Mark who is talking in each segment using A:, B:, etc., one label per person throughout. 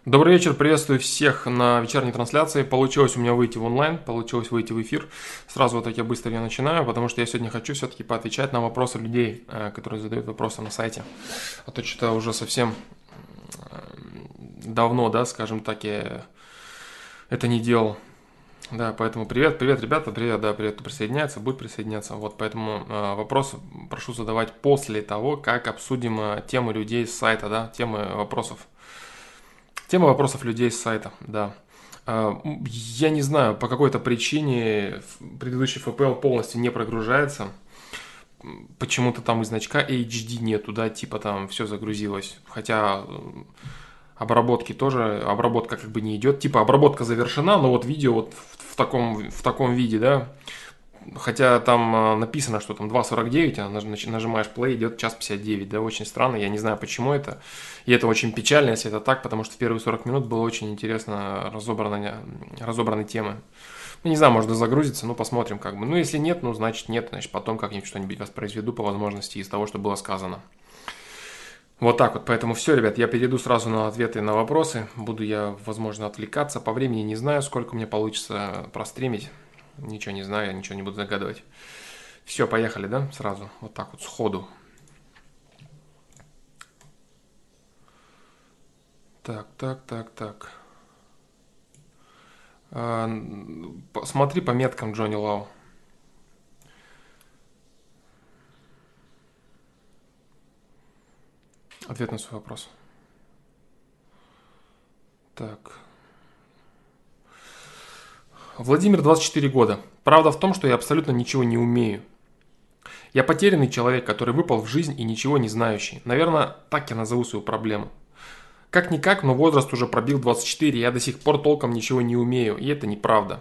A: Добрый вечер, приветствую всех на вечерней трансляции. Получилось у меня выйти в онлайн, получилось выйти в эфир. Сразу вот так я быстро я начинаю, потому что я сегодня хочу все-таки поотвечать на вопросы людей, которые задают вопросы на сайте. А то что-то уже совсем давно, да, скажем так, я это не делал. Да, поэтому привет, ребята, привет, да, привет, кто присоединяется, будет присоединяться. Вот, поэтому вопрос прошу задавать после того, как обсудим темы людей с сайта, да, темы вопросов. Тема вопросов людей с сайта, да. Я не знаю, по какой-то причине предыдущий FPL полностью не прогружается. Почему-то там из значка HD нету, да, типа там все загрузилось. Хотя обработки тоже, обработка как бы не идет. Типа обработка завершена, но вот видео вот в таком виде, да. Хотя там написано, что там 2.49, а нажимаешь play, идет 1:59, да, очень странно, я не знаю, почему это. И это очень печально, если это так, потому что в первые 40 минут было очень интересно разобраны темы. Ну, не знаю, может загрузится, ну, посмотрим как бы. Ну, если нет, ну, значит нет, значит потом как-нибудь что-нибудь воспроизведу по возможности из того, что было сказано. Вот так вот, поэтому все, ребят, я перейду сразу на ответы на вопросы. Буду я, возможно, отвлекаться. По времени не знаю, сколько мне получится простримить. Ничего не знаю, я ничего не буду загадывать. Все, поехали, да, сразу, вот так вот, сходу. Так. Смотри по меткам Джонни Лау. Ответ на свой вопрос. Так. Владимир, 24 года. Правда в том, что я абсолютно ничего не умею. Я потерянный человек, который выпал в жизнь и ничего не знающий. Наверное, так я назову свою проблему. Как-никак, но возраст уже пробил 24, и я до сих пор толком ничего не умею, и это неправда.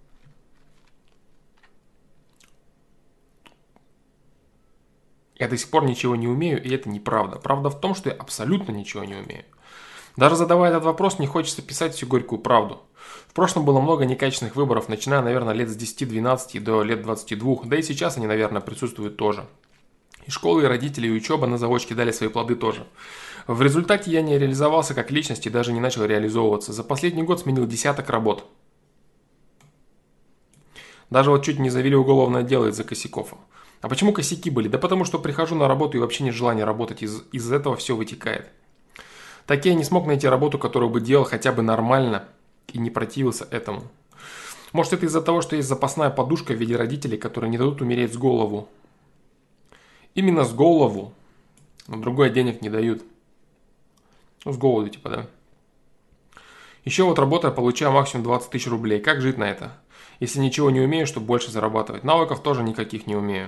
A: Я до сих пор ничего не умею, и это неправда. Правда в том, что я абсолютно ничего не умею. Даже задавая этот вопрос, не хочется писать всю горькую правду. В прошлом было много некачественных выборов, начиная, наверное, лет с 10-12 до лет 22, да и сейчас они, наверное, присутствуют тоже. И школы, и родители, и учеба на заочке дали свои плоды тоже. В результате я не реализовался как личность и даже не начал реализовываться. За последний год сменил десяток работ. Даже вот чуть не завели уголовное дело из-за косяков. А почему косяки были? Да потому что прихожу на работу и вообще нет желания работать. Из этого все вытекает. Так я не смог найти работу, которую бы делал хотя бы нормально и не противился этому. Может, это из-за того, что есть запасная подушка в виде родителей, которые не дадут умереть с голову. Именно с голову. Но другой денег не дают. Ну, с голоду типа, да. Еще вот работая, получаю максимум 20 тысяч рублей. Как жить на это? Если ничего не умею, чтобы больше зарабатывать. Навыков тоже никаких не умею.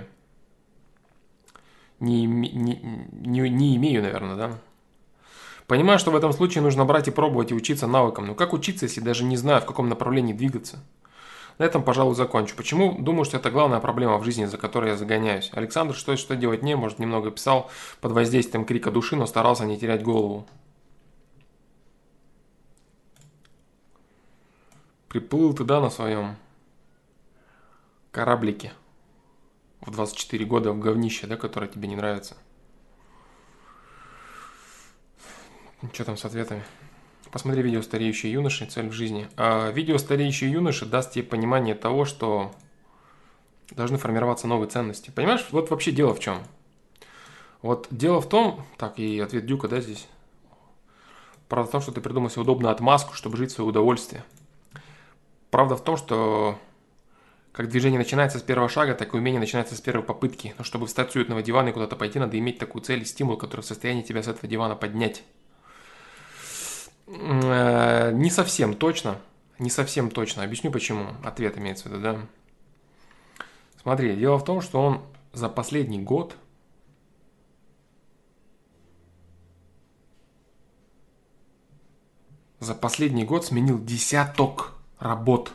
A: Не имею, наверное, да. Понимаю, что в этом случае нужно брать и пробовать и учиться навыкам. Но как учиться, если даже не знаю, в каком направлении двигаться? На этом, пожалуй, закончу. Почему? Думаю, что это главная проблема в жизни, за которой я загоняюсь. Александр, что делать не, может, немного писал под воздействием крика души, но старался не терять голову. Приплыл ты, да, на своем кораблике в 24 года в говнище, да, которое тебе не нравится. Что там с ответами? Посмотри видео «Стареющие юноши. Цель в жизни». Видео «Стареющие юноши» даст тебе понимание того, что должны формироваться новые ценности. Понимаешь, вот вообще дело в чем? Вот дело в том, так и ответ Дюка, да, здесь. Правда в том, что ты придумал себе удобную отмазку, чтобы жить в свое удовольствие. Правда в том, что как движение начинается с первого шага, так и умение начинается с первой попытки. Но чтобы встать с уютного дивана и куда-то пойти, надо иметь такую цель и стимул, который в состоянии тебя с этого дивана поднять. Не совсем точно. Не совсем точно. Объясню почему. Ответ имеется в виду, да. Смотри, дело в том, что он за последний год сменил десяток работ.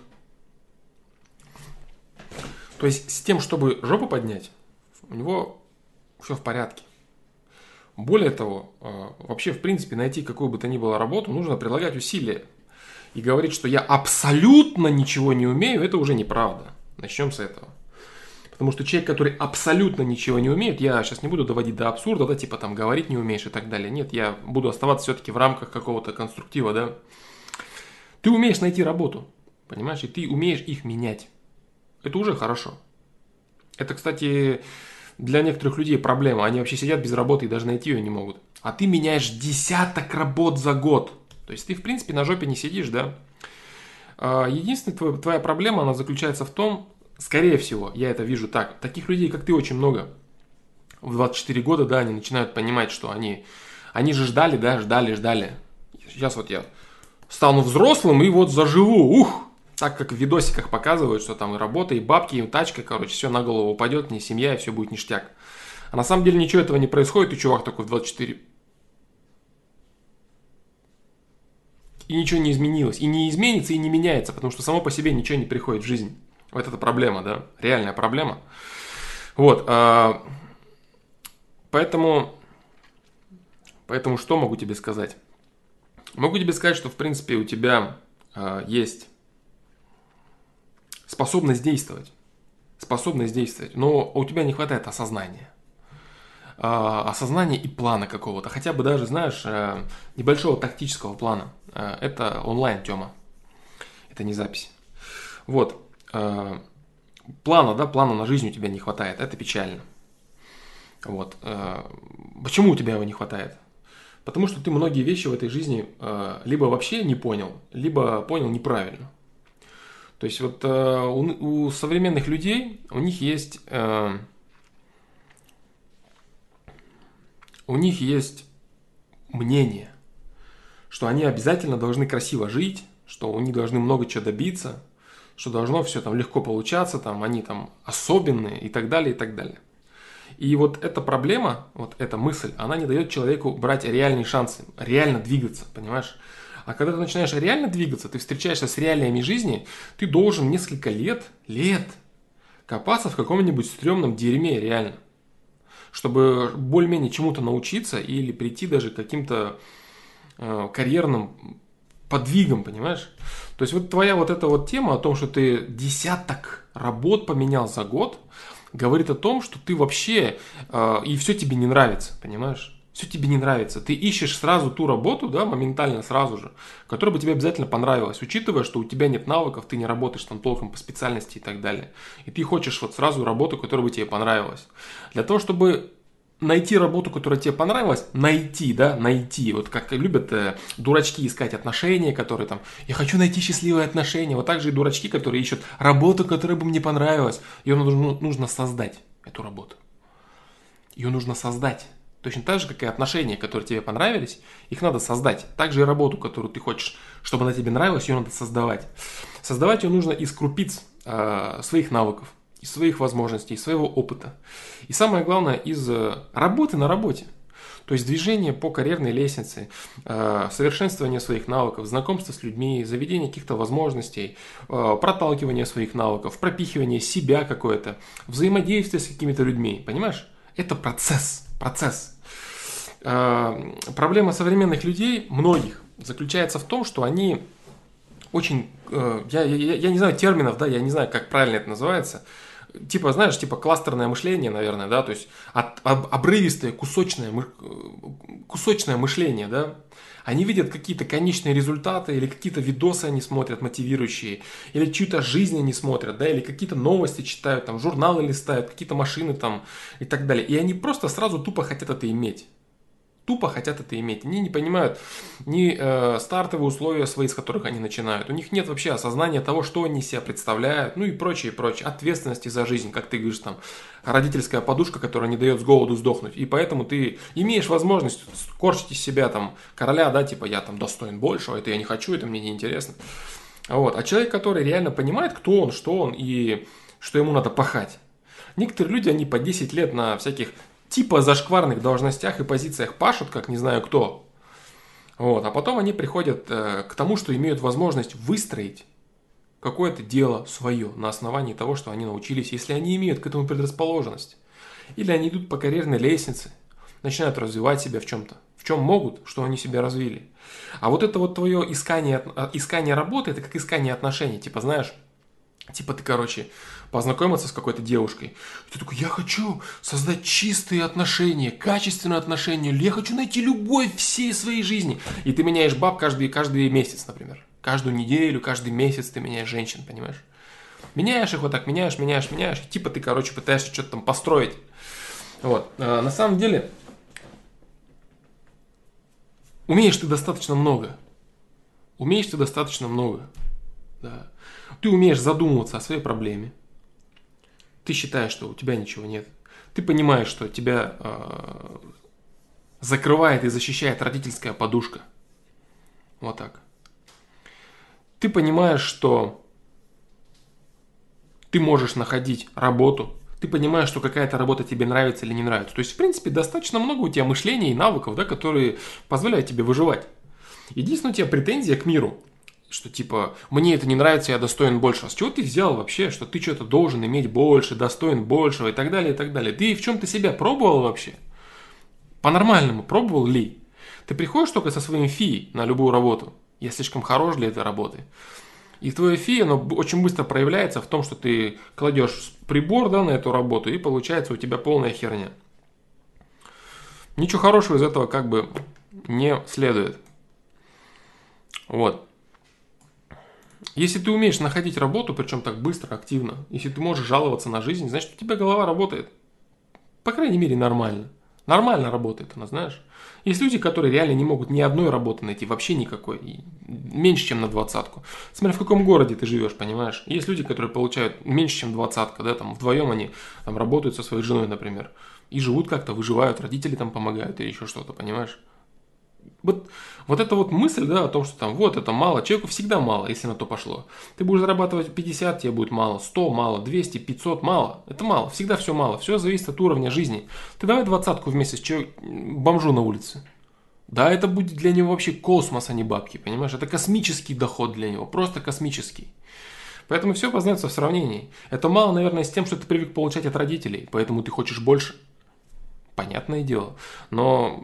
A: То есть с тем, чтобы жопу поднять, у него все в порядке. Более того, вообще, в принципе, найти какую бы то ни было работу нужно прилагать усилия. И говорить, что я абсолютно ничего не умею, это уже неправда. Начнем с этого. Потому что человек, который абсолютно ничего не умеет, я сейчас не буду доводить до абсурда, да, типа там говорить не умеешь и так далее. Нет, я буду оставаться все-таки в рамках какого-то конструктива, да. Ты умеешь найти работу, понимаешь, и ты умеешь их менять. Это уже хорошо. Это, кстати, для некоторых людей проблема. Они вообще сидят без работы и даже найти ее не могут. А ты меняешь десяток работ за год. То есть ты, в принципе, на жопе не сидишь, да. Единственная твоя проблема, она заключается в том, скорее всего, я это вижу так, таких людей, как ты, очень много. В 24 года, да, они начинают понимать, что они же ждали, да, ждали. Сейчас вот я стану взрослым и вот заживу, так как в видосиках показывают, что там и работа, и бабки, и тачка, короче, все на голову упадет, не семья, и все будет ништяк. А на самом деле ничего этого не происходит, и чувак такой в 24. И ничего не изменилось. И не изменится, и не меняется, потому что само по себе ничего не приходит в жизнь. Вот это проблема, да, реальная проблема. Вот, поэтому что могу тебе сказать? Могу тебе сказать, что в принципе у тебя есть способность действовать, но у тебя не хватает осознания. Осознания и плана какого-то, хотя бы даже, знаешь, небольшого тактического плана. Это онлайн, Тёма, это не запись. Вот, плана на жизнь у тебя не хватает, это печально. Вот, почему у тебя его не хватает? Потому что ты многие вещи в этой жизни либо вообще не понял, либо понял неправильно. То есть вот у современных людей у них есть мнение, что они обязательно должны красиво жить, что они должны много чего добиться, что должно все там легко получаться, там они там особенные и так далее, и так далее. И вот эта проблема, вот эта мысль, она не дает человеку брать реальные шансы, реально двигаться, понимаешь? А когда ты начинаешь реально двигаться, ты встречаешься с реалиями жизни, ты должен несколько лет копаться в каком-нибудь стрёмном дерьме реально, чтобы более-менее чему-то научиться или прийти даже к каким-то карьерным подвигам, понимаешь? То есть вот твоя вот эта вот тема о том, что ты десяток работ поменял за год, говорит о том, что ты вообще и все тебе не нравится, понимаешь? Все тебе не нравится. Ты ищешь сразу ту работу, да, моментально сразу же, которая бы тебе обязательно понравилась, учитывая, что у тебя нет навыков, ты не работаешь там толком по специальности и так далее. И ты хочешь вот сразу работу, которая бы тебе понравилась. Для того, чтобы найти работу, которая тебе понравилась, найти, вот как любят дурачки искать отношения, которые там, я хочу найти счастливые отношения, вот так же и дурачки, которые ищут работу, которая бы мне понравилась, ее нужно создать, эту работу, ее нужно создать. Точно так же, как и отношения, которые тебе понравились, их надо создать. Также и работу, которую ты хочешь, чтобы она тебе нравилась, ее надо создавать. Создавать ее нужно из крупиц своих навыков, из своих возможностей, из своего опыта. И самое главное, из работы на работе. То есть движение по карьерной лестнице, совершенствование своих навыков, знакомство с людьми, заведение каких-то возможностей, проталкивание своих навыков, пропихивание себя какое-то, взаимодействие с какими-то людьми. Понимаешь? Это процесс. Проблема современных людей, многих, заключается в том, что они очень, я не знаю терминов, да, я не знаю, как правильно это называется, типа, знаешь, типа кластерное мышление, наверное, да, то есть обрывистое, кусочное мышление, да, они видят какие-то конечные результаты, или какие-то видосы они смотрят мотивирующие, или чью-то жизнь они смотрят, да, или какие-то новости читают, там, журналы листают, какие-то машины там и так далее. И они просто сразу тупо хотят это иметь. Они не понимают ни стартовые условия свои, с которых они начинают. У них нет вообще осознания того, что они себя представляют, ну и прочее. Ответственности за жизнь, как ты говоришь, там, родительская подушка, которая не дает с голоду сдохнуть. И поэтому ты имеешь возможность корчить из себя там короля, да, типа я там достоин большего, это я не хочу, это мне не интересно. Вот. А человек, который реально понимает, кто он, что он и что ему надо пахать. Некоторые люди, они по 10 лет на всяких типа зашкварных должностях и позициях пашут, как не знаю кто. Вот. А потом они приходят к тому, что имеют возможность выстроить какое-то дело свое на основании того, что они научились, если они имеют к этому предрасположенность. Или они идут по карьерной лестнице, начинают развивать себя в чем-то. В чем могут, что они себя развили. А вот это вот твое искание работы, это как искание отношений. Типа, знаешь, Типа ты, короче, познакомился с какой-то девушкой. И ты такой, я хочу создать чистые отношения, качественные отношения. Я хочу найти любовь всей своей жизни. И ты меняешь баб каждый месяц, например. Каждую неделю, каждый месяц ты меняешь женщин, понимаешь? Меняешь их вот так, меняешь. И типа ты, короче, пытаешься что-то там построить. Вот. А на самом деле, умеешь ты достаточно много. Да. Ты умеешь задумываться о своей проблеме. Ты считаешь, что у тебя ничего нет. Ты понимаешь, что тебя закрывает и защищает родительская подушка. Вот так. Ты понимаешь, что ты можешь находить работу. Ты понимаешь, что какая-то работа тебе нравится или не нравится. То есть, в принципе, достаточно много у тебя мышления и навыков, да, которые позволяют тебе выживать. Единственная у тебя претензия к миру, что типа, мне это не нравится, я достоин большего. С чего ты взял вообще, что ты что-то должен иметь больше, достоин большего и так далее, и так далее. Ты в чем-то себя пробовал вообще? По-нормальному пробовал ли? Ты приходишь только со своим фи на любую работу. Я слишком хорош для этой работы. И твое фи, оно очень быстро проявляется в том, что ты кладешь прибор, да, на эту работу, и получается у тебя полная херня. Ничего хорошего из этого как бы не следует. Вот. Если ты умеешь находить работу, причем так быстро, активно, если ты можешь жаловаться на жизнь, значит, у тебя голова работает. По крайней мере, нормально. Нормально работает она, знаешь. Есть люди, которые реально не могут ни одной работы найти, вообще никакой, меньше, чем на двадцатку. Смотря в каком городе ты живешь, понимаешь. Есть люди, которые получают меньше, чем двадцатка, да, там вдвоем они там работают со своей женой, например, и живут как-то, выживают, родители там помогают или еще что-то, понимаешь. Вот эта вот мысль, да, о том, что там вот это мало, человеку всегда мало, если на то пошло. Ты будешь зарабатывать 50, тебе будет мало, 100 мало, 200, 500 мало. Это мало, всегда все мало, все зависит от уровня жизни. Ты давай двадцатку вместе с бомжу на улице. Да, это будет для него вообще космос, а не бабки, понимаешь? Это космический доход для него, просто космический. Поэтому все познается в сравнении. Это мало, наверное, с тем, что ты привык получать от родителей, поэтому ты хочешь больше. Понятное дело. Но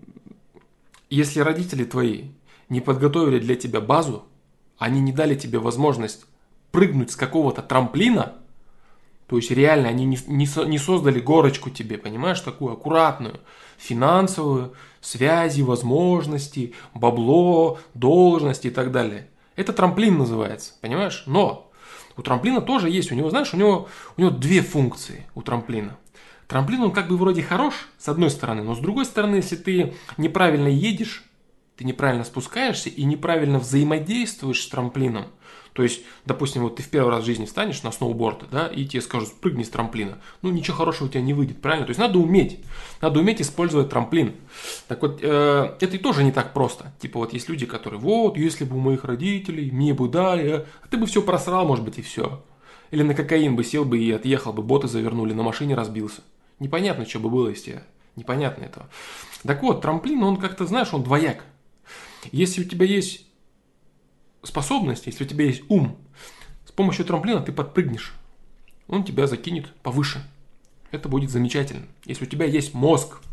A: если родители твои не подготовили для тебя базу, они не дали тебе возможность прыгнуть с какого-то трамплина, то есть реально они не создали горочку тебе, понимаешь, такую аккуратную, финансовую, связи, возможности, бабло, должности и так далее. Это трамплин называется, понимаешь? Но у трамплина тоже есть, у него, знаешь, у него две функции у трамплина. Трамплин, он как бы вроде хорош, с одной стороны, но с другой стороны, если ты неправильно едешь, ты неправильно спускаешься и неправильно взаимодействуешь с трамплином, то есть, допустим, вот ты в первый раз в жизни встанешь на сноуборд, да, и тебе скажут, спрыгни с трамплина. Ну, ничего хорошего у тебя не выйдет, правильно? То есть, надо уметь использовать трамплин. Так вот, это и тоже не так просто. Типа, вот есть люди, которые, вот, если бы у моих родителей мне бы дали, а ты бы все просрал, может быть, и все. Или на кокаин бы сел бы и отъехал бы, боты завернули, на машине разбился. Непонятно, что бы было из тебя. Непонятно этого. Так вот, трамплин, он как-то, знаешь, он двояк. Если у тебя есть способность, если у тебя есть ум, с помощью трамплина ты подпрыгнешь. Он тебя закинет повыше. Это будет замечательно. Если у тебя есть мозг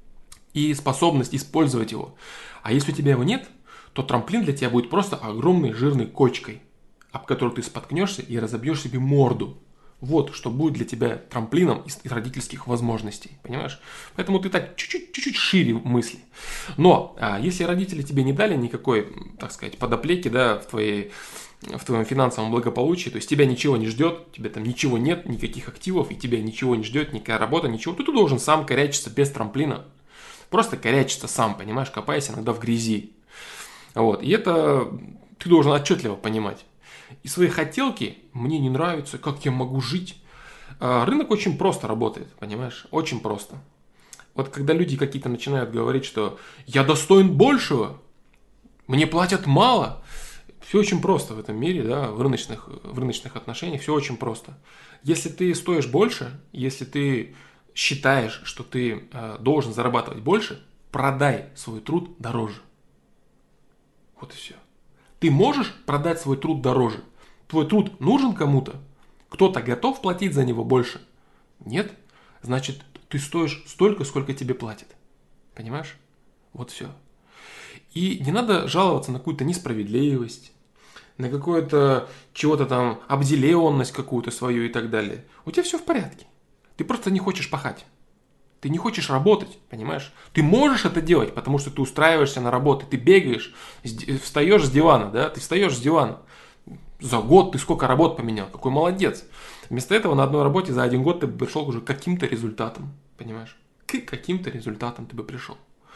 A: и способность использовать его, а если у тебя его нет, то трамплин для тебя будет просто огромной жирной кочкой, об которую ты споткнешься и разобьешь себе морду. Вот что будет для тебя трамплином из родительских возможностей, понимаешь? Поэтому ты так чуть-чуть шире мысли. Но если родители тебе не дали никакой, так сказать, подоплеки, да, в твоем финансовом благополучии, то есть тебя ничего не ждет, тебе там ничего нет, никаких активов, и тебя ничего не ждет, никакая работа, ничего, то ты должен сам корячиться без трамплина. Просто корячиться сам, понимаешь, копаясь иногда в грязи. Вот, и это ты должен отчетливо понимать. И свои хотелки, мне не нравится, как я могу жить. Рынок очень просто работает, понимаешь? Очень просто. Вот когда люди какие-то начинают говорить, что я достоин большего, мне платят мало. Все очень просто в этом мире, да, в рыночных отношениях все очень просто. Если ты стоишь больше, если ты считаешь, что ты должен зарабатывать больше, продай свой труд дороже. Вот и все. Ты можешь продать свой труд дороже. Твой труд нужен кому-то? Кто-то готов платить за него больше? Нет? Значит, ты стоишь столько, сколько тебе платят. Понимаешь? Вот все. И не надо жаловаться на какую-то несправедливость, на какое-то чего-то там, обделенность какую-то свою и так далее. У тебя все в порядке. Ты просто не хочешь пахать. Ты не хочешь работать, понимаешь? Ты можешь это делать, потому что ты устраиваешься на работу, ты бегаешь, встаешь с дивана, да? Ты встаешь с дивана. За год ты сколько работ поменял, какой молодец. Вместо этого на одной работе за 1 год ты бы пришел уже к каким-то результатам, понимаешь? К каким-то результатам ты бы пришел.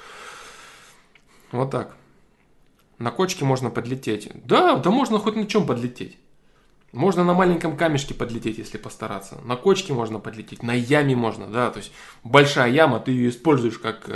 A: Вот так. На кочке можно подлететь. Да, можно хоть на чем подлететь. Можно на маленьком камешке подлететь, если постараться. На кочке можно подлететь, на яме можно, да. То есть большая яма, ты ее используешь как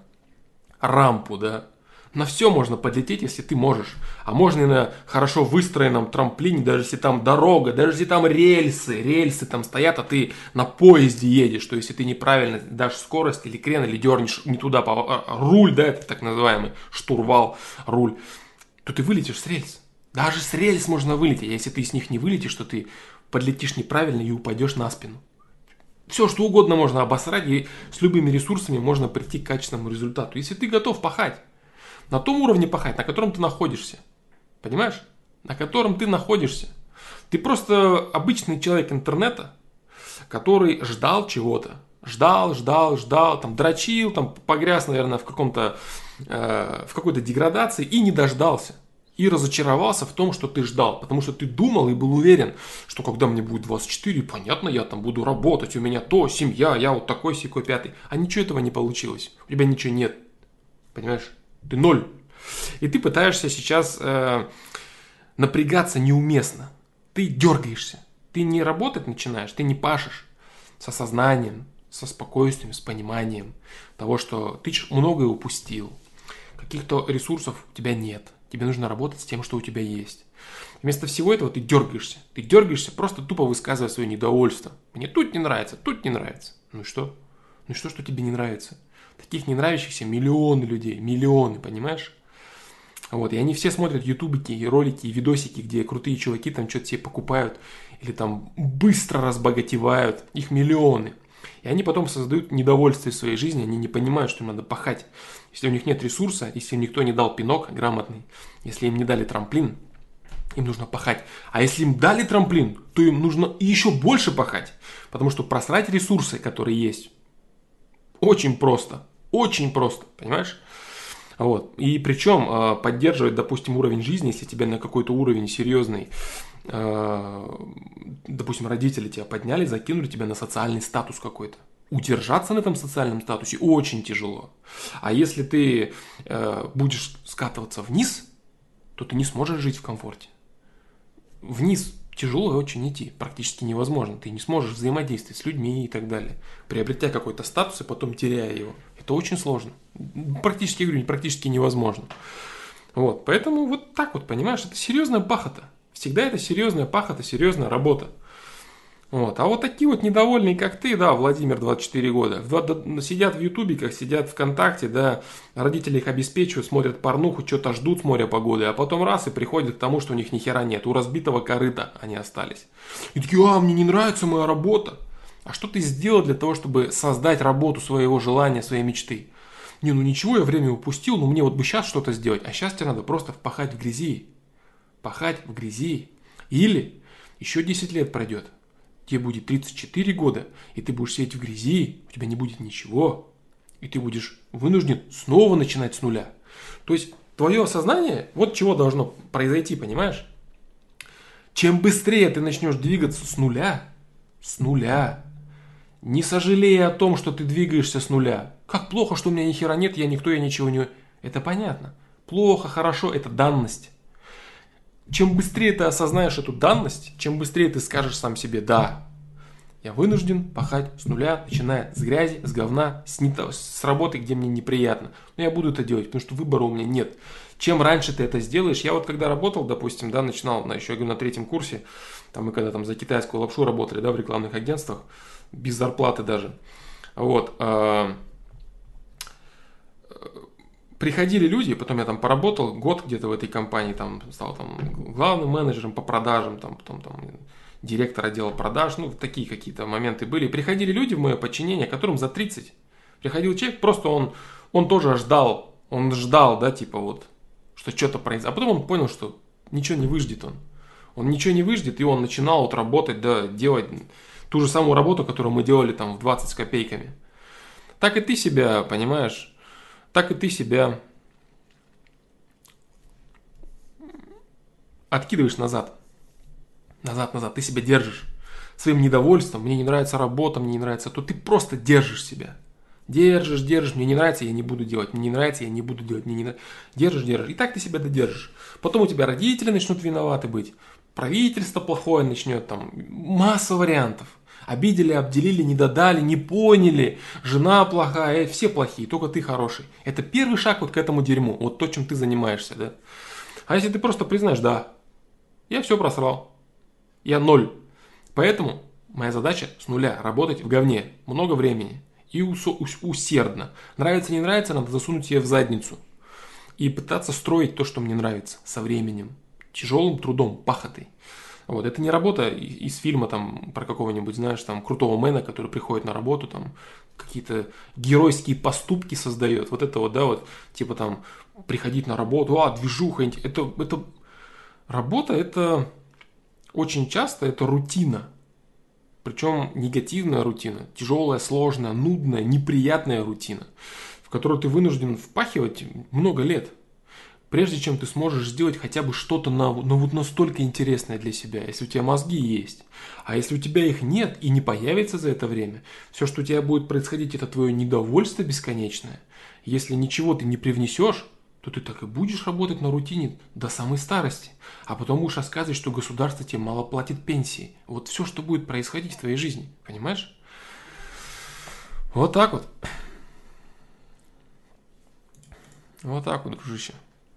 A: рампу, да. На все можно подлететь, если ты можешь. А можно и на хорошо выстроенном трамплине, даже если там дорога, даже если там рельсы там стоят, а ты на поезде едешь. То есть, если ты неправильно дашь скорость или крен, или дернешь не туда, руль, да, это так называемый штурвал, руль, то ты вылетишь с рельс. Даже с рельс можно вылететь. А если ты с них не вылетишь, то ты подлетишь неправильно и упадешь на спину. Все, что угодно можно обосрать, и с любыми ресурсами можно прийти к качественному результату. Если ты готов пахать, на том уровне пахать, на котором ты находишься. Понимаешь? На котором ты находишься. Ты просто обычный человек интернета, который ждал чего-то. Ждал, там дрочил, там погряз, наверное, в какой-то деградации и не дождался. И разочаровался в том, что ты ждал. Потому что ты думал и был уверен, что когда мне будет 24, понятно, я там буду работать, у меня то, семья, я вот такой, сякой, пятый. А ничего этого не получилось. У тебя ничего нет. Понимаешь? Ты ноль. И ты пытаешься сейчас напрягаться неуместно. Ты дергаешься. Ты не работать начинаешь, ты не пашешь с осознанием, со спокойствием, с пониманием того, что ты многое упустил. Каких-то ресурсов у тебя нет. Тебе нужно работать с тем, что у тебя есть. Вместо всего этого ты дергаешься. Ты дергаешься, просто тупо высказывая свое недовольство. Мне тут не нравится, тут не нравится. Ну и что? Ну и что тебе не нравится? Таких не нравящихся миллионы людей, миллионы, понимаешь? Вот, и они все смотрят ютубики, ролики, видосики, где крутые чуваки там что-то себе покупают или там быстро разбогатевают, их миллионы. И они потом создают недовольствие в своей жизни, они не понимают, что им надо пахать. Если у них нет ресурса, если им никто не дал пинок грамотный, если им не дали трамплин, им нужно пахать. А если им дали трамплин, то им нужно еще больше пахать. Потому что просрать ресурсы, которые есть, очень просто, понимаешь? Вот. И причем поддерживать, допустим, уровень жизни, если тебя на какой-то уровень серьезный, допустим, родители тебя подняли, закинули тебя на социальный статус какой-то. Удержаться на этом социальном статусе очень тяжело. А если ты будешь скатываться вниз, то ты не сможешь жить в комфорте. Вниз тяжело очень идти, практически невозможно. Ты не сможешь взаимодействовать с людьми и так далее. Приобретя какой-то статус и потом теряя его. Это очень сложно. Практически невозможно. Вот, поэтому вот так вот, понимаешь, это серьезная пахота. Всегда это серьезная пахота, серьезная работа. Вот. А вот такие вот недовольные, как ты, да, Владимир, 24 года, сидят в Ютубе, как сидят ВКонтакте, да, родители их обеспечивают, смотрят порнуху, что-то ждут с моря погоды, а потом раз и приходят к тому, что у них ни хера нет, у разбитого корыта они остались. И такие, мне не нравится моя работа. А что ты сделал для того, чтобы создать работу своего желания, своей мечты? Не, ну ничего, я время упустил, но мне вот бы сейчас что-то сделать, а сейчас тебе надо просто пахать в грязи. Пахать в грязи. Или еще 10 лет пройдет. Тебе будет 34 года, и ты будешь сидеть в грязи, у тебя не будет ничего, и ты будешь вынужден снова начинать с нуля. То есть, твое осознание, вот чего должно произойти, понимаешь? Чем быстрее ты начнешь двигаться с нуля, не сожалея о том, что ты двигаешься с нуля. Как плохо, что у меня ни хера нет, я никто, я ничего не... Это понятно. Плохо, хорошо, это данность. Чем быстрее ты осознаешь эту данность, чем быстрее ты скажешь сам себе «да», я вынужден пахать с нуля, начиная с грязи, с говна, с работы, где мне неприятно. Но я буду это делать, потому что выбора у меня нет. Чем раньше ты это сделаешь, я вот когда работал, допустим, да, начинал, еще я говорю, на 3-м курсе, там мы когда там за китайскую лапшу работали, да, в рекламных агентствах, без зарплаты даже, вот, приходили люди, потом я там поработал год где-то в этой компании, там стал там главным менеджером по продажам, там, потом там директор отдела продаж, ну, такие какие-то моменты были. Приходили люди в мое подчинение, которым за 30. Приходил человек, просто он тоже ждал, да, типа вот, что что-то произойдет. А потом он понял, что ничего не выждет он. Он ничего не выждет, и он начинал вот работать, да, делать ту же самую работу, которую мы делали там в 20 с копейками. Так и ты себя, понимаешь, так и ты себя откидываешь назад. Назад. Ты себя держишь. Своим недовольством, мне не нравится работа, мне не нравится то, ты просто держишь себя. Держишь, мне не нравится, я не буду делать, мне не нравится, я не буду делать, мне не нравится. Держишь. И так ты себя додержишь. Потом у тебя родители начнут виноваты быть, правительство плохое начнет, там масса вариантов. Обидели, обделили, не додали, не поняли, жена плохая, все плохие, только ты хороший. Это первый шаг вот к этому дерьму, вот то, чем ты занимаешься, да. А если ты просто признаешь, да, я все просрал, я ноль. Поэтому моя задача с нуля работать в говне много времени и усердно. Нравится, не нравится, надо засунуть ее в задницу и пытаться строить то, что мне нравится со временем, тяжелым трудом, пахотой. Вот, это не работа из фильма там про какого-нибудь, знаешь, там крутого мэна, который приходит на работу, там какие-то геройские поступки создает. Вот это вот, да, вот, типа там приходить на работу, движуха, это работа, это очень часто это рутина. Причем негативная рутина, тяжелая, сложная, нудная, неприятная рутина, в которую ты вынужден впахивать много лет, прежде чем ты сможешь сделать хотя бы что-то вот настолько интересное для себя, если у тебя мозги есть. А если у тебя их нет и не появится за это время, все, что у тебя будет происходить, это твое недовольство бесконечное. Если ничего ты не привнесешь, то ты так и будешь работать на рутине до самой старости. А потом будешь рассказывать, что государство тебе мало платит пенсии. Вот все, что будет происходить в твоей жизни. Понимаешь? Вот так вот. Вот так вот, дружище.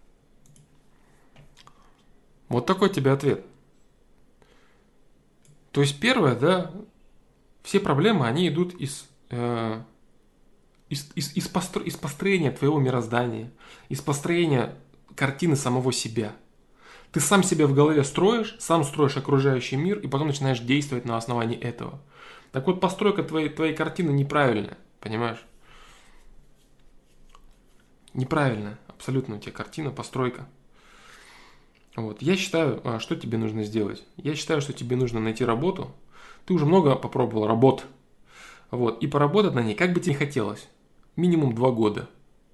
A: Вот такой тебе ответ. То есть первое, да, все проблемы, они идут из построения твоего мироздания, из построения картины самого себя. Ты сам себя в голове строишь, сам строишь окружающий мир, и потом начинаешь действовать на основании этого. Так вот, постройка твоей картины неправильная, понимаешь? Неправильная, абсолютно у тебя картина, постройка. Вот. Я считаю, что тебе нужно сделать. Я считаю, что тебе нужно найти работу. Ты уже много попробовал работ. Вот. И поработать на ней, как бы тебе хотелось. Минимум 2 года.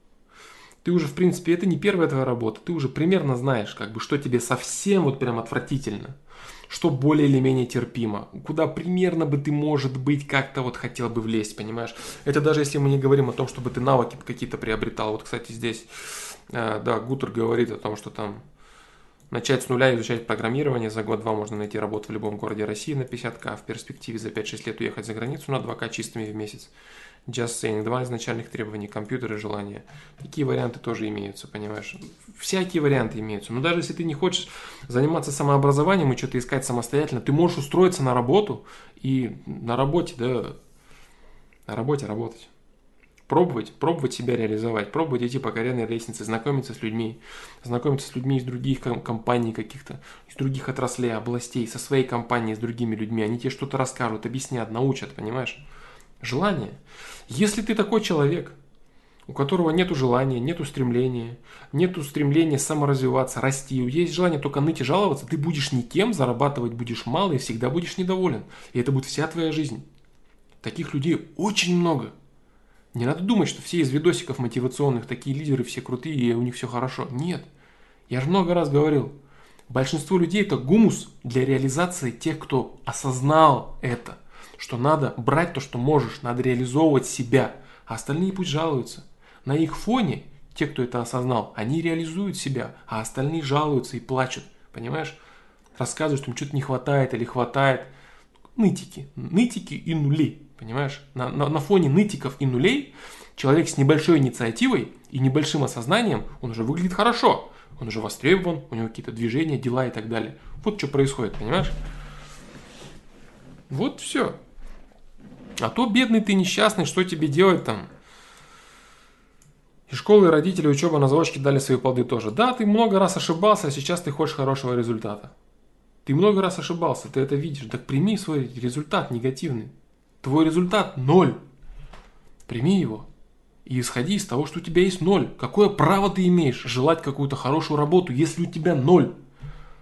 A: Ты уже, в принципе, это не первая твоя работа. Ты уже примерно знаешь, как бы, что тебе совсем вот прям отвратительно. Что более или менее терпимо. Куда примерно бы ты, может быть, как-то вот хотел бы влезть, понимаешь? Это даже если мы не говорим о том, чтобы ты навыки какие-то приобретал. Вот, кстати, здесь, да, Гутер говорит о том, что там начать с нуля изучать программирование. За год-два можно найти работу в любом городе России на 50к. В перспективе за 5-6 лет уехать за границу на 2к чистыми в месяц. Just saying. 2 изначальных требований. Компьютер и желание. Такие варианты тоже имеются, понимаешь? Всякие варианты имеются. Но даже если ты не хочешь заниматься самообразованием и что-то искать самостоятельно, ты можешь устроиться на работу и на работе, да, на работе работать. Пробовать себя реализовать, пробовать идти по карьерной лестнице, знакомиться с людьми из других компаний каких-то, из других отраслей, областей, со своей компанией, с другими людьми. Они тебе что-то расскажут, объяснят, научат, понимаешь? Желание. Если ты такой человек, у которого нету желания, нету стремления саморазвиваться, расти, есть желание только ныть и жаловаться, ты будешь никем, зарабатывать будешь мало и всегда будешь недоволен. И это будет вся твоя жизнь. Таких людей очень много. Не надо думать, что все из видосиков мотивационных такие лидеры, все крутые, и у них все хорошо. Нет. Я же много раз говорил. Большинство людей это гумус для реализации тех, кто осознал это. Что надо брать то, что можешь, надо реализовывать себя. А остальные пусть жалуются. На их фоне, те, кто это осознал, они реализуют себя, а остальные жалуются и плачут. Понимаешь? Рассказывают, что им что-то не хватает или хватает. Нытики и нули. Понимаешь? На фоне нытиков и нулей человек с небольшой инициативой и небольшим осознанием, он уже выглядит хорошо. Он уже востребован, у него какие-то движения, дела и так далее. Вот что происходит, понимаешь? Вот все. А то бедный ты несчастный, что тебе делать там? И школы, и родители, учеба на заочке дали свои плоды тоже. Да, ты много раз ошибался, а сейчас ты хочешь хорошего результата. Ты много раз ошибался, ты это видишь. Так прими свой результат негативный. Твой результат 0. Прими его. И исходи из того, что у тебя есть 0. Какое право ты имеешь желать какую-то хорошую работу, если у тебя 0?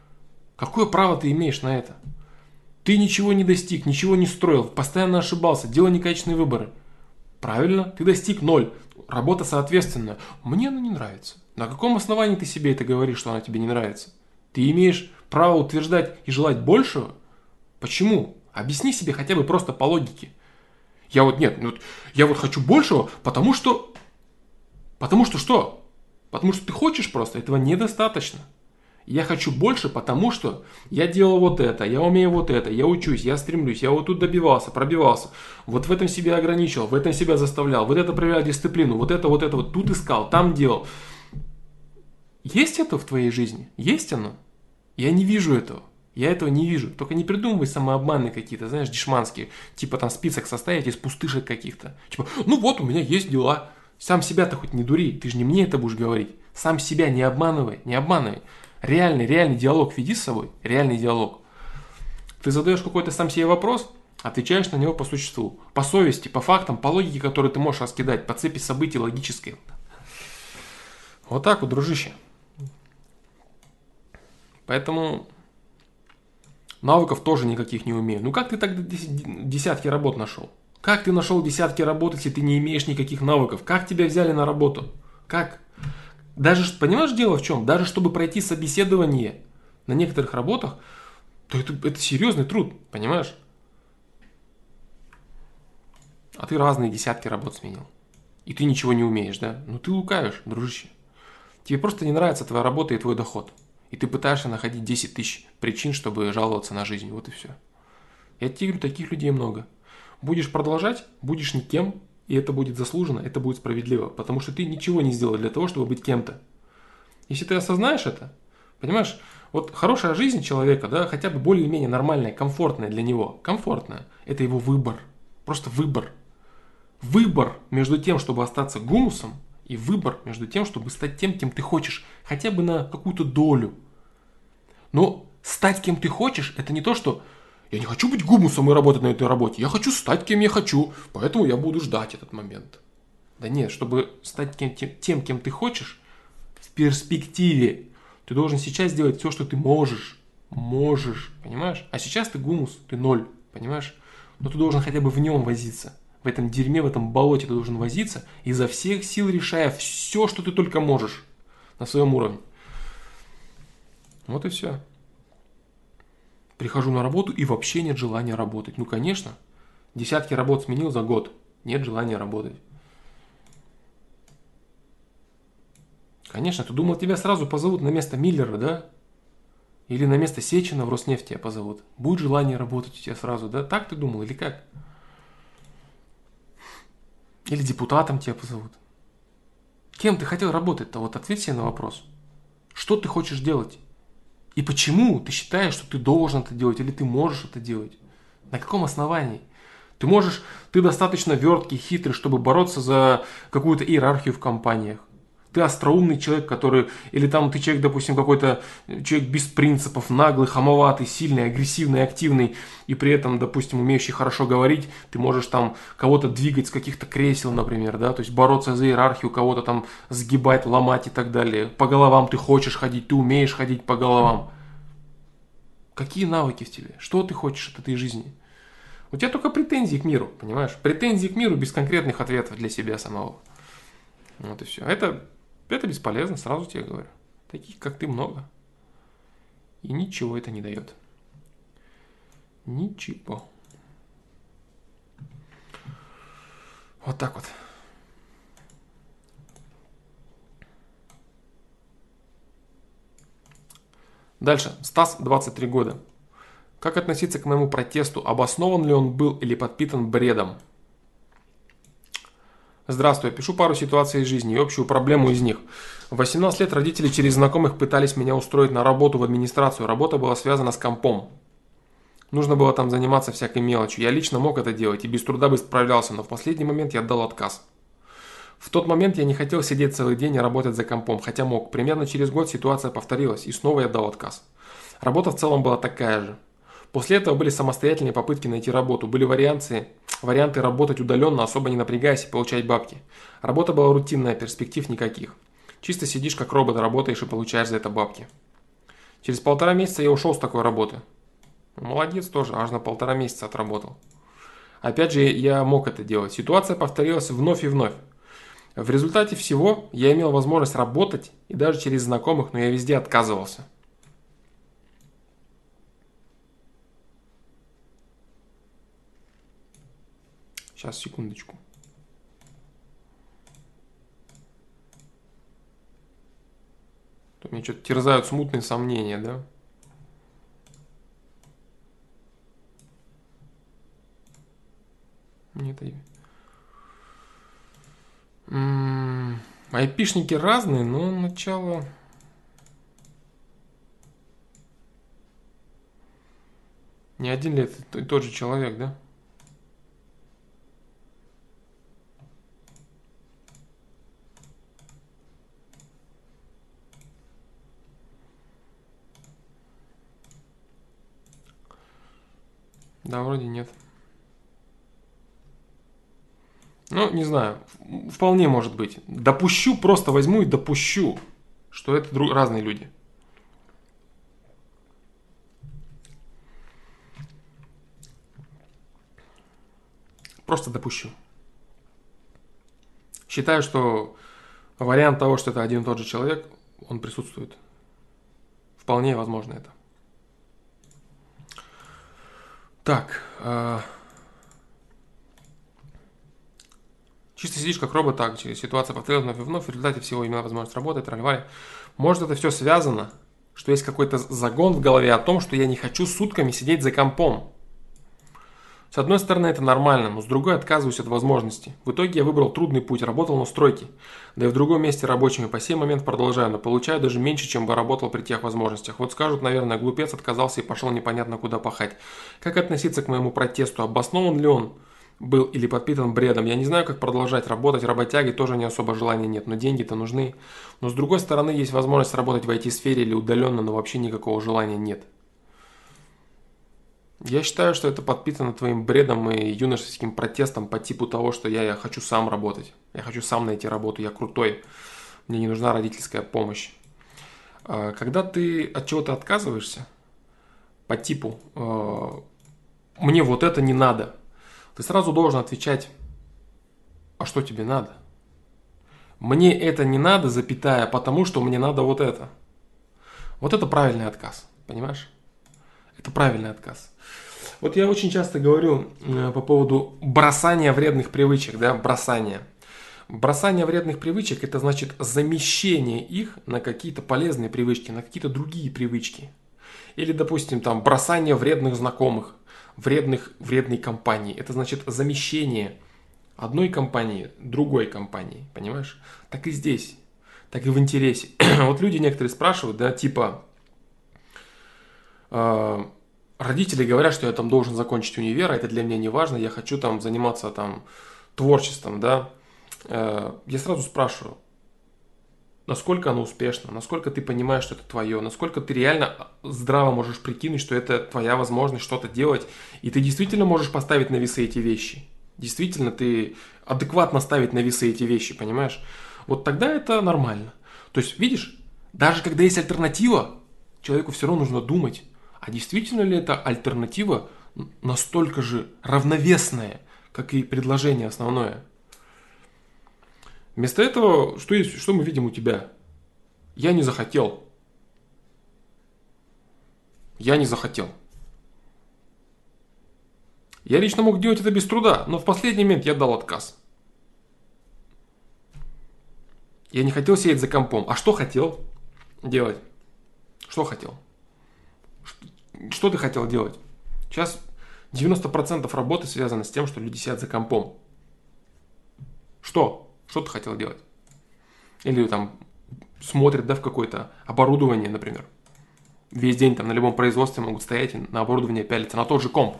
A: Какое право ты имеешь на это? Ты ничего не достиг, ничего не строил, постоянно ошибался, делал некачественные выборы. Правильно, ты достиг 0. Работа соответственная. Мне она не нравится. На каком основании ты себе это говоришь, что она тебе не нравится? Ты имеешь право утверждать и желать большего? Почему? Объясни себе хотя бы просто по логике. Я хочу большего, потому что... Потому что что? Потому что ты хочешь просто, этого недостаточно. Я хочу больше, потому что я делал вот это, я умею вот это, я учусь, я стремлюсь, я вот тут добивался, пробивался, вот в этом себя ограничивал, в этом себя заставлял, вот это проявлял дисциплину, вот это, вот тут искал, там делал. Есть это в твоей жизни? Есть оно? Я не вижу этого. Я этого не вижу. Только не придумывай самообманы какие-то, знаешь, дешманские. Типа там список составить из пустышек каких-то. Типа, ну вот у меня есть дела. Сам себя-то хоть не дури. Ты же не мне это будешь говорить. Сам себя не обманывай, не обманывай. Реальный диалог веди с собой. Реальный диалог. Ты задаешь какой-то сам себе вопрос, отвечаешь на него по существу. По совести, по фактам, по логике, которую ты можешь раскидать. По цепи событий логической. Вот так вот, дружище. Поэтому навыков тоже никаких не умею. Ну как ты тогда десятки работ нашел? Как ты нашел десятки работ, если ты не имеешь никаких навыков? Как тебя взяли на работу? Как? Даже, понимаешь, дело в чем? Даже чтобы пройти собеседование на некоторых работах, то это серьезный труд, понимаешь? А ты разные десятки работ сменил. И ты ничего не умеешь, да? Ну ты лукавишь, дружище. Тебе просто не нравится твоя работа и твой доход. И ты пытаешься находить 10 тысяч причин, чтобы жаловаться на жизнь. Вот и все. Я тебе говорю, таких людей много. Будешь продолжать, будешь никем, и это будет заслуженно, это будет справедливо. Потому что ты ничего не сделал для того, чтобы быть кем-то. Если ты осознаешь это, понимаешь, вот хорошая жизнь человека, да, хотя бы более-менее нормальная, комфортная для него, комфортная, это его выбор. Просто выбор. Выбор между тем, чтобы остаться гумусом, и выбор между тем, чтобы стать тем, кем ты хочешь, хотя бы на какую-то долю. Но стать кем ты хочешь, это не то, что я не хочу быть гумусом и работать на этой работе. Я хочу стать кем я хочу, поэтому я буду ждать этот момент. Да нет, чтобы стать тем, кем ты хочешь, в перспективе, ты должен сейчас сделать все, что ты можешь. Можешь, понимаешь? А сейчас ты гумус, ты 0, понимаешь? Но ты должен хотя бы в нем возиться. В этом дерьме, в этом болоте ты должен возиться, изо всех сил решая все, что ты только можешь на своем уровне. Вот и все. Прихожу на работу и вообще нет желания работать. Ну, конечно. Десятки работ сменил за год. Нет желания работать. Конечно, ты думал, тебя сразу позовут на место Миллера, да? Или на место Сечина в Роснефть тебя позовут. Будет желание работать у тебя сразу, да? Так ты думал или как? Или депутатом тебя позовут. Кем ты хотел работать-то? Вот ответь себе на вопрос. Что ты хочешь делать? И почему ты считаешь, что ты должен это делать или ты можешь это делать? На каком основании? Ты достаточно верткий, хитрый, чтобы бороться за какую-то иерархию в компаниях. Ты остроумный человек, или там ты человек, допустим, какой-то человек без принципов, наглый, хамоватый, сильный, агрессивный, активный, и при этом, допустим, умеющий хорошо говорить, ты можешь там кого-то двигать с каких-то кресел, например, да, то есть бороться за иерархию, кого-то там сгибать, ломать и так далее. По головам ты хочешь ходить, ты умеешь ходить по головам. Какие навыки в тебе? Что ты хочешь от этой жизни? У тебя только претензии к миру, понимаешь? Претензии к миру без конкретных ответов для себя самого. Вот и все. Это бесполезно, сразу тебе говорю. Таких, как ты, много. И ничего это не дает. Ничего. Вот так вот. Дальше. Стас, 23 года. Как относиться к моему протесту? Обоснован ли он был или подпитан бредом? Здравствуй, я пишу пару ситуаций из жизни и общую проблему из них. В 18 лет родители через знакомых пытались меня устроить на работу в администрацию. Работа была связана с компом. Нужно было там заниматься всякой мелочью. Я лично мог это делать и без труда бы справлялся, но в последний момент я дал отказ. В тот момент я не хотел сидеть целый день и работать за компом, хотя мог. Примерно через год ситуация повторилась, и снова я дал отказ. Работа в целом была такая же. После этого были самостоятельные попытки найти работу. Были варианты работать удаленно, особо не напрягаясь и получать бабки. Работа была рутинная, перспектив никаких. Чисто сидишь как робот, работаешь и получаешь за это бабки. Через 1,5 месяца я ушел с такой работы. Молодец тоже, аж на 1,5 месяца отработал. Опять же, я мог это делать. Ситуация повторилась вновь и вновь. В результате всего я имел возможность работать и даже через знакомых, но я везде отказывался. Сейчас, секундочку. Тут мне что-то терзают смутные сомнения, да? Нет, айпишники разные, но начало... Не один ли это тот же человек, да? Да, вроде нет. Ну, не знаю. Вполне может быть. Допущу, просто возьму и допущу, что это разные люди. Просто допущу. Считаю, что вариант того, что это один и тот же человек, он присутствует. Вполне возможно это. Так. Чисто сидишь как робот, так, ситуация повторилась вновь и вновь, в результате всего имела возможность работать, тролливали. Может, это все связано, что есть какой-то загон в голове о том, что я не хочу сутками сидеть за компом. С одной стороны, это нормально, но с другой отказываюсь от возможности. В итоге я выбрал трудный путь, работал на стройке. Да и в другом месте рабочим и по сей момент продолжаю, но получаю даже меньше, чем бы работал при тех возможностях. Вот скажут, наверное, глупец отказался и пошел непонятно куда пахать. Как относиться к моему протесту? Обоснован ли он был или подпитан бредом? Я не знаю, как продолжать работать. Работяги тоже не особо желания нет, но деньги-то нужны. Но с другой стороны, есть возможность работать в IT-сфере или удаленно, но вообще никакого желания нет. Я считаю, что это подпитано твоим бредом и юношеским протестом по типу того, что я хочу сам работать. Я хочу сам найти работу, я крутой. Мне не нужна родительская помощь. Когда ты от чего-то отказываешься, по типу «мне вот это не надо», ты сразу должен отвечать «а что тебе надо?» «Мне это не надо, запятая, потому что мне надо вот это». Вот это правильный отказ, понимаешь? Это правильный отказ. Вот я очень часто говорю по поводу бросания вредных привычек, да, бросания. Бросание вредных привычек – это значит замещение их на какие-то полезные привычки, на какие-то другие привычки. Или, допустим, там бросание вредных знакомых, вредной компании. Это значит замещение одной компании другой компанией, понимаешь? Так и здесь, так и в интересе. Вот люди некоторые спрашивают, да, типа... Родители говорят, что я там должен закончить универ, а это для меня не важно, я хочу там заниматься там творчеством, да. Я сразу спрашиваю, насколько оно успешно, насколько ты понимаешь, что это твое, насколько ты реально здраво можешь прикинуть, что это твоя возможность что-то делать, и ты действительно можешь поставить на весы эти вещи. Действительно, ты адекватно ставить на весы эти вещи, понимаешь? Вот тогда это нормально. То есть, видишь, даже когда есть альтернатива, человеку все равно нужно думать, а действительно ли эта альтернатива настолько же равновесная, как и предложение основное? Вместо этого, что мы видим у тебя? Я не захотел. Я не захотел. Я лично мог делать это без труда, но в последний момент я дал отказ. Я не хотел сидеть за компом. А что хотел делать? Что хотел? Что ты хотел делать? Сейчас 90% работы связано с тем, что люди сидят за компом. Что? Что ты хотел делать? Или там смотрят, да, в какое-то оборудование, например. Весь день там на любом производстве могут стоять и на оборудование пялиться, на тот же комп.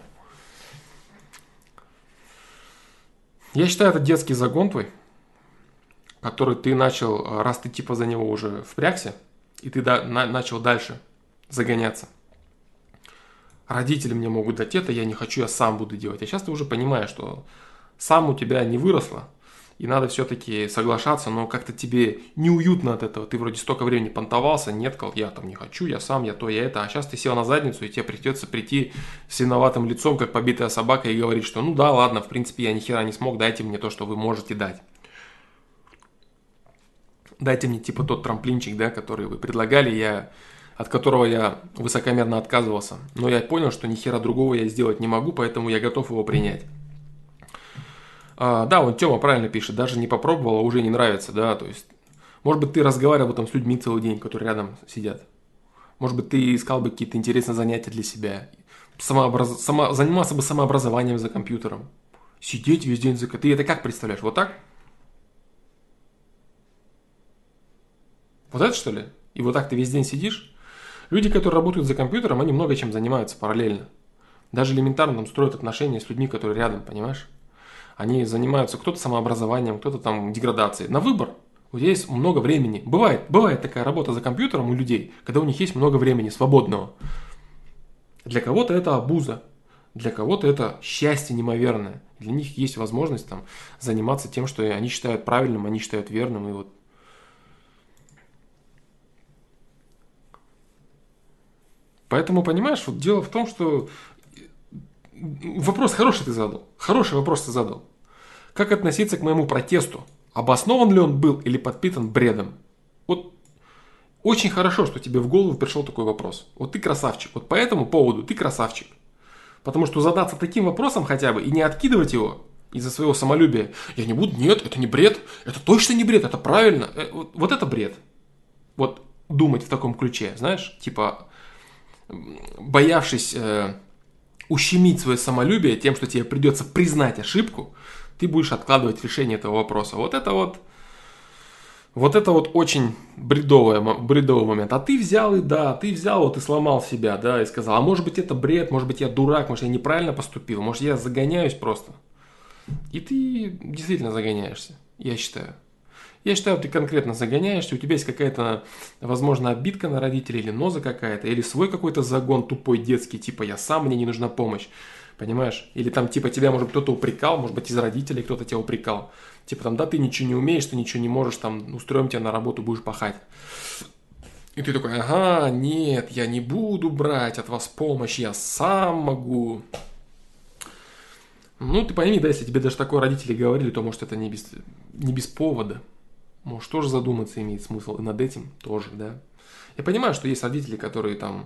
A: Я считаю, это детский загон твой, который ты начал, раз ты типа за него уже впрягся, и ты начал дальше загоняться. Родители мне могут дать это, я не хочу, я сам буду делать. А сейчас ты уже понимаешь, что сам у тебя не выросло, И надо все-таки соглашаться, но как-то тебе неуютно от этого. Ты вроде столько времени понтовался, нет, сказал, я там не хочу, я сам, я то, я это. А сейчас ты сел на задницу, и тебе придется прийти с виноватым лицом, как побитая собака, и говорить, что ну да, ладно, в принципе, я ни хера не смог, дайте мне то, что вы можете дать. Дайте мне типа тот трамплинчик, да, который вы предлагали, от которого я высокомерно отказывался. Но я понял, что ни хера другого я сделать не могу, поэтому я готов его принять. Да, вот Тёма правильно пишет, даже не попробовал, а уже не нравится, да, то есть, может быть, ты разговаривал там с людьми целый день, которые рядом сидят. Может быть, ты искал бы какие-то интересные занятия для себя. Занимался бы самообразованием за компьютером. Сидеть весь день за... Ты это как представляешь? Вот так? Вот это что ли? И вот так ты весь день сидишь? Люди, которые работают за компьютером, они много чем занимаются параллельно. Даже элементарно там строят отношения с людьми, которые рядом, понимаешь? Они занимаются кто-то самообразованием, кто-то там деградацией. На выбор. У тебя есть много времени. Бывает такая работа за компьютером у людей, когда у них есть много времени свободного. Для кого-то это абуза, для кого-то это счастье неимоверное. Для них есть возможность там заниматься тем, что они считают правильным, они считают верным. И вот. Поэтому, понимаешь, вот дело в том, что вопрос хороший ты задал. Хороший вопрос ты задал. Как относиться к моему протесту? Обоснован ли он был или подпитан бредом? Вот очень хорошо, что тебе в голову пришел такой вопрос. Вот ты красавчик. Вот по этому поводу ты красавчик. Потому что задаться таким вопросом хотя бы и не откидывать его из-за своего самолюбия. Я не буду, нет, это не бред. Это точно не бред, это правильно. Вот это бред. Вот думать в таком ключе, знаешь, типа боявшись ущемить свое самолюбие тем, что тебе придется признать ошибку, ты будешь откладывать решение этого вопроса. Вот это вот очень бредовый момент. А ты взял вот и сломал себя, да, и сказал, а может быть это бред, может быть я дурак, может я неправильно поступил, может я загоняюсь просто. И ты действительно загоняешься, я считаю. Я считаю, ты конкретно загоняешься, у тебя есть какая-то, возможно, обидка на родителей, или ноза какая-то, или свой какой-то загон тупой детский, типа я сам, мне не нужна помощь. Понимаешь? Или там типа тебя, может, кто-то упрекал, может быть, из родителей кто-то тебя упрекал. Типа там, да, ты ничего не умеешь, ты ничего не можешь, там, устроим тебя на работу, будешь пахать. И ты такой, ага, нет, я не буду брать от вас помощь, я сам могу. Ну, ты пойми, да, если тебе даже такое родители говорили, то, может, это не без повода. Может, тоже задуматься имеет смысл, и над этим тоже, да. Я понимаю, что есть родители, которые там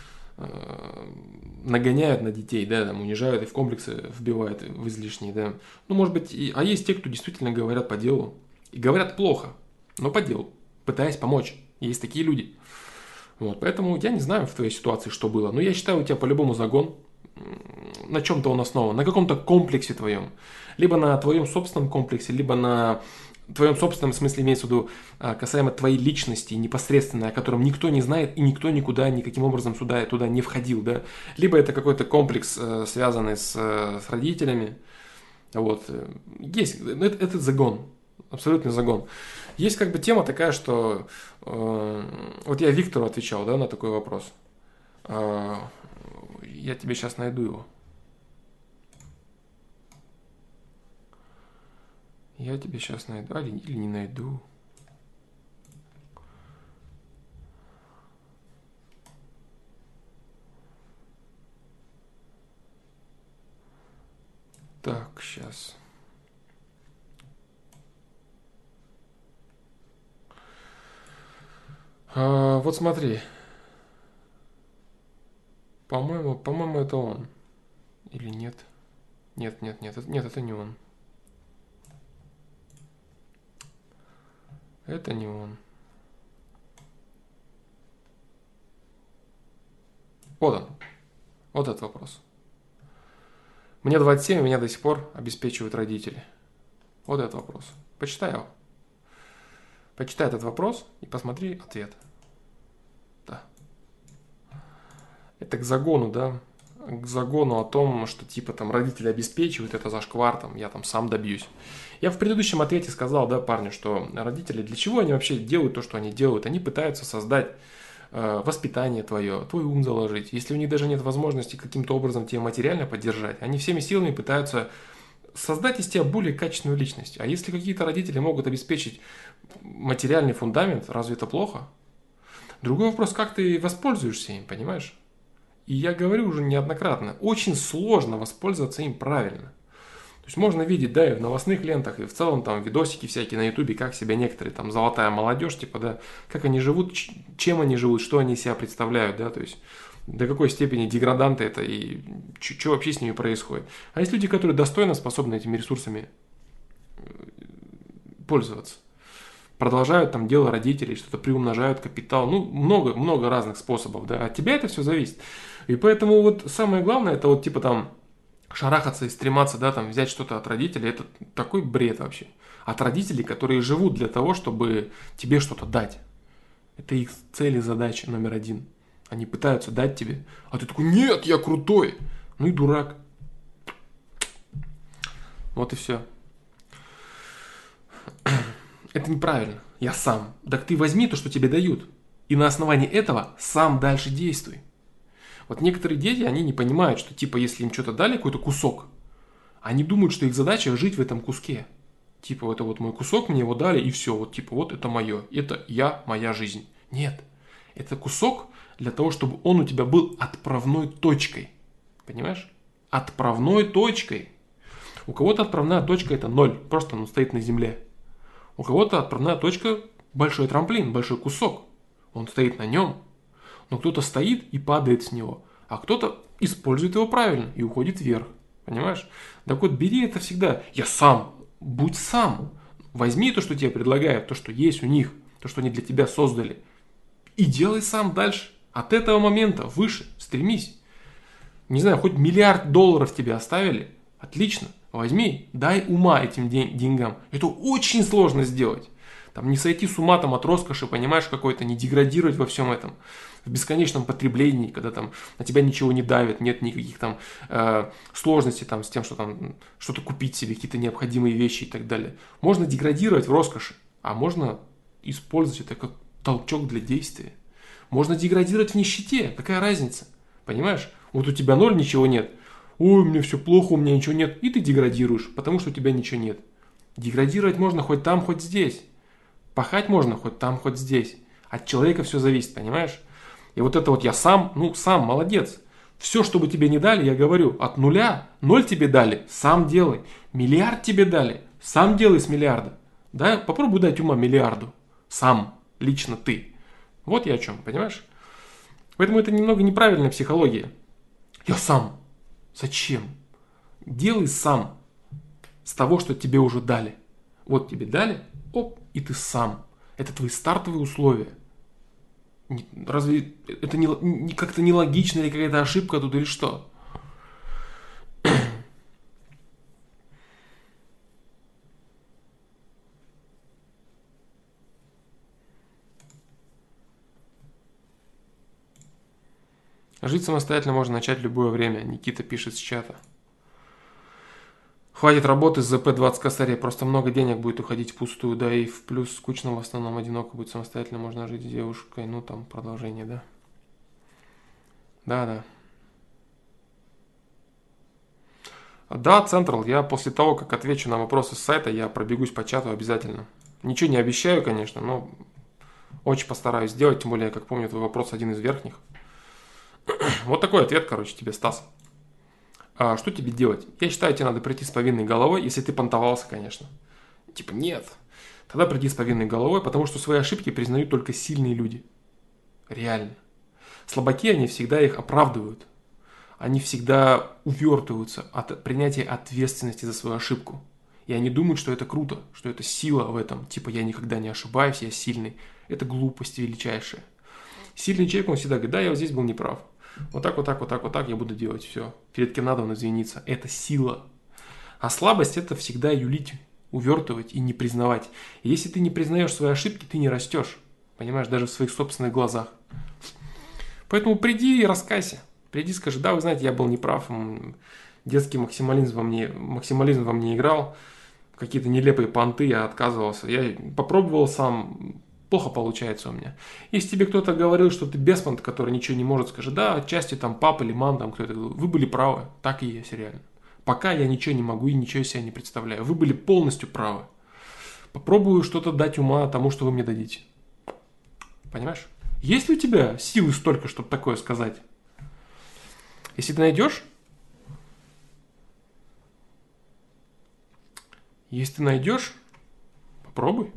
A: нагоняют на детей, да, там, унижают и в комплексы вбивают в излишние, да. Ну, может быть, а есть те, кто действительно говорят по делу. И говорят плохо, но по делу, пытаясь помочь. Есть такие люди. Вот, поэтому я не знаю в твоей ситуации, что было. Но я считаю, у тебя по-любому загон. На чем-то он основан. На каком-то комплексе твоем. Либо на твоем собственном комплексе, либо на в твоем собственном смысле имеется в виду касаемо твоей личности непосредственно, о котором никто не знает и никто никуда никаким образом туда не входил, да. Либо это какой-то комплекс, связанный с родителями. Вот. Есть, это загон, абсолютный загон. Есть как бы тема такая, что вот я Виктору отвечал, да, на такой вопрос. Я тебе сейчас найду его. Я тебе сейчас найду, или не найду. Так, сейчас. Вот смотри. По-моему, это он. Или нет? Нет, это не он. Это не он. Вот он. Вот этот вопрос. Мне 27, меня до сих пор обеспечивают родители. Вот этот вопрос. Почитай его. Почитай этот вопрос и посмотри ответ. Да. Это к загону, да? К загону о том, что типа там родители обеспечивают, это зашквар, там, я там сам добьюсь. Я в предыдущем ответе сказал, да, парню, что родители, для чего они вообще делают то, что они делают? Они пытаются создать воспитание твое, твой ум заложить. Если у них даже нет возможности каким-то образом тебя материально поддержать, они всеми силами пытаются создать из тебя более качественную личность. А если какие-то родители могут обеспечить материальный фундамент, разве это плохо? Другой вопрос, как ты воспользуешься им, понимаешь? И я говорю уже неоднократно, очень сложно воспользоваться им правильно. То есть можно видеть, да, и в новостных лентах, и в целом там видосики всякие на ютубе, как себя некоторые там золотая молодежь, типа, да, как они живут, чем они живут, что они из себя представляют, да, то есть до какой степени деграданты это и что вообще с ними происходит. А есть люди, которые достойно способны этими ресурсами пользоваться. Продолжают там дело родителей, что-то приумножают капитал, ну, много разных способов, да, от тебя это все зависит. И поэтому вот самое главное, это вот типа там шарахаться и стрематься, да, там взять что-то от родителей, это такой бред вообще. От родителей, которые живут для того, чтобы тебе что-то дать. Это их цель и задача номер один. Они пытаются дать тебе, а ты такой, нет, я крутой. Ну и дурак. Вот и все. Это неправильно. Я сам. Так ты возьми то, что тебе дают. И на основании этого сам дальше действуй. Вот некоторые дети, они не понимают, что типа если им что-то дали, какой-то кусок, они думают, что их задача жить в этом куске. Типа это вот мой кусок, мне его дали и все. Вот типа вот это мое. Это я, моя жизнь. Нет. Это кусок для того, чтобы он у тебя был отправной точкой. Понимаешь? Отправной точкой. У кого-то отправная точка это 0. Просто он стоит на земле. У кого-то отправная точка большой трамплин, большой кусок. Он стоит на нем. Но кто-то стоит и падает с него. А кто-то использует его правильно и уходит вверх. Понимаешь? Так вот, бери это всегда. Я сам. Будь сам. Возьми то, что тебе предлагают, то, что есть у них, то, что они для тебя создали. И делай сам дальше. От этого момента выше. Стремись. Не знаю, хоть $1 миллиард тебе оставили. Отлично. Возьми, дай ума этим деньгам. Это очень сложно сделать. Там не сойти с ума там, от роскоши, понимаешь, какой-то, не деградировать во всем этом. В бесконечном потреблении, когда там на тебя ничего не давит, нет никаких там сложностей там, с тем, что там что-то купить себе, какие-то необходимые вещи и так далее. Можно деградировать в роскоши, а можно использовать это как толчок для действия. Можно деградировать в нищете, какая разница, понимаешь? Вот у тебя 0, ничего нет. Ой, мне все плохо, у меня ничего нет. И ты деградируешь, потому что у тебя ничего нет. Деградировать можно хоть там, хоть здесь. Пахать можно хоть там, хоть здесь. От человека все зависит, понимаешь? И вот это вот я сам, сам, молодец. Все, что бы тебе не дали, я говорю, от 0, 0 тебе дали, сам делай. 1 миллиард тебе дали, сам делай с миллиарда. Да, попробуй дать ума миллиарду. Сам, лично ты. Вот я о чем, понимаешь? Поэтому это немного неправильная психология. Я сам. Зачем? Делай сам с того, что тебе уже дали. Вот тебе дали, оп, и ты сам. Это твои стартовые условия. Разве это не как-то нелогично или какая-то ошибка тут или что? Жить самостоятельно можно начать в любое время, Никита пишет с чата. Хватит работы с ЗП-20 косарей, просто много денег будет уходить впустую, да и в плюс скучно в основном, одиноко будет самостоятельно, можно жить с девушкой, ну там продолжение, да. Да. Да, Централ, я после того, как отвечу на вопросы с сайта, я пробегусь по чату обязательно. Ничего не обещаю, конечно, но очень постараюсь сделать, тем более, как помню, твой вопрос один из верхних. Вот такой ответ, короче, тебе, Стас. А что тебе делать? Я считаю, тебе надо прийти с повинной головой, если ты понтовался, конечно. Типа, нет. Тогда приди с повинной головой, потому что свои ошибки признают только сильные люди. Реально. Слабаки, они всегда их оправдывают. Они всегда увертываются от принятия ответственности за свою ошибку. И они думают, что это круто, что это сила в этом. Типа, я никогда не ошибаюсь, я сильный. Это глупость величайшая. Сильный человек, он всегда говорит, да, я вот здесь был неправ. Вот так я буду делать, все. Перед кем надо он извиниться. Это сила. А слабость это всегда юлить, увертывать и не признавать. И если ты не признаешь свои ошибки, ты не растешь. Понимаешь, даже в своих собственных глазах. Поэтому приди и раскайся. Приди и скажи, да, вы знаете, я был неправ. Детский максимализм во мне играл. Какие-то нелепые понты, я отказывался. Я попробовал сам. Плохо получается у меня. Если тебе кто-то говорил, что ты беспонт, который ничего не может, скажи, да, отчасти там папа или мама, там кто-то говорил, вы были правы, так и есть реально. Пока я ничего не могу и ничего из себя не представляю. Вы были полностью правы. Попробую что-то дать ума тому, что вы мне дадите. Понимаешь? Есть ли у тебя силы столько, чтобы такое сказать? Если ты найдешь, попробуй.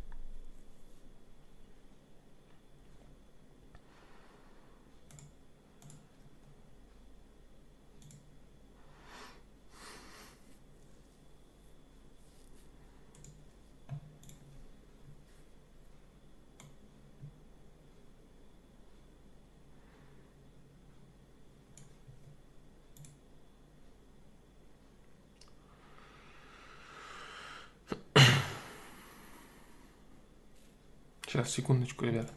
A: Сейчас, секундочку, ребят.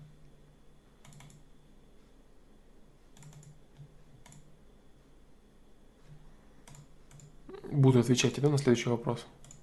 A: Буду отвечать тебе на следующий вопрос.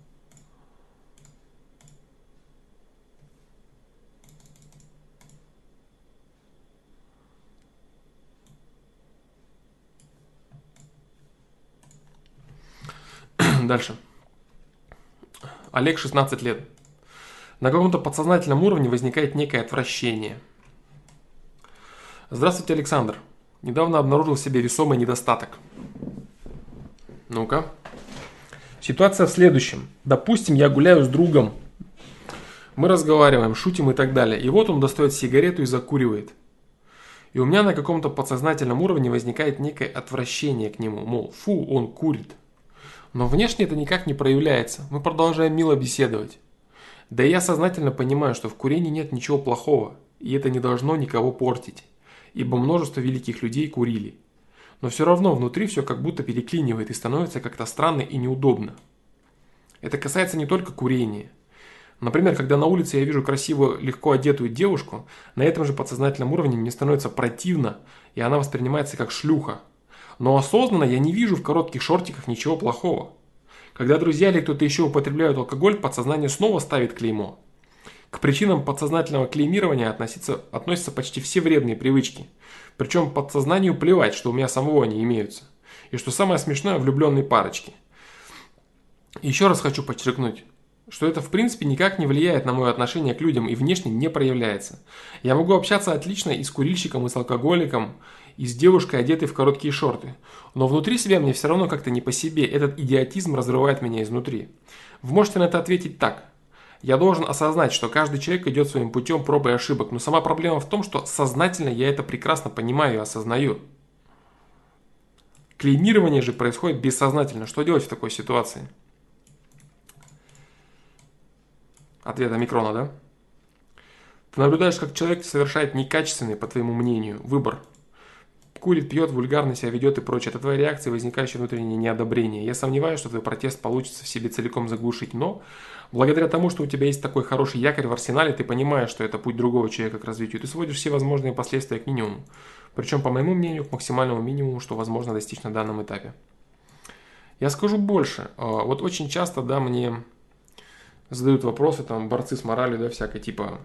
A: Дальше. Олег, 16 лет. На каком-то подсознательном уровне возникает некое отвращение. Здравствуйте, Александр. Недавно обнаружил в себе весомый недостаток. Ну-ка. Ситуация в следующем. Допустим, я гуляю с другом. Мы разговариваем, шутим и так далее. И вот он достает сигарету и закуривает. И у меня на каком-то подсознательном уровне возникает некое отвращение к нему. Мол, фу, он курит. Но внешне это никак не проявляется. Мы продолжаем мило беседовать. Да и я сознательно понимаю, что в курении нет ничего плохого. И это не должно никого портить. Ибо множество великих людей курили. Но все равно внутри все как будто переклинивает и становится как-то странно и неудобно. Это касается не только курения. Например, когда на улице я вижу красивую, легко одетую девушку, на этом же подсознательном уровне мне становится противно, и она воспринимается как шлюха. Но осознанно я не вижу в коротких шортиках ничего плохого. Когда друзья или кто-то еще употребляют алкоголь, подсознание снова ставит клеймо. К причинам подсознательного клеймирования относятся почти все вредные привычки. Причем подсознанию плевать, что у меня самого они имеются. И что самое смешное, влюбленные парочки. Еще раз хочу подчеркнуть, что это в принципе никак не влияет на мое отношение к людям и внешне не проявляется. Я могу общаться отлично и с курильщиком, и с алкоголиком, и с девушкой, одетой в короткие шорты. Но внутри себя мне все равно как-то не по себе. Этот идиотизм разрывает меня изнутри. Вы можете на это ответить так. Я должен осознать, что каждый человек идет своим путем проб и ошибок. Но сама проблема в том, что сознательно я это прекрасно понимаю и осознаю. Клеймирование же происходит бессознательно. Что делать в такой ситуации? Ответ омикрона, да? Ты наблюдаешь, как человек совершает некачественный, по твоему мнению, выбор. Курит, пьет, вульгарно себя ведет и прочее. Это твоя реакция, возникающее внутреннее неодобрение. Я сомневаюсь, что твой протест получится в себе целиком заглушить, но благодаря тому, что у тебя есть такой хороший якорь в арсенале, ты понимаешь, что это путь другого человека к развитию. Ты сводишь все возможные последствия к минимуму. Причем, по моему мнению, к максимальному минимуму, что возможно достичь на данном этапе. Я скажу больше. Вот очень часто, да, мне задают вопросы, там, борцы с моралью, да, всякой, типа,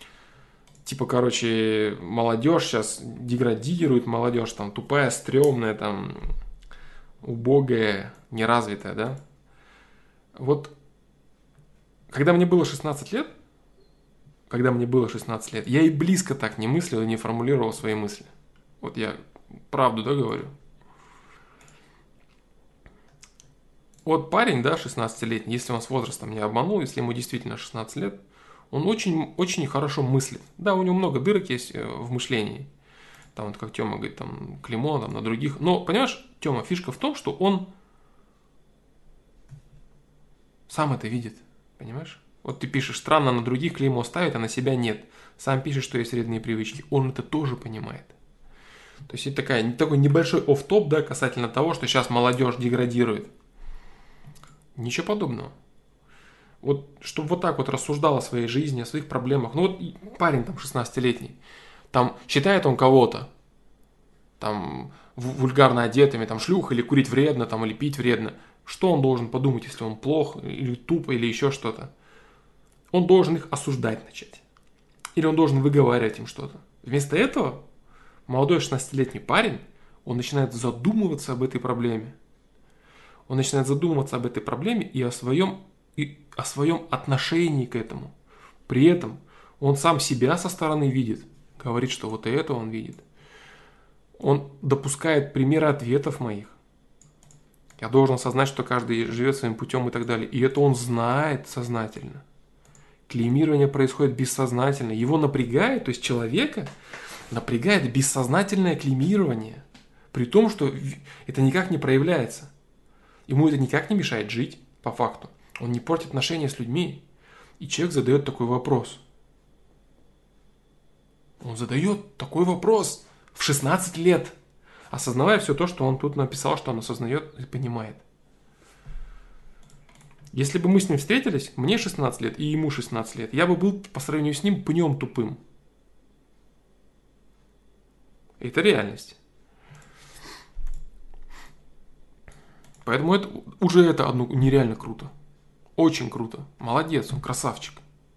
A: короче, молодежь сейчас деградирует, молодежь там тупая, стрёмная, там, убогая, неразвитая, да. Вот, когда мне было 16 лет, я и близко так не мыслил и не формулировал свои мысли. Вот я правду, да, говорю. Вот парень, да, 16-летний, если он с возрастом не обманул, если ему действительно 16 лет, он очень, очень хорошо мыслит. Да, у него много дырок есть в мышлении. Там вот как Тёма говорит, там клеймо, там на других. Но, понимаешь, Тёма, фишка в том, что он сам это видит. Понимаешь? Вот ты пишешь, странно, на других клеймо ставит, а на себя нет. Сам пишешь, что есть вредные привычки. Он это тоже понимает. То есть это такой небольшой офф-топ, да, касательно того, что сейчас молодежь деградирует. Ничего подобного. Вот, чтобы вот так вот рассуждал о своей жизни, о своих проблемах. Ну вот парень там 16-летний, там считает он кого-то, там вульгарно одетыми, там шлюх, или курить вредно, там, или пить вредно. Что он должен подумать, если он плох, или туп, или еще что-то? Он должен их осуждать начать. Или он должен выговаривать им что-то. Вместо этого молодой 16-летний парень, он начинает задумываться об этой проблеме. Он начинает задумываться об этой проблеме и о своем отношении к этому. При этом он сам себя со стороны видит, говорит, что вот и это он видит. Он допускает примеры ответов моих. Я должен осознать, что каждый живет своим путем и так далее. И это он знает сознательно. Клеймирование происходит бессознательно. Его напрягает, то есть человека напрягает бессознательное клеймирование. При том, что это никак не проявляется. Ему это никак не мешает жить, по факту. Он не портит отношения с людьми. И человек задает такой вопрос. Он задает такой вопрос в 16 лет, осознавая все то, что он тут написал, что он осознает и понимает. Если бы мы с ним встретились, мне 16 лет и ему 16 лет, я бы был по сравнению с ним пнем тупым. Это реальность. Поэтому это одно нереально круто. Очень круто. Молодец, он красавчик.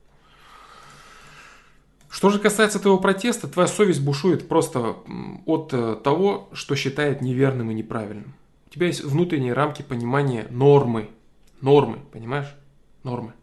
A: Что же касается твоего протеста, твоя совесть бушует просто от того, что считает неверным и неправильным. У тебя есть внутренние рамки понимания нормы. Нормы, понимаешь? Нормы.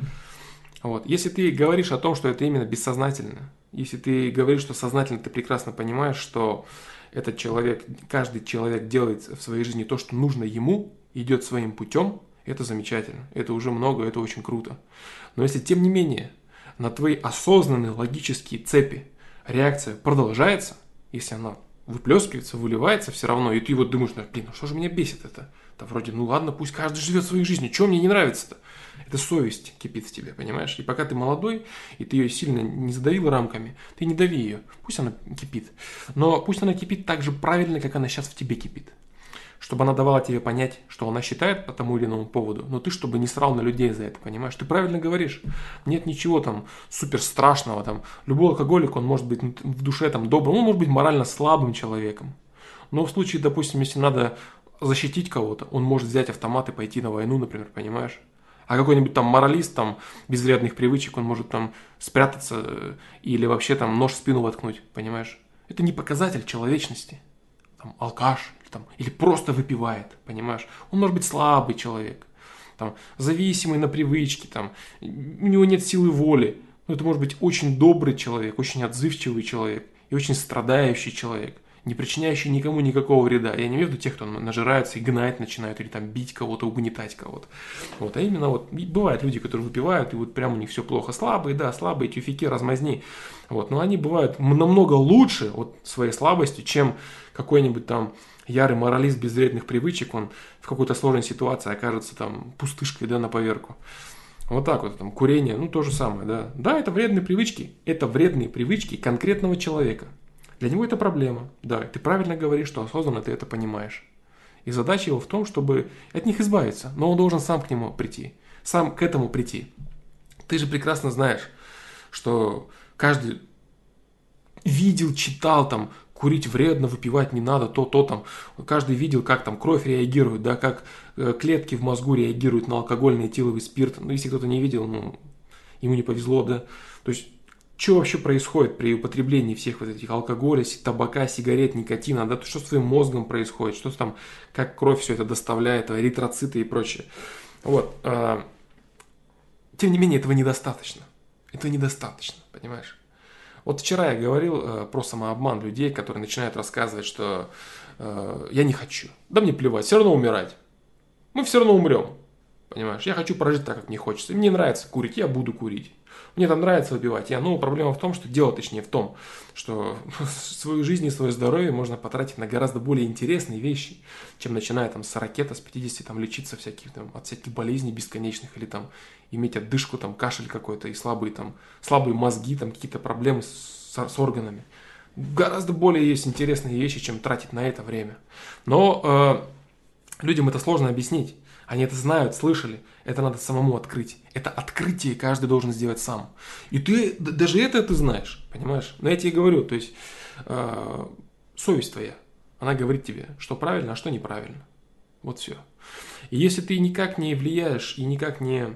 A: Вот. Если ты говоришь о том, что это именно бессознательно, если ты говоришь, что сознательно ты прекрасно понимаешь, что этот человек, каждый человек делает в своей жизни то, что нужно ему, идет своим путем, это замечательно, это уже много, это очень круто. Но если тем не менее на твои осознанные логические цепи реакция продолжается, если она выплескивается, выливается все равно, и ты вот думаешь, блин, что же меня бесит это? Да вроде, ну ладно, пусть каждый живет своей жизнью, чего мне не нравится-то? Это совесть кипит в тебе, понимаешь? И пока ты молодой, и ты ее сильно не задавил рамками, ты не дави ее, пусть она кипит. Но пусть она кипит так же правильно, как она сейчас в тебе кипит. Чтобы она давала тебе понять, что она считает по тому или иному поводу, но ты чтобы не срал на людей за это, понимаешь? Ты правильно говоришь. Нет ничего там супер страшного. Там. Любой алкоголик, он может быть в душе там добрым, он может быть морально слабым человеком. Но в случае, допустим, если надо защитить кого-то, он может взять автомат и пойти на войну, например, понимаешь? А какой-нибудь там моралист, там, без вредных привычек, он может там спрятаться или вообще там нож в спину воткнуть, понимаешь? Это не показатель человечности. Там, алкаш, там, или просто выпивает, понимаешь? Он может быть слабый человек, там, зависимый на привычки, там, у него нет силы воли. Но это может быть очень добрый человек, очень отзывчивый человек и очень страдающий человек, не причиняющий никому никакого вреда. Я не имею в виду тех, кто нажирается и гнать начинают, или там бить кого-то, угнетать кого-то. Вот, а именно вот бывают люди, которые выпивают, и вот прям у них все плохо. Слабые, да, слабые, тюфяки, размазни. Вот, но они бывают намного лучше вот своей слабостью, чем какой-нибудь там ярый моралист без вредных привычек, он в какой-то сложной ситуации окажется там пустышкой, да, на поверку. Вот так вот, там, курение, ну, то же самое, да. Да, это вредные привычки конкретного человека. Для него это проблема, да, ты правильно говоришь, что осознанно ты это понимаешь. И задача его в том, чтобы от них избавиться, но он должен сам к нему прийти, сам к этому прийти. Ты же прекрасно знаешь, что каждый видел, читал там, курить вредно, выпивать не надо, то там. Каждый видел, как там кровь реагирует, да, как клетки в мозгу реагируют на алкогольный этиловый спирт. Ну, если кто-то не видел, ну, ему не повезло, да. То есть, что вообще происходит при употреблении всех вот этих алкоголя, табака, сигарет, никотина, да, что с твоим мозгом происходит, что там, как кровь все это доставляет, эритроциты и прочее. Вот. Тем не менее, этого недостаточно. Этого недостаточно, понимаешь? Вот вчера я говорил про самообман людей, которые начинают рассказывать, что я не хочу. Да мне плевать, все равно умирать. Мы все равно умрем. Понимаешь? Я хочу прожить так, как мне хочется. Мне нравится курить, я буду курить. Мне там нравится выпивать. Но проблема в том, что дело точнее в том, что свою жизнь и свое здоровье можно потратить на гораздо более интересные вещи, чем начиная там с 40, с 50 там, лечиться от всяких болезней бесконечных или там иметь отдышку, там кашель какой-то и слабые мозги, там какие-то проблемы с органами. Гораздо более есть интересные вещи, чем тратить на это время. Но людям это сложно объяснить. Они это знают, слышали. Это надо самому открыть. Это открытие каждый должен сделать сам. И ты, даже это ты знаешь, понимаешь? Но я тебе говорю, то есть совесть твоя, она говорит тебе, что правильно, а что неправильно. Вот все. И если ты никак не влияешь и никак не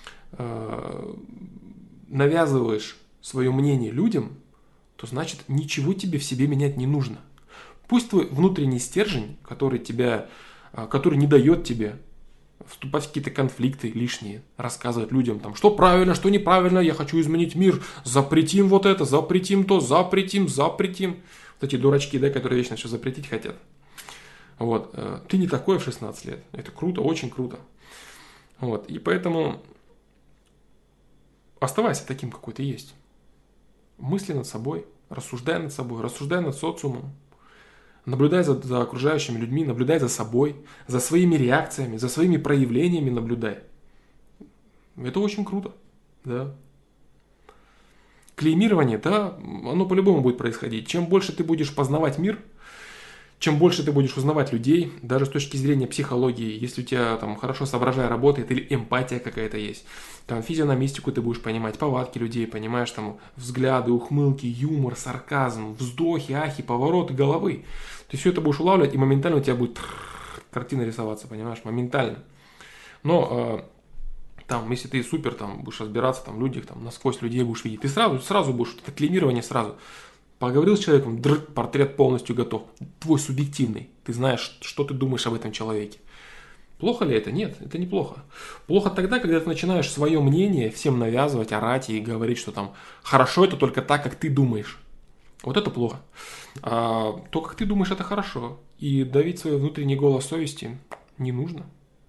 A: навязываешь свое мнение людям, то значит ничего тебе в себе менять не нужно. Пусть твой внутренний стержень, который не дает тебе вступать в какие-то конфликты лишние, рассказывать людям, там, что правильно, что неправильно, я хочу изменить мир, запретим вот это, запретим то, запретим. Вот эти дурачки, да, которые вечно все запретить хотят. Вот. Ты не такой в 16 лет. Это круто, очень круто. Вот. И поэтому оставайся таким, какой ты есть. Мысли над собой, рассуждай над социумом. Наблюдай за окружающими людьми, наблюдай за собой, за своими реакциями, за своими проявлениями наблюдай. Это очень круто, да. Клеймирование, да, оно по-любому будет происходить. Чем больше ты будешь познавать мир, чем больше ты будешь узнавать людей, даже с точки зрения психологии, если у тебя там хорошо соображая работает или эмпатия какая-то есть, там физиономистику ты будешь понимать, повадки людей, понимаешь, там взгляды, ухмылки, юмор, сарказм, вздохи, ахи, повороты головы. Ты все это будешь улавливать, и моментально у тебя будет картина рисоваться, понимаешь, моментально. Но там, если ты супер, там, будешь разбираться там, в людях, там, насквозь людей будешь видеть, ты сразу будешь, это клеймирование сразу. Поговорил с человеком, портрет полностью готов. Твой субъективный. Ты знаешь, что ты думаешь об этом человеке. Плохо ли это? Нет, это неплохо. Плохо тогда, когда ты начинаешь свое мнение всем навязывать, орать и говорить, что там хорошо это только так, как ты думаешь. Вот это плохо. А то, как ты думаешь, это хорошо. И давить свой внутренний голос совести не нужно.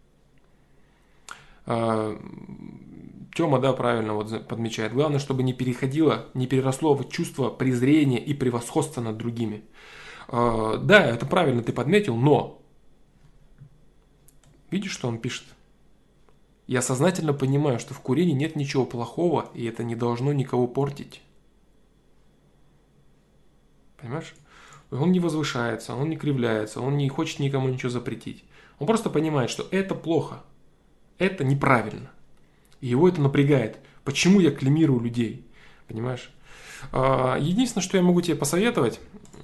A: Тёма, да, правильно вот подмечает. Главное, чтобы не переросло в чувство презрения и превосходства над другими. Да, это правильно ты подметил, но видишь, что он пишет? Я сознательно понимаю, что в курении нет ничего плохого, и это не должно никого портить. Понимаешь? Он не возвышается, он не кривляется, он не хочет никому ничего запретить. Он просто понимает, что это плохо, это неправильно. И его это напрягает. Почему я клеймирую людей? Понимаешь? Единственное, что я могу тебе посоветовать,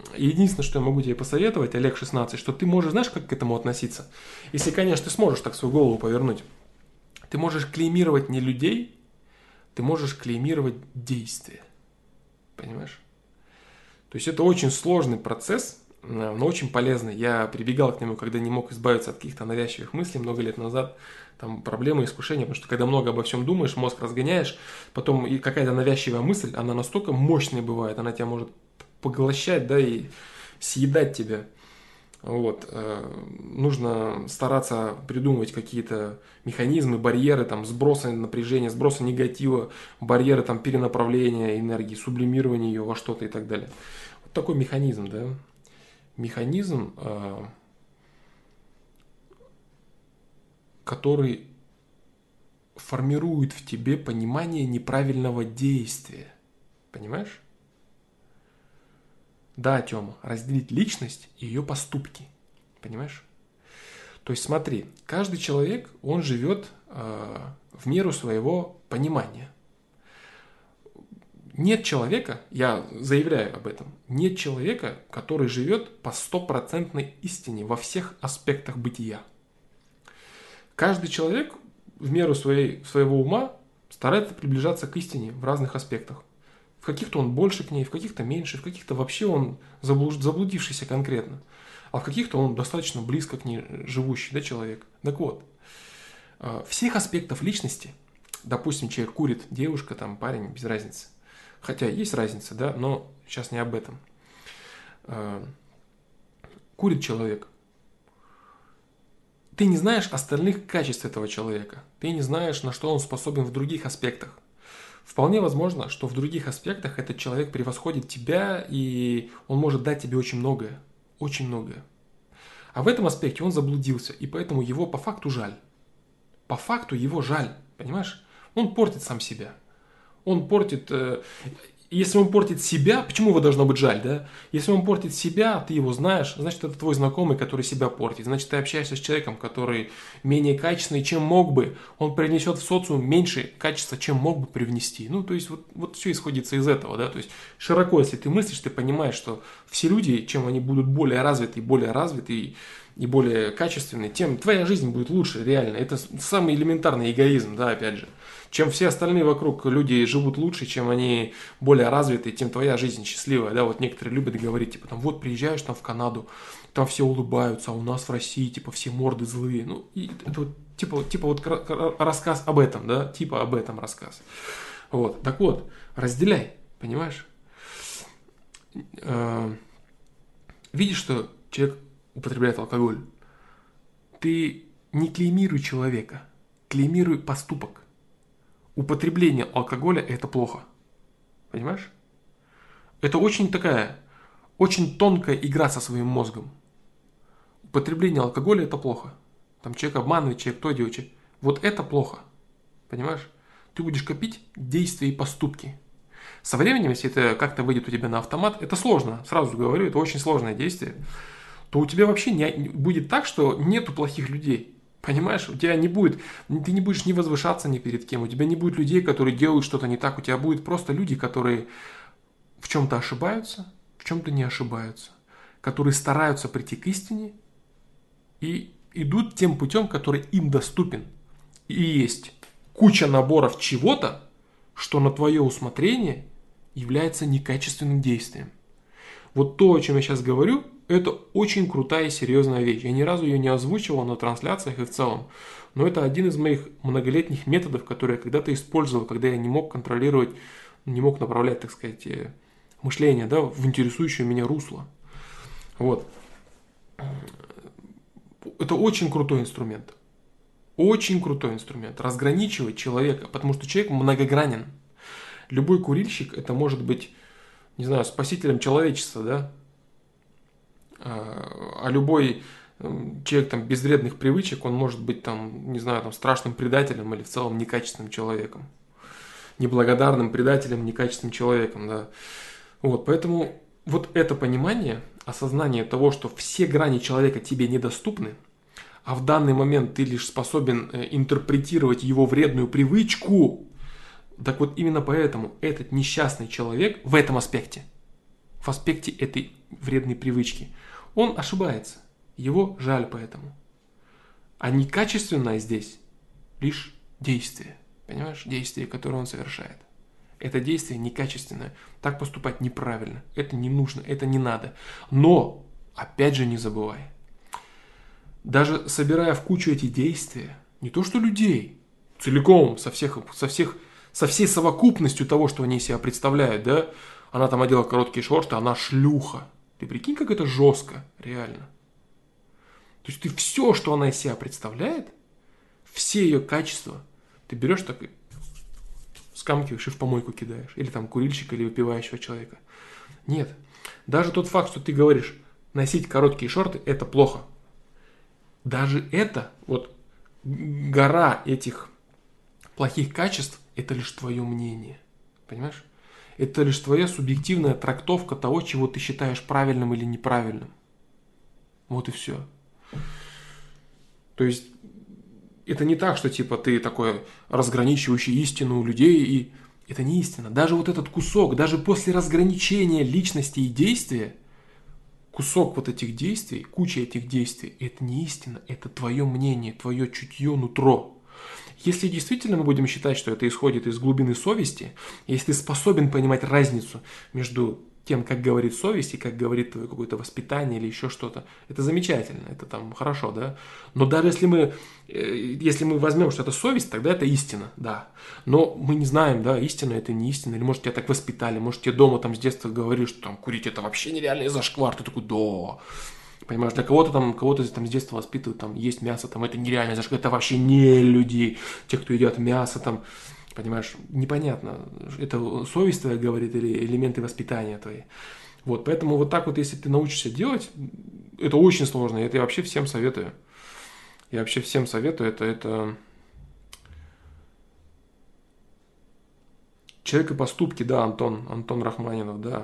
A: Олег 16, что ты можешь, знаешь, как к этому относиться? Если, конечно, ты сможешь так свою голову повернуть. Ты можешь клеймировать не людей, ты можешь клеймировать действия. Понимаешь? То есть это очень сложный процесс, но очень полезный. Я прибегал к нему, когда не мог избавиться от каких-то навязчивых мыслей много лет назад. Там проблемы, искушения, потому что когда много обо всем думаешь, мозг разгоняешь, потом и какая-то навязчивая мысль, она настолько мощная бывает, она тебя может поглощать, да, и съедать тебя. Вот. Нужно стараться придумывать какие-то механизмы, барьеры, там, сброса напряжения, сброса негатива, барьеры там, перенаправления энергии, сублимирования ее во что-то и так далее. Вот такой механизм, да. Механизм, который формирует в тебе понимание неправильного действия. Понимаешь? Да, Тёма, разделить личность и ее поступки. Понимаешь? То есть смотри, каждый человек, он живет в меру своего понимания. Нет человека, я заявляю об этом, нет человека, который живет по стопроцентной истине во всех аспектах бытия. Каждый человек в меру своего ума старается приближаться к истине в разных аспектах. В каких-то он больше к ней, в каких-то меньше, в каких-то вообще он заблудившийся конкретно. А в каких-то он достаточно близко к ней живущий, да, человек. Так вот, всех аспектов личности, допустим, человек курит, девушка, там, парень, без разницы. Хотя есть разница, да, но сейчас не об этом. Курит человек. Ты не знаешь остальных качеств этого человека. Ты не знаешь, на что он способен в других аспектах. Вполне возможно, что в других аспектах этот человек превосходит тебя, и он может дать тебе очень многое. Очень многое. А в этом аспекте он заблудился, и поэтому его по факту жаль. По факту его жаль, понимаешь? Он портит сам себя. Он портит... Если он портит себя, почему его должно быть жаль, да? Если он портит себя, ты его знаешь, значит, это твой знакомый, который себя портит. Значит, ты общаешься с человеком, который менее качественный, чем мог бы. Он принесет в социум меньше качества, чем мог бы привнести. Ну, то есть, вот все исходится из этого, да? То есть, широко, если ты мыслишь, ты понимаешь, что все люди, чем они будут более развиты и более качественные, тем твоя жизнь будет лучше, реально. Это самый элементарный эгоизм, да, опять же. Чем все остальные вокруг люди живут лучше, чем они более развиты, тем твоя жизнь счастливая, да, вот некоторые любят говорить, типа, там, вот приезжаешь там в Канаду, там все улыбаются, а у нас в России, типа, все морды злые. Ну, и это вот, типа вот рассказ об этом, да, типа об этом рассказ. Вот, так вот, разделяй, понимаешь? Видишь, что человек употребляет алкоголь, ты не клеймируй человека, клеймируй поступок. Употребление алкоголя – это плохо, понимаешь? Это очень тонкая игра со своим мозгом. Употребление алкоголя – это плохо. Там человек обманывает, человек то делает. Вот это плохо, понимаешь? Ты будешь копить действия и поступки. Со временем, если это как-то выйдет у тебя на автомат, это сложно, сразу говорю, это очень сложное действие, то у тебя вообще не будет так, что нету плохих людей. Понимаешь, у тебя не будет, ты не будешь ни возвышаться ни перед кем, у тебя не будет людей, которые делают что-то не так, у тебя будут просто люди, которые в чем-то ошибаются, в чем-то не ошибаются, которые стараются прийти к истине и идут тем путем, который им доступен. И есть куча наборов чего-то, что на твое усмотрение является некачественным действием. Вот то, о чем я сейчас говорю, это очень крутая и серьезная вещь. Я ни разу ее не озвучивал на трансляциях и в целом. Но это один из моих многолетних методов, которые я когда-то использовал, когда я не мог контролировать, не мог направлять, так сказать, мышление, да, в интересующее меня русло. Вот. Это очень крутой инструмент. Очень крутой инструмент. Разграничивать человека, потому что человек многогранен. Любой курильщик, это может быть, не знаю, спасителем человечества, да? А любой человек там без вредных привычек, он может быть там, не знаю, там страшным предателем или в целом некачественным человеком. Неблагодарным предателем, некачественным человеком, да. Вот, поэтому вот это понимание, осознание того, что все грани человека тебе недоступны, а в данный момент ты лишь способен интерпретировать его вредную привычку, так вот именно поэтому этот несчастный человек в этом аспекте, в аспекте этой вредной привычки, он ошибается. Его жаль поэтому. А некачественное здесь лишь действие. Понимаешь? Действие, которое он совершает. Это действие некачественное. Так поступать неправильно. Это не нужно, это не надо. Но, опять же, не забывай. Даже собирая в кучу эти действия, не то что людей, целиком, со всей совокупностью того, что они из себя представляют, да, она там одела короткие шорты, она шлюха. Ты прикинь, как это жестко, реально. То есть ты все, что она из себя представляет, все ее качества, ты берешь так и скамкиваешь и в помойку кидаешь. Или там курильщика, или выпивающего человека. Нет. Даже тот факт, что ты говоришь, носить короткие шорты, это плохо. Даже это, вот гора этих плохих качеств, это лишь твое мнение. Понимаешь? Это лишь твоя субъективная трактовка того, чего ты считаешь правильным или неправильным. Вот и все. То есть, это не так, что типа ты такой разграничивающий истину у людей, и это не истина. Даже вот этот кусок, даже после разграничения личности и действия, кусок вот этих действий, куча этих действий, это не истина, это твое мнение, твое чутье, нутро. Если действительно мы будем считать, что это исходит из глубины совести, если ты способен понимать разницу между тем, как говорит совесть и как говорит твое какое-то воспитание или еще что-то, это замечательно, это там хорошо, да. Но даже если мы возьмем, что это совесть, тогда это истина, да. Но мы не знаем, да, истина это не истина, или может тебя так воспитали, может тебе дома там с детства говорили, что там курить это вообще нереальный зашквар, ты такой, да. Понимаешь, для кого-то там с детства воспитывают, там есть мясо, там это нереально, это вообще не люди, те, кто едят мясо, там, понимаешь, непонятно, это совесть твоя говорит или элементы воспитания твои. Вот, поэтому вот так вот, если ты научишься делать, это очень сложно, это я вообще всем советую. Я вообще всем советую, это человек и поступки, да, Антон Рахманинов, да.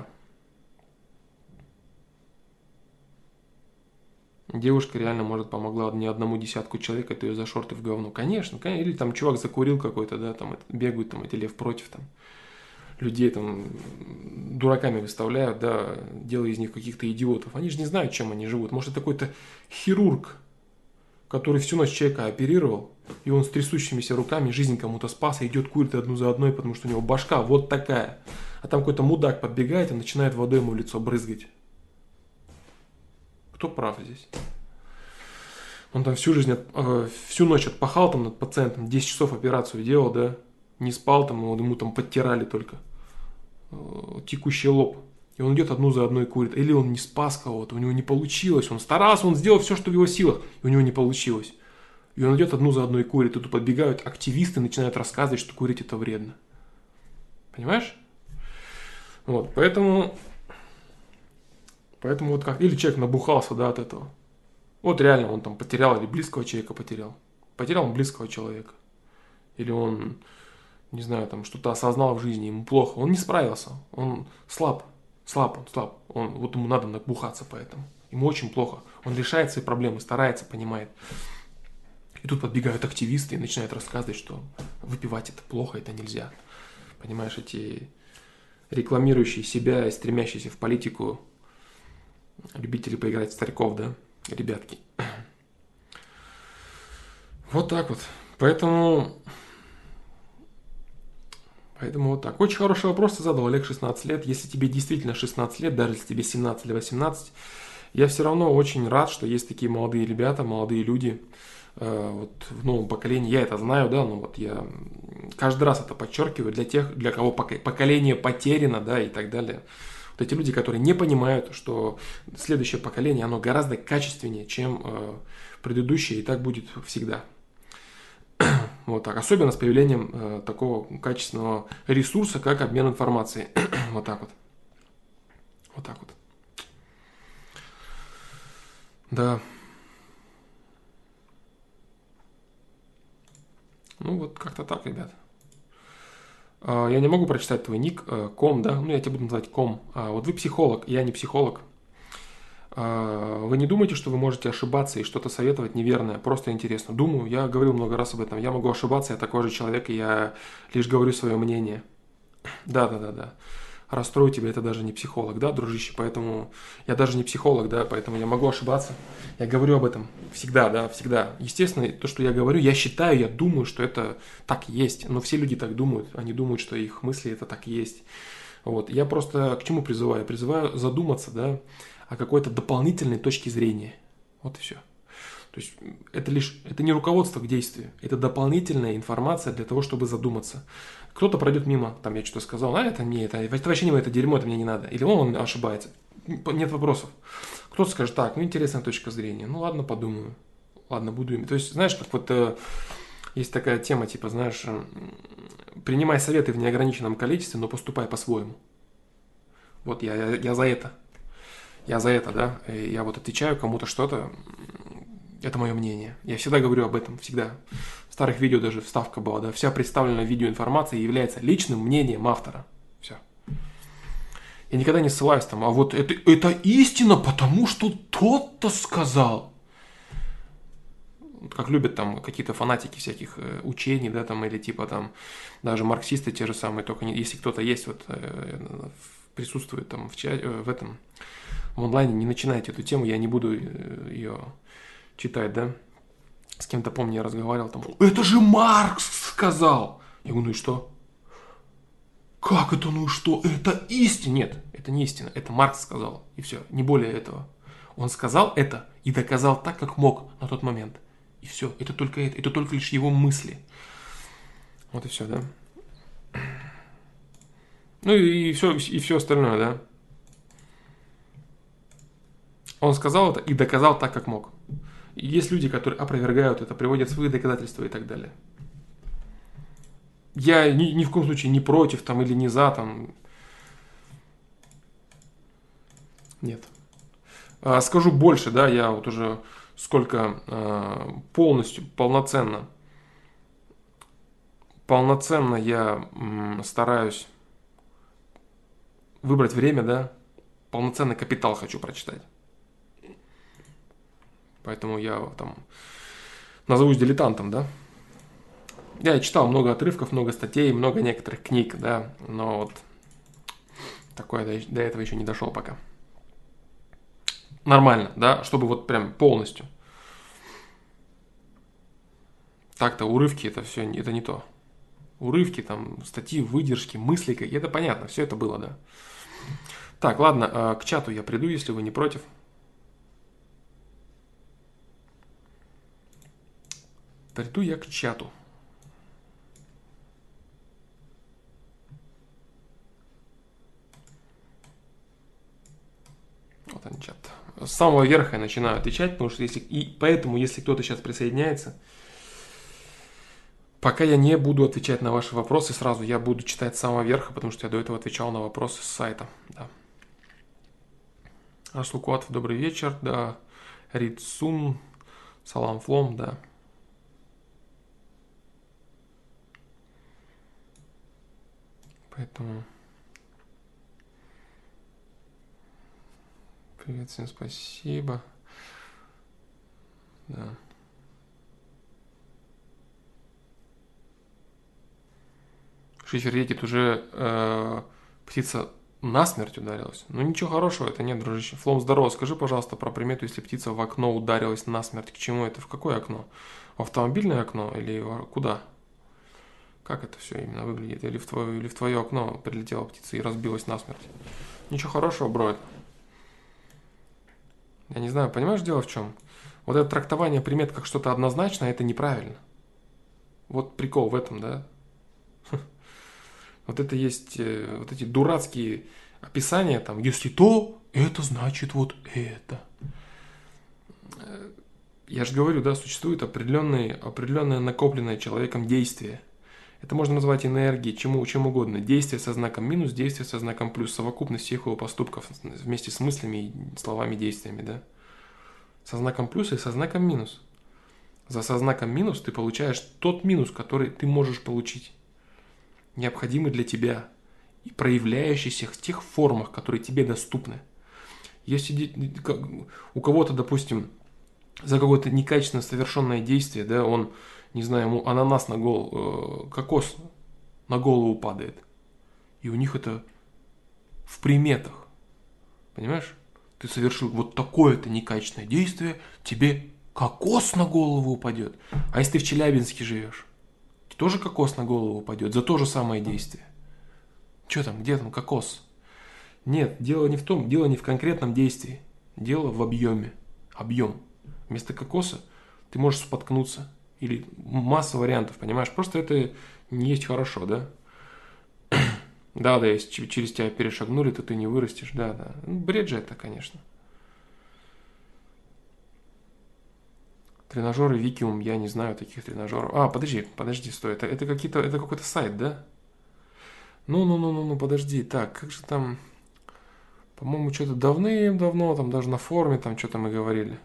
A: Девушка реально, может, помогла не одному десятку человек, это ее за шорты в говно. Конечно, или там чувак закурил какой-то, да, там бегают там эти лев против там. Людей там дураками выставляют, да, делая из них каких-то идиотов. Они же не знают, чем они живут. Может, это какой-то хирург, который всю ночь человека оперировал, и он с трясущимися руками жизнь кому-то спас, и идет курит одну за одной, потому что у него башка вот такая. А там какой-то мудак подбегает и начинает водой ему в лицо брызгать. Кто прав здесь? Он там всю жизнь, всю ночь отпахал там над пациентом, 10 часов операцию делал, да, не спал там, ему там подтирали только текущий лоб. И он идет одну за одной курит. Или он не спас кого-то, у него не получилось. Он старался, он сделал все, что в его силах, и у него не получилось. И он идет одну за одной курит. И тут подбегают активисты и начинают рассказывать, что курить это вредно. Понимаешь? Вот, поэтому вот как. Или человек набухался, да, от этого. Вот реально он там потерял или близкого человека потерял. Потерял он близкого человека. Или он, не знаю, там что-то осознал в жизни, ему плохо. Он не справился, он слаб. Вот ему надо набухаться поэтому. Ему очень плохо. Он решает свои проблемы, старается, понимает. И тут подбегают активисты и начинают рассказывать, что выпивать это плохо, это нельзя. Понимаешь, эти рекламирующие себя и стремящиеся в политику любители поиграть в стариков, да, ребятки. Вот так вот. Поэтому вот так. Очень хороший вопрос ты задал, Олег, 16 лет. Если тебе действительно 16 лет, даже если тебе 17 или 18, я все равно очень рад, что есть такие молодые ребята, молодые люди вот в новом поколении. Я это знаю, да, но вот я каждый раз это подчеркиваю для тех, для кого поколение потеряно, да, и так далее. Вот эти люди, которые не понимают, что следующее поколение, оно гораздо качественнее, чем предыдущее, и так будет всегда. Вот так. Особенно с появлением такого качественного ресурса, как обмен информацией. Вот так вот. Вот так вот. Да. Ну вот как-то так, ребят. Я не могу прочитать твой ник, ком, да? Ну я тебя буду называть ком. Вот вы психолог, я не психолог. Вы не думаете, что вы можете ошибаться и что-то советовать неверное? Просто интересно. Думаю, я говорил много раз об этом. Я могу ошибаться, я такой же человек, и я лишь говорю свое мнение. Да. Расстрою тебя, это даже не психолог, да, дружище? Поэтому я даже не психолог, да, поэтому я могу ошибаться. Я говорю об этом всегда, да, всегда. Естественно, то, что я говорю, я считаю, я думаю, что это так и есть. Но все люди так думают. Они думают, что их мысли это так и есть. Вот. Я просто к чему призываю? Призываю задуматься, да, о какой-то дополнительной точке зрения. Вот и все. То есть это не руководство к действию, это дополнительная информация для того, чтобы задуматься. Кто-то пройдет мимо, там я что-то сказал, это вообще не это дерьмо, это мне не надо. Или он ошибается. Нет вопросов. Кто-то скажет, так, интересная точка зрения. Ну ладно, подумаю. Ладно, буду им. То есть, знаешь, как вот есть такая тема, типа, знаешь, принимай советы в неограниченном количестве, но поступай по-своему. Вот я за это. Я за это, да, я вот отвечаю кому-то что-то, это мое мнение. Я всегда говорю об этом, всегда. В старых видео даже вставка была, да, вся представленная видеоинформация является личным мнением автора. Все. Я никогда не ссылаюсь там, а вот это истина, потому что тот-то сказал. Как любят там какие-то фанатики всяких учений, да, там, или типа там, даже марксисты те же самые, только если кто-то есть, вот, присутствует там в чате, в онлайне, не начинайте эту тему, я не буду ее читать, да. С кем-то, помню, я разговаривал, там, это же Маркс сказал. Я говорю, ну и что? Как это, ну и что? Это истина. Нет, это не истина, это Маркс сказал, и все, не более этого. Он сказал это и доказал так, как мог на тот момент. И все, это только лишь его мысли. Вот и все, да. Ну и все остальное, да. Он сказал это и доказал так, как мог. И есть люди, которые опровергают это, приводят свои доказательства и так далее. Я ни в коем случае не против там, или не за. Там. Нет. Скажу больше, да, я вот уже сколько полноценно я стараюсь выбрать время, да, полноценный «Капитал» хочу прочитать. Поэтому я там назовусь дилетантом, да. Я читал много отрывков, много статей, много некоторых книг, да, но вот такое до этого еще не дошел пока. Нормально, да, чтобы вот прям полностью. Так-то урывки это все, это не то. Урывки, там, статьи, выдержки, мысли, это понятно, все это было, да. Так, ладно, к чату я приду, если вы не против. Приду я к чату. Вот он чат. С самого верха я начинаю отвечать, потому что поэтому, если кто-то сейчас присоединяется, пока я не буду отвечать на ваши вопросы сразу, я буду читать с самого верха, потому что я до этого отвечал на вопросы с сайта. Да. Ашлукуатов, добрый вечер, да. Ридсун, салам флом, да. Поэтому... Привет, всем спасибо. Да. Шифер едет, уже птица насмерть ударилась. Ну ничего хорошего это нет, дружище. Флом, здорово. Скажи, пожалуйста, про примету, если птица в окно ударилась насмерть. К чему это? В какое окно? В автомобильное окно или куда? Как это все именно выглядит? Или в твое окно прилетела птица и разбилась насмерть? Ничего хорошего, бро. Я не знаю, понимаешь, дело в чем? Вот это трактование примет как что-то однозначное, это неправильно. Вот прикол в этом, да? Вот это есть вот эти дурацкие описания, там, если то, это значит вот это. Я же говорю, да, существует определенное накопленное человеком действие. Это можно назвать энергией, чем угодно. Действие со знаком минус, действие со знаком плюс. Совокупность всех его поступков вместе с мыслями, словами, действиями, да. Со знаком плюс и со знаком минус. Со знаком минус ты получаешь тот минус, который ты можешь получить. Необходимый для тебя и проявляющийся в тех формах, которые тебе доступны. Если у кого-то, допустим, за какое-то некачественно совершенное действие, да, он, не знаю, ему ананас на голову, кокос на голову падает. И у них это в приметах. Понимаешь? Ты совершил вот такое-то некачественное действие, тебе кокос на голову упадет. А если ты в Челябинске живешь, тебе тоже кокос на голову упадет за то же самое действие. Что там, где там кокос? Нет, дело не в том, дело не в конкретном действии. Дело в объеме. Объем. Вместо кокоса ты можешь споткнуться. Или масса вариантов, понимаешь? Просто это не есть хорошо, да? Да, если через тебя перешагнули, то ты не вырастешь, да. Ну, бред же это, конечно. Тренажеры Викиум, я не знаю таких тренажеров. Подожди, стой, это какой-то сайт, да? Ну, подожди, так, как же там, по-моему, что-то давным-давно, там даже на форуме, там что-то мы говорили.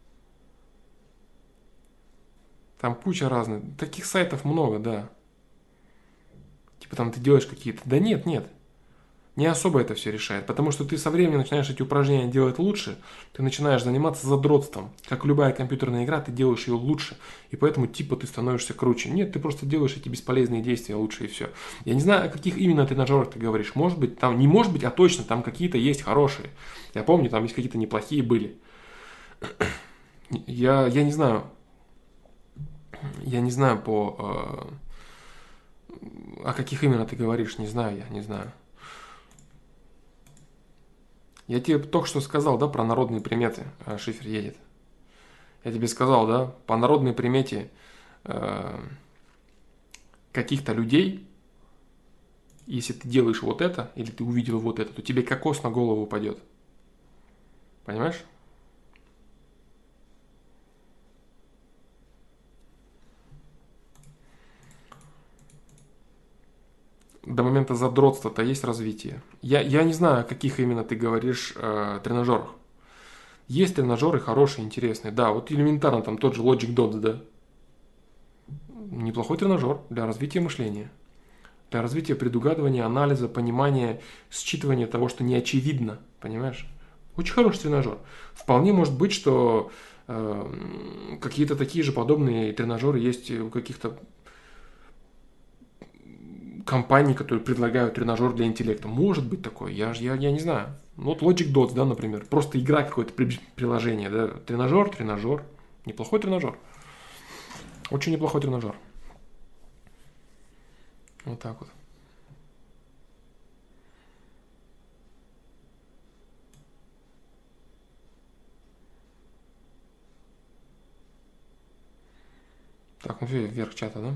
A: Там куча разных, таких сайтов много, да. Типа там ты делаешь какие-то, да нет, не особо это все решает, потому что ты со временем начинаешь эти упражнения делать лучше, ты начинаешь заниматься задротством. Как любая компьютерная игра, ты делаешь ее лучше, и поэтому типа ты становишься круче. Нет, ты просто делаешь эти бесполезные действия лучше и все. Я не знаю, о каких именно тренажерах ты говоришь. Может быть, там, не может быть, а точно, там какие-то есть хорошие. Я помню, там есть какие-то неплохие были. Я не знаю, о каких именно ты говоришь, не знаю я, не знаю. Я тебе только что сказал, да, про народные приметы. Шифер едет. Я тебе сказал, да, по народной примете каких-то людей, если ты делаешь вот это, или ты увидел вот это, то тебе кокос на голову упадет. Понимаешь? До момента задротства-то есть развитие. Я не знаю, о каких именно ты говоришь тренажерах. Есть тренажеры хорошие, интересные. Да, вот элементарно там тот же Logic Dots, да. Неплохой тренажер для развития мышления. Для развития предугадывания, анализа, понимания, считывания того, что не очевидно. Понимаешь? Очень хороший тренажер. Вполне может быть, что какие-то такие же подобные тренажеры есть у каких-то компаний, которые предлагают тренажер для интеллекта. Может быть такое, я не знаю. Вот Logic Dots, да, например. Просто игра какое-то приложение, да. Тренажер. Неплохой тренажер. Очень неплохой тренажер. Вот так вот. Так, ну вверх чата, да?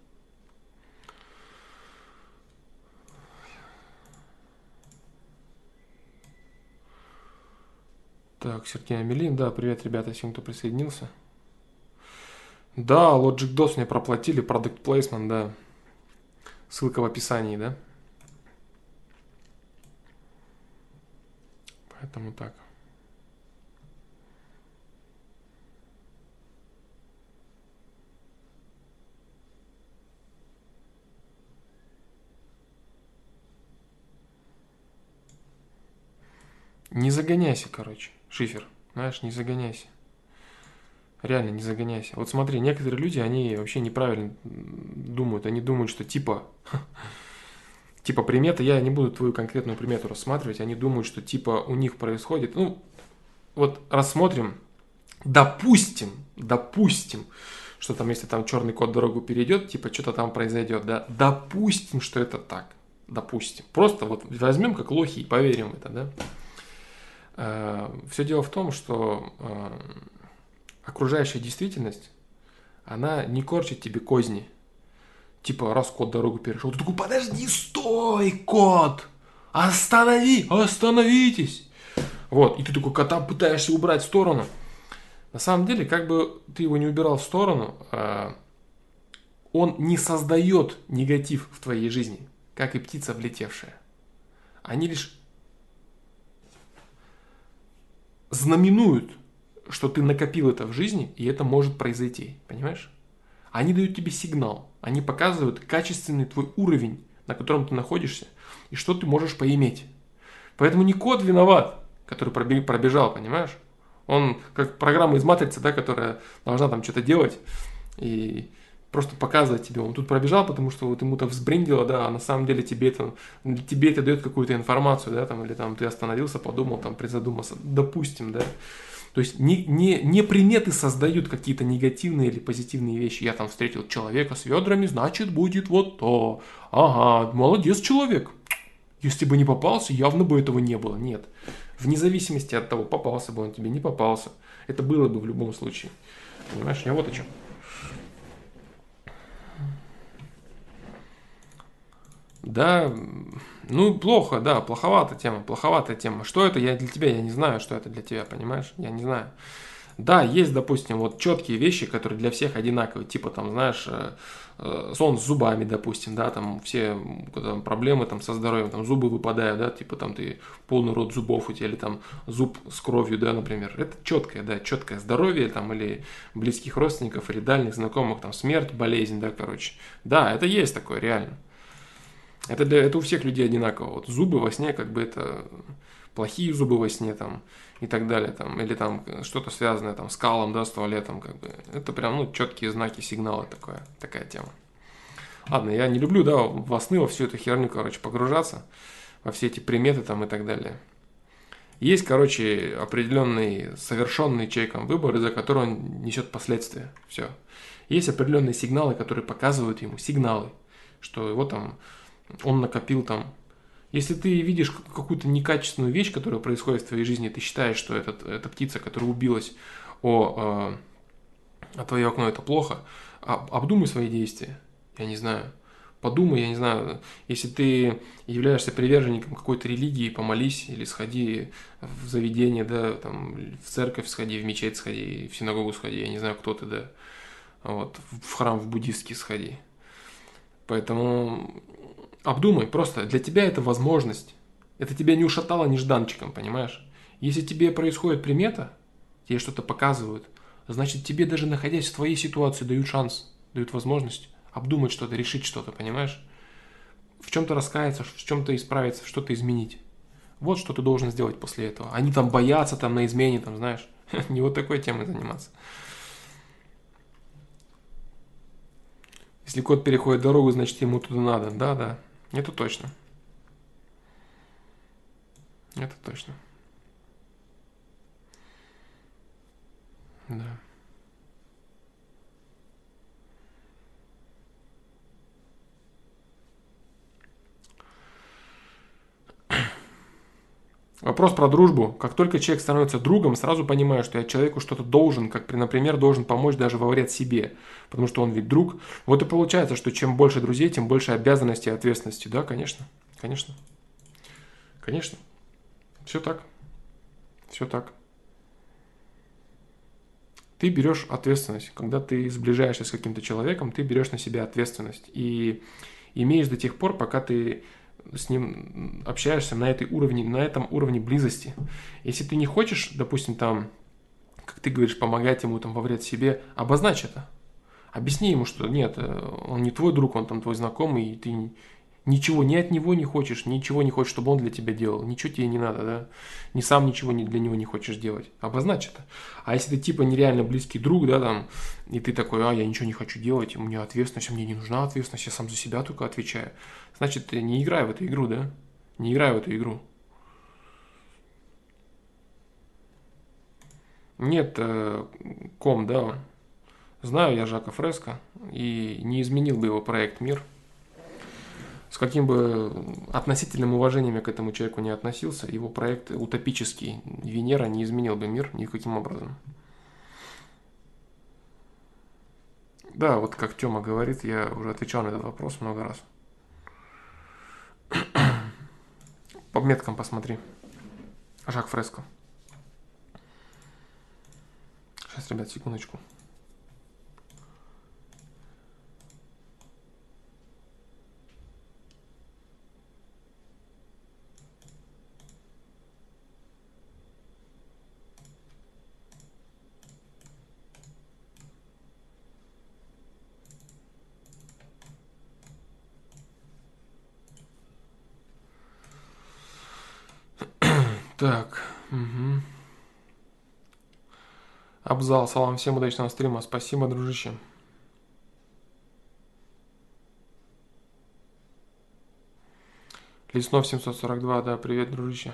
A: Так, Сергей Амелин, да, привет, ребята, всем, кто присоединился. Да, Logic DOS мне проплатили, Product Placement, да. Ссылка в описании, да? Поэтому так. Не загоняйся, короче, Шифер. Знаешь, не загоняйся. Реально, не загоняйся. Вот смотри, некоторые люди, они вообще неправильно думают. Они думают, что типа примета, я не буду твою конкретную примету рассматривать, они думают, что типа у них происходит, ну, вот рассмотрим, допустим, что там, если там черный кот дорогу перейдет, типа что-то там произойдет, да, допустим, что это так, допустим. Просто вот возьмем как лохи и поверим в это, да. Все дело в том, что окружающая действительность, она не корчит тебе козни. Типа, раз кот дорогу перешел, ты такой, подожди, стой, кот! Остановитесь! Вот, и ты такой кота пытаешься убрать в сторону. На самом деле, как бы ты его не убирал в сторону, он не создает негатив в твоей жизни, как и птица, влетевшая. Они лишь знаменуют, что ты накопил это в жизни, и это может произойти, понимаешь? Они дают тебе сигнал, они показывают качественный твой уровень, на котором ты находишься, и что ты можешь поиметь. Поэтому не кот виноват, который пробежал, понимаешь? Он как программа из матрицы, да, которая должна там что-то делать и просто показывать тебе. Он тут пробежал, потому что вот ему там взбрендило, да, а на самом деле тебе это дает какую-то информацию, да, там, или там ты остановился, подумал, там, призадумался, допустим, да. То есть не приметы создают какие-то негативные или позитивные вещи. Я там встретил человека с ведрами, значит будет вот то. Ага, молодец человек. Если бы не попался, явно бы этого не было. Нет. Вне зависимости от того, попался бы он тебе, не попался. Это было бы в любом случае. Понимаешь, я вот о чем. Да, ну плохо, да, плоховатая тема. Что это я для тебя, я не знаю, что это для тебя, понимаешь? Я не знаю. Да, есть, допустим, вот четкие вещи, которые для всех одинаковые, типа там, знаешь, сон с зубами, допустим, да, там все там, проблемы там со здоровьем, там зубы выпадают, да, типа там ты полный рот зубов у тебя, или там зуб с кровью, да, например. Это четкое, да, четкое здоровье там, или близких родственников, или дальних знакомых, там смерть, болезнь, да, короче. Да, это есть такое, реально. Это у всех людей одинаково. Вот зубы во сне, как бы это плохие зубы во сне там и так далее, там, или там что-то связанное там с калом, да, с туалетом, как бы. Это прям, ну, четкие знаки, сигналы такая тема. Ладно, я не люблю, да, во сны, во всю эту херню, короче, погружаться, во все эти приметы там и так далее. Есть, короче, определенный совершенный человеком выбор, из-за которого он несет последствия. Все. Есть определенные сигналы, которые показывают ему сигналы, что его там он накопил там. Если ты видишь какую-то некачественную вещь, которая происходит в твоей жизни, ты считаешь, что эта птица, которая убилась о твое окно, это плохо, обдумай свои действия. Я не знаю. Подумай, я не знаю, если ты являешься приверженником какой-то религии, помолись или сходи в заведение, да, там, в церковь сходи, в мечеть сходи, в синагогу сходи, я не знаю, кто ты, да, вот, в храм в буддийский сходи. Поэтому обдумай, просто для тебя это возможность. Это тебя не ушатало нежданчиком, понимаешь? Если тебе происходит примета, тебе что-то показывают, значит тебе даже находясь в твоей ситуации дают шанс, дают возможность обдумать что-то, решить что-то, понимаешь? В чем-то раскаяться, в чем-то исправиться, что-то изменить. Вот что ты должен сделать после этого. Они там боятся там на измене, там, знаешь, не вот такой темой заниматься. Если кот переходит дорогу, значит ему туда надо. Да, да, это точно. Это точно. Да. Вопрос про дружбу. Как только человек становится другом, сразу понимаю, что я человеку что-то должен, как, например, должен помочь даже во вред себе, потому что он ведь друг. Вот и получается, что чем больше друзей, тем больше обязанностей и ответственности. Да, конечно, конечно, конечно. Все так, все так. Ты берешь ответственность. Когда ты сближаешься с каким-то человеком, ты берешь на себя ответственность. И имеешь до тех пор, пока ты с ним общаешься на этом уровне близости. Если ты не хочешь, допустим, там, как ты говоришь, помогать ему там во вред себе, обозначь это. Объясни ему, что нет, он не твой друг, он там твой знакомый, и ты ничего ни от него не хочешь, ничего не хочешь, чтобы он для тебя делал, ничего тебе не надо, да, ни сам ничего для него не хочешь делать, обозначь это. А если ты типа нереально близкий друг, да, там, и ты такой, я ничего не хочу делать, у меня ответственность, мне не нужна ответственность, я сам за себя только отвечаю, значит, ты не играй в эту игру, да, не играй в эту игру. Нет, да, знаю я Жака Фреско и не изменил бы его проект «Мир». С каким бы относительным уважением я к этому человеку не относился, его проект утопический Венера не изменил бы мир никаким образом. Да, вот как Тёма говорит, я уже отвечал на этот вопрос много раз. По меткам посмотри. Жак Фреско. Сейчас, ребят, секундочку. Так. Угу. Абзал, салам, всем удачного стрима. Спасибо, дружище. Леснов 742, да, привет, дружище.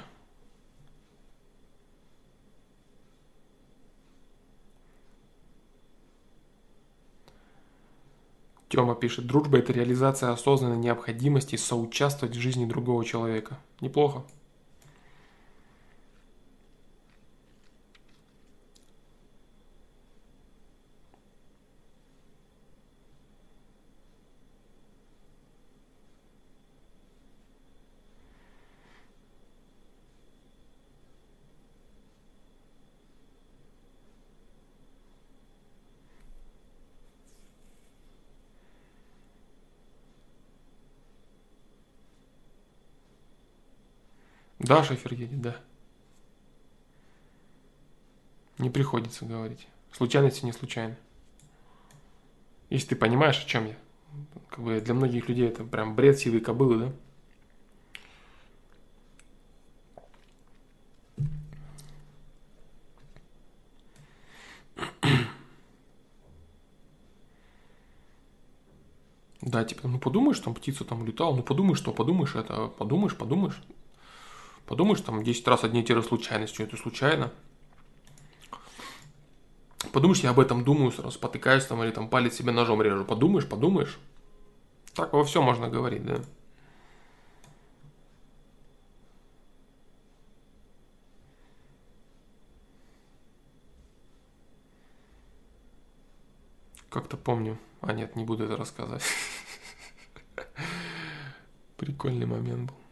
A: Тёма пишет, дружба – это реализация осознанной необходимости соучаствовать в жизни другого человека. Неплохо. Да, шофер едет, да. Не приходится говорить. Случайности не случайны. Если ты понимаешь, о чем я. Как бы для многих людей это прям бред сивой кобылы, да? Да, типа, ну подумаешь, там птица там улетала, ну подумаешь, что подумаешь, это подумаешь. Подумаешь, там 10 раз одни и те же случайности, что это случайно. Подумаешь, я об этом думаю, сразу спотыкаюсь там или там палец себе ножом режу. Подумаешь. Так во все можно говорить, да. Как-то помню. А нет, не буду это рассказывать. Прикольный момент был.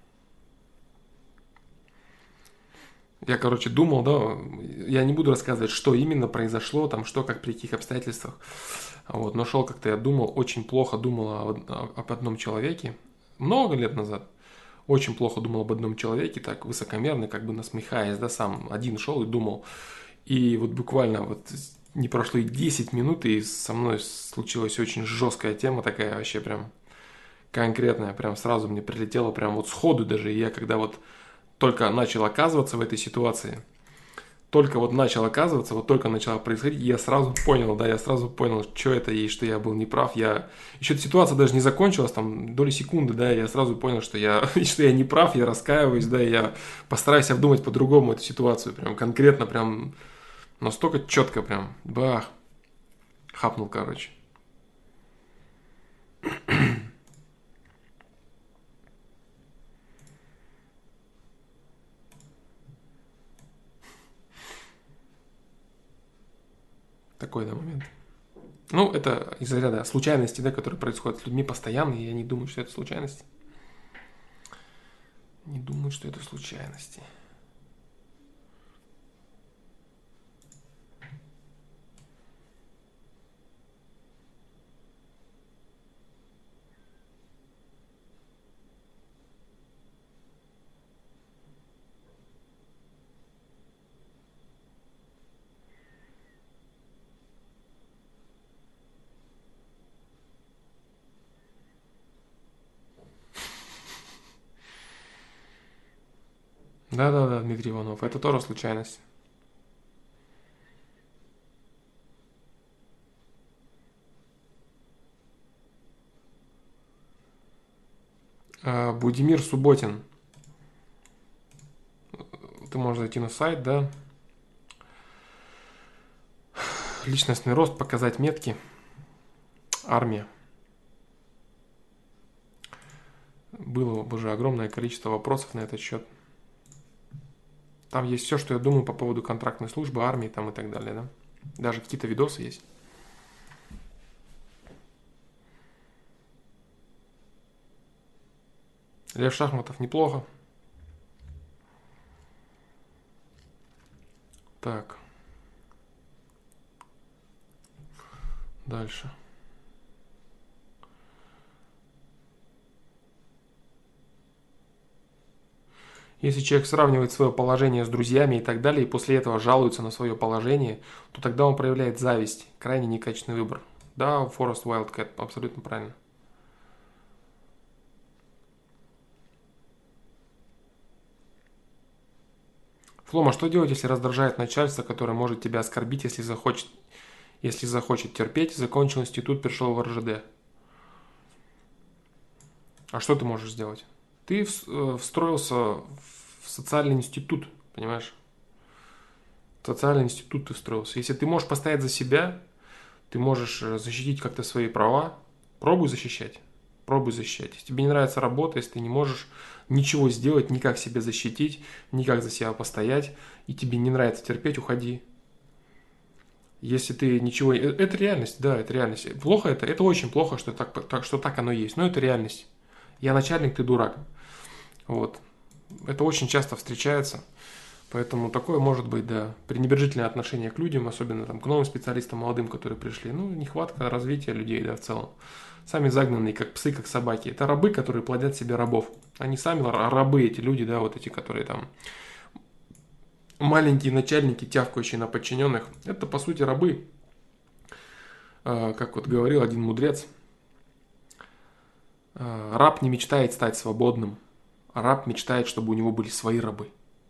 A: Я, короче, думал, да, я не буду рассказывать, что именно произошло, там, что, как, при каких обстоятельствах. Вот, но шел как-то, я думал, очень плохо думал об одном человеке, много лет назад. Очень плохо думал об одном человеке, так высокомерно, как бы насмехаясь, да, сам один шел и думал. И вот буквально вот не прошло и 10 минут, и со мной случилась очень жесткая тема такая, вообще прям конкретная, прям сразу мне прилетело, прям вот сходу даже. И я когда вот только начал оказываться в этой ситуации, только вот начал оказываться, вот только начало происходить, я сразу понял, да, я сразу понял, что это и что я был неправ. Я еще эта ситуация даже не закончилась, там доли секунды, да, я сразу понял, что я, что я неправ, я раскаиваюсь, да, я постараюсь обдумать по-другому эту ситуацию, прям конкретно, прям настолько четко, прям, бах, хапнул, короче. Такой, да, момент. Ну, это из-за ряда случайностей, да, которые происходят с людьми постоянно, и я не думаю, что это случайности. Не думаю, что это случайности. Да-да-да, Дмитрий Иванов, это тоже случайность. Будимир Субботин. Ты можешь зайти на сайт, да. Личностный рост, показать метки. Армия. Было уже огромное количество вопросов на этот счет. Там есть все, что я думаю по поводу контрактной службы, армии там и так далее, да. Даже какие-то видосы есть. Лев Шахматов неплохо. Так. Дальше. Если человек сравнивает свое положение с друзьями и так далее, и после этого жалуется на свое положение, то тогда он проявляет зависть. Крайне некачественный выбор. Да, Forest Wildcat, абсолютно правильно. Флома, что делать, если раздражает начальство, которое может тебя оскорбить, если захочет терпеть, закончил институт, пришел в РЖД? А что ты можешь сделать? Ты встроился в социальный институт, понимаешь? В социальный институт ты встроился. Если ты можешь постоять за себя, ты можешь защитить как-то свои права, пробуй защищать. Пробуй защищать. Если тебе не нравится работа, если ты не можешь ничего сделать, никак себя защитить, никак за себя постоять, и тебе не нравится терпеть, уходи. Если ты ничего... Это реальность, да, это реальность. Плохо это очень плохо, что так оно есть, но это реальность. Я начальник, ты дурак. Вот. Это очень часто встречается. Поэтому такое может быть, да, пренебрежительное отношение к людям, особенно там, к новым специалистам, молодым, которые пришли. Ну, нехватка развития людей, да, в целом. Сами загнанные, как псы, как собаки. Это рабы, которые плодят себе рабов. Они сами рабы, эти люди, да, вот эти, которые там маленькие начальники, тявкающие на подчиненных. Это, по сути, рабы. Как вот говорил один мудрец, раб не мечтает стать свободным, а раб мечтает, чтобы у него были свои рабы.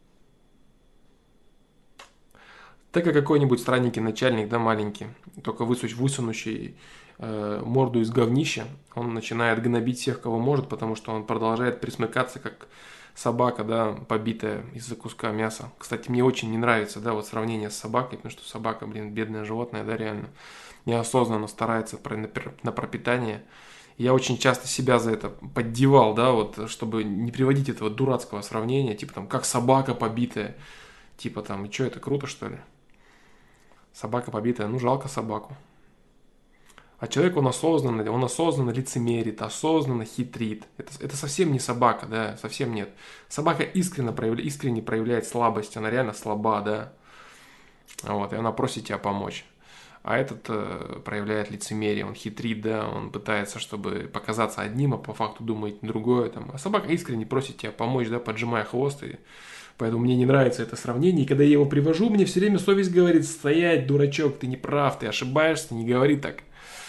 A: Так как какой-нибудь странненький начальник, да, маленький, только высунущий морду из говнища, он начинает гнобить всех, кого может, потому что он продолжает присмыкаться, как собака, да, побитая из-за куска мяса. Кстати, мне очень не нравится, да, вот сравнение с собакой, потому что собака, блин, бедное животное, да, реально неосознанно старается на пропитание. Я очень часто себя за это поддевал, да, вот, чтобы не приводить этого дурацкого сравнения, типа там, как собака побитая, типа там, и что, это круто, что ли? Собака побитая, ну жалко собаку. А человек, он осознанно лицемерит, осознанно хитрит. Это совсем не собака, да, совсем нет. Собака искренне проявляет слабость, она реально слаба, да. Вот, и она просит тебя помочь. А этот проявляет лицемерие, он хитрит, да, он пытается, чтобы показаться одним, а по факту думает другое. Там. А собака искренне просит тебя помочь, да, поджимая хвост. И поэтому мне не нравится это сравнение. И когда я его привожу, мне все время совесть говорит: стоять, дурачок, ты не прав, ты ошибаешься, не говори так.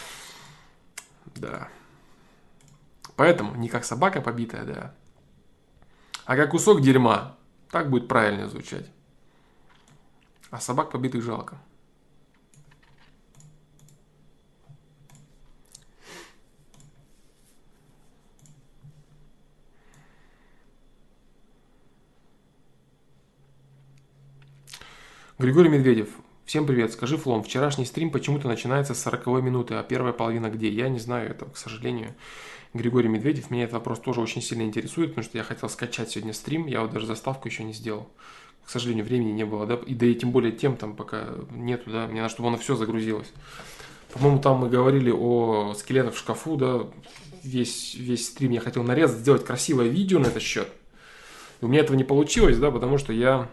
A: Да. Поэтому не как собака побитая, да, а как кусок дерьма. Так будет правильно звучать. А собак побитых жалко. Григорий Медведев. Всем привет. Скажи, Флом, вчерашний стрим почему-то начинается с 40-й минуты, а первая половина где? Я не знаю этого, к сожалению. Григорий Медведев, меня этот вопрос тоже очень сильно интересует, потому что я хотел скачать сегодня стрим, я вот даже заставку еще не сделал. к сожалению, времени не было, да, и да и тем более тем там пока нету, да, мне надо, чтобы оно все загрузилось. По-моему, там мы говорили о скелетах в шкафу, да, весь стрим я хотел нарезать, сделать красивое видео на этот счет. И у меня этого не получилось, да, потому что я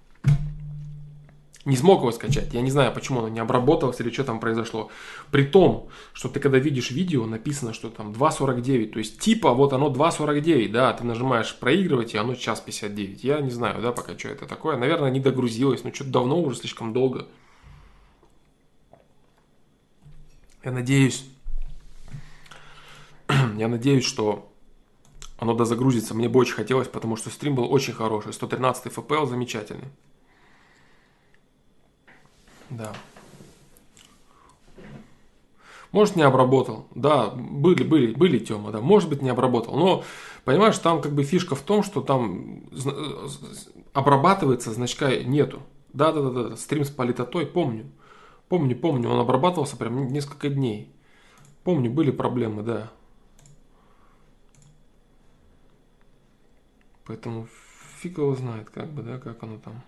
A: не смог его скачать. Я не знаю, почему оно не обработалось или что там произошло. При том, что ты когда видишь видео, написано, что там 2.49. То есть типа вот оно 2.49, да, ты нажимаешь проигрывать, и оно час 59. Я не знаю, да, пока что это такое. Наверное, не догрузилось, но что-то давно уже, слишком долго. Я надеюсь, что оно дозагрузится. Мне бы очень хотелось, потому что стрим был очень хороший. 113 FPS замечательный. Да. Может, не обработал. Да, были темы, да. Может быть, не обработал. Но, понимаешь, там как бы фишка в том, что там обрабатывается, значка нету. Да. Стрим с политотой, помню. Помню. Он обрабатывался прям несколько дней. Помню, были проблемы, да. Поэтому фиг его знает, как бы, да, как оно там.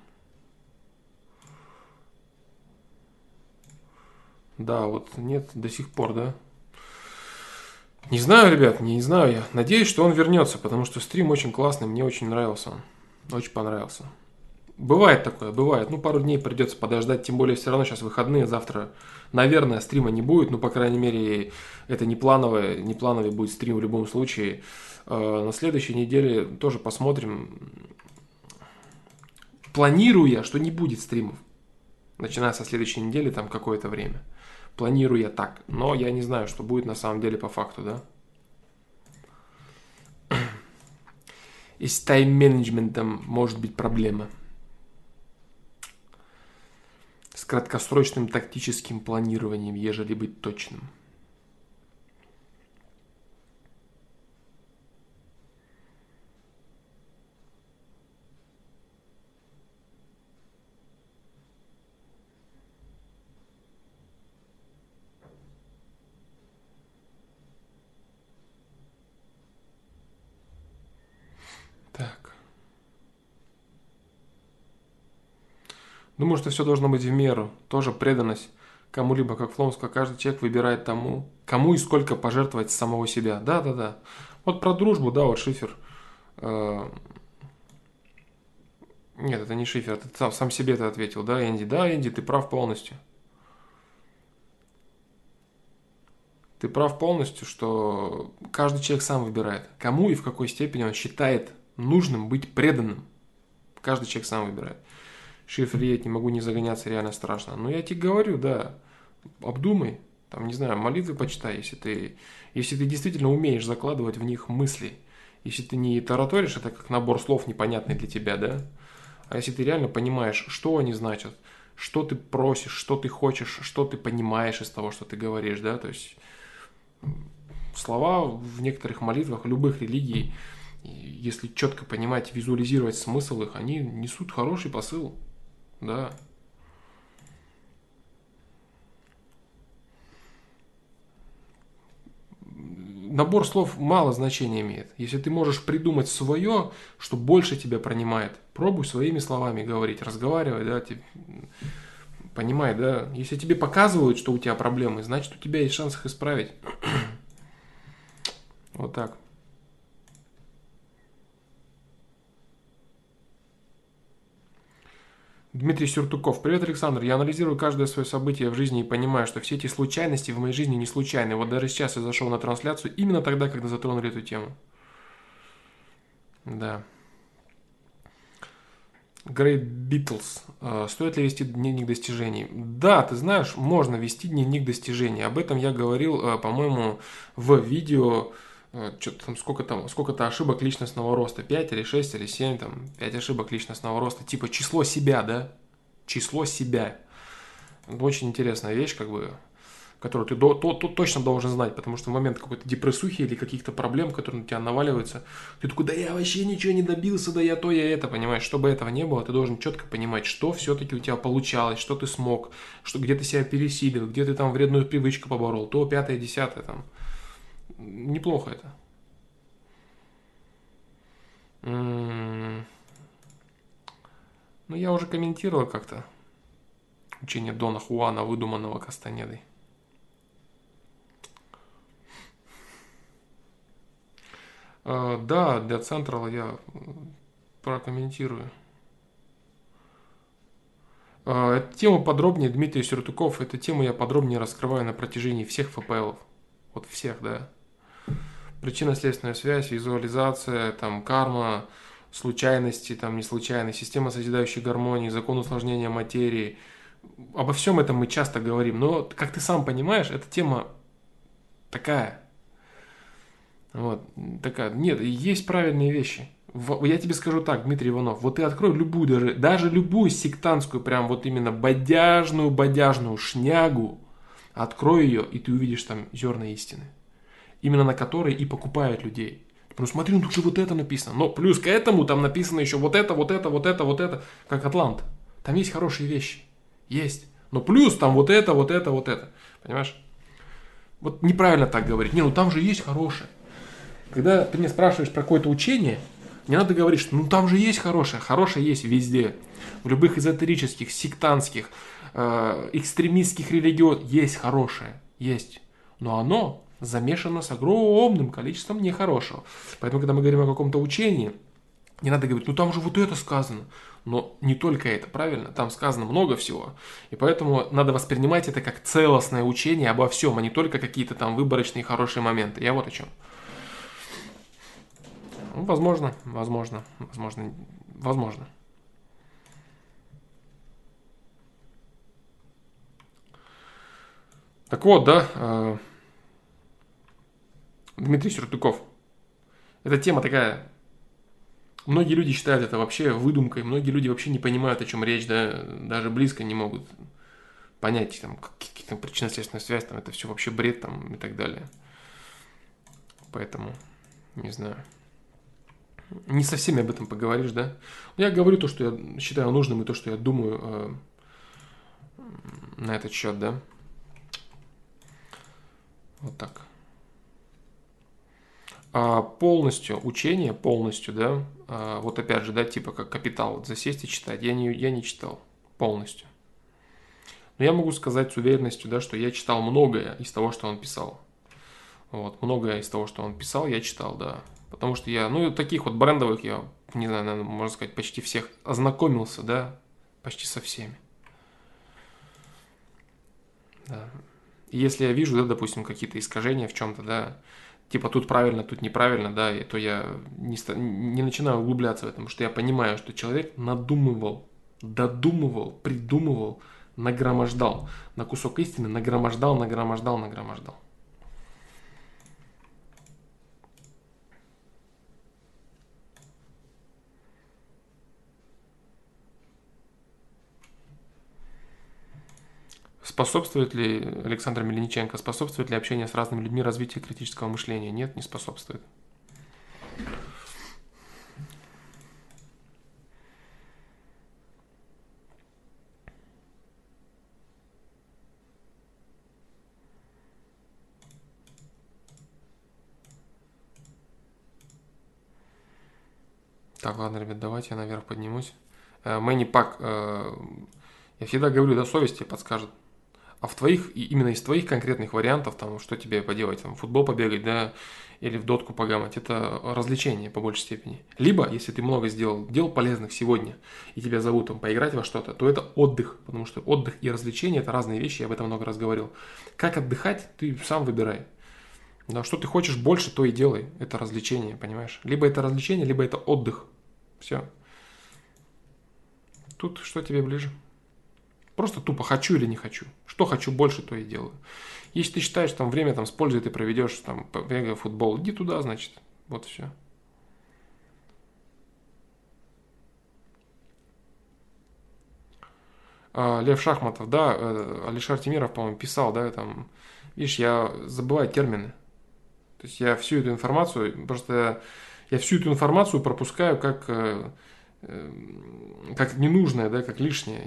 A: Да, вот нет до сих пор, да. Не знаю, ребят, не знаю я. Надеюсь, что он вернется, потому что стрим очень классный, мне очень нравился он. Очень понравился. Бывает такое, бывает. Ну, пару дней придется подождать, тем более все равно сейчас выходные, завтра, наверное, стрима не будет, ну, по крайней мере, это не плановый будет стрим в любом случае. На следующей неделе тоже посмотрим. Планируя, что не будет стримов, начиная со следующей недели, там какое-то время. Планирую я так, но я не знаю, что будет на самом деле по факту, да. И с тайм-менеджментом может быть проблема. С краткосрочным тактическим планированием, ежели быть точным. Так. Думаю, что все должно быть в меру. Тоже преданность кому-либо, как Фломска, каждый человек выбирает тому, кому и сколько пожертвовать с самого себя. Да. Вот про дружбу, да, вот Шифер. Нет, это не Шифер, ты сам себе это ответил, да, Энди? Да, Энди, ты прав полностью. Ты прав полностью, что каждый человек сам выбирает, кому и в какой степени он считает нужным быть преданным. Каждый человек сам выбирает. Шифр, я не могу не загоняться, реально страшно. Но я тебе говорю, да, обдумай, там, не знаю, молитвы почитай, если ты действительно умеешь закладывать в них мысли, если ты не тараторишь, это как набор слов непонятный для тебя, да, а если ты реально понимаешь, что они значат, что ты просишь, что ты хочешь, что ты понимаешь из того, что ты говоришь, да, то есть слова в некоторых молитвах любых религий, если четко понимать, визуализировать смысл их, они несут хороший посыл, да. Набор слов мало значения имеет. Если ты можешь придумать свое, что больше тебя пронимает, пробуй своими словами говорить, разговаривай, да, понимай, да. Если тебе показывают, что у тебя проблемы, значит, у тебя есть шанс их исправить. Вот так. Дмитрий Сюртуков. Привет, Александр. Я анализирую каждое свое событие в жизни и понимаю, что все эти случайности в моей жизни не случайны. Вот даже сейчас я зашел на трансляцию именно тогда, когда затронули эту тему. Да. Great Beatles. Стоит ли вести дневник достижений? Да, ты знаешь, можно вести дневник достижений. Об этом я говорил, по-моему, в видео, что-то там, сколько-то ошибок личностного роста. 5 или 6 или 7, там, 5 ошибок личностного роста. Типа число себя, да? Число себя. Очень интересная вещь, как бы, которую ты точно должен знать, потому что в момент какой-то депрессухи или каких-то проблем, которые на тебя наваливаются, ты такой, да я вообще ничего не добился, да я то, я это, понимаешь, чтобы этого не было, ты должен четко понимать, что все-таки у тебя получалось, что ты смог, что где ты себя пересилил, где ты там вредную привычку поборол, то, пятое, десятое, там, неплохо это. Ну, я уже комментировал как-то учение Дона Хуана, выдуманного Кастанедой. Да, для Централа я прокомментирую. Эту тему подробнее Дмитрий Сюртуков. Эту тему я подробнее раскрываю на протяжении всех ФПЛов. Вот всех, да. Причинно-следственная связь, визуализация, там, карма, случайности, там, не случайность, система созидающей гармонии, закон усложнения материи. Обо всем этом мы часто говорим. Но, как ты сам понимаешь, эта тема такая. Вот, такая. Нет, есть правильные вещи. Я тебе скажу так, Дмитрий Иванов, вот ты открой любую, даже любую сектантскую, прям вот именно бодяжную шнягу, открой ее, и ты увидишь там зерна истины, именно на которой и покупают людей. Ну смотри, ну тут же вот это написано. Но плюс к этому там написано еще вот это, вот это, вот это, вот это, как Атлант. Там есть хорошие вещи. Есть. Но плюс там вот это, вот это, вот это. Понимаешь? Вот неправильно так говорить. Не, ну там же есть хорошее. Когда ты меня спрашиваешь про какое-то учение, не надо говорить, что ну там же есть хорошее. Хорошее есть везде. В любых эзотерических, сектантских, экстремистских религиозных есть хорошее. Есть. Но оно замешано с огромным количеством нехорошего. Поэтому, когда мы говорим о каком-то учении, не надо говорить, ну там же вот это сказано. Но не только это, правильно? Там сказано много всего. И поэтому надо воспринимать это как целостное учение обо всем, а не только какие-то там выборочные хорошие моменты. Я вот о чем. Ну, возможно. Так вот, да, Дмитрий Сюртуков. Эта тема такая. Многие люди считают это вообще выдумкой, многие люди вообще не понимают, о чем речь, да, даже близко не могут понять, там, какие там причинно-следственная связь, там, это все вообще бред, там, и так далее. Поэтому, не знаю. Не со всеми об этом поговоришь, да? Я говорю то, что я считаю нужным, и то, что я думаю на этот счет, да? Вот так. Полностью, учение полностью, да, вот опять же, да, типа как «Капитал», вот засесть и читать, я не читал полностью. Но я могу сказать с уверенностью, да, что я читал многое из того, что он писал. Вот, многое из того, что он писал, я читал, да. Потому что я, ну, таких вот брендовых, я, не знаю, наверное, можно сказать, почти всех ознакомился, да, почти со всеми. Да. И если я вижу, да, допустим, какие-то искажения в чем-то, да, типа тут правильно, тут неправильно, да, то я не начинаю углубляться в это, потому что я понимаю, что человек надумывал, додумывал, придумывал, нагромождал. На кусок истины нагромождал. Способствует ли, Александр Мельниченко, способствует ли общение с разными людьми развитию критического мышления? Нет, не способствует. Так, ладно, ребят, давайте я наверх поднимусь. Мэнни Пак, я всегда говорю, да, совесть тебе подскажет. А в твоих, именно из твоих конкретных вариантов, там, что тебе поделать, там, в футбол побегать, да, или в дотку погамать, это развлечение по большей степени. Либо, если ты много сделал дел полезных сегодня, и тебя зовут там поиграть во что-то, то это отдых, потому что отдых и развлечение – это разные вещи, я об этом много раз говорил. Как отдыхать, ты сам выбирай. Да, что ты хочешь больше, то и делай. Это развлечение, понимаешь? Либо это развлечение, либо это отдых. Все. Тут что тебе ближе? Просто тупо хочу или не хочу. Что хочу больше, то и делаю. Если ты считаешь, там время там с пользой ты проведешь, там, бегая в футбол, иди туда, значит. Вот все. Лев Шахматов, да, Алишер Тимиров, по-моему, писал, да, там, видишь, я забываю термины. То есть я всю эту информацию, просто я всю эту информацию пропускаю как ненужное, да, как лишнее.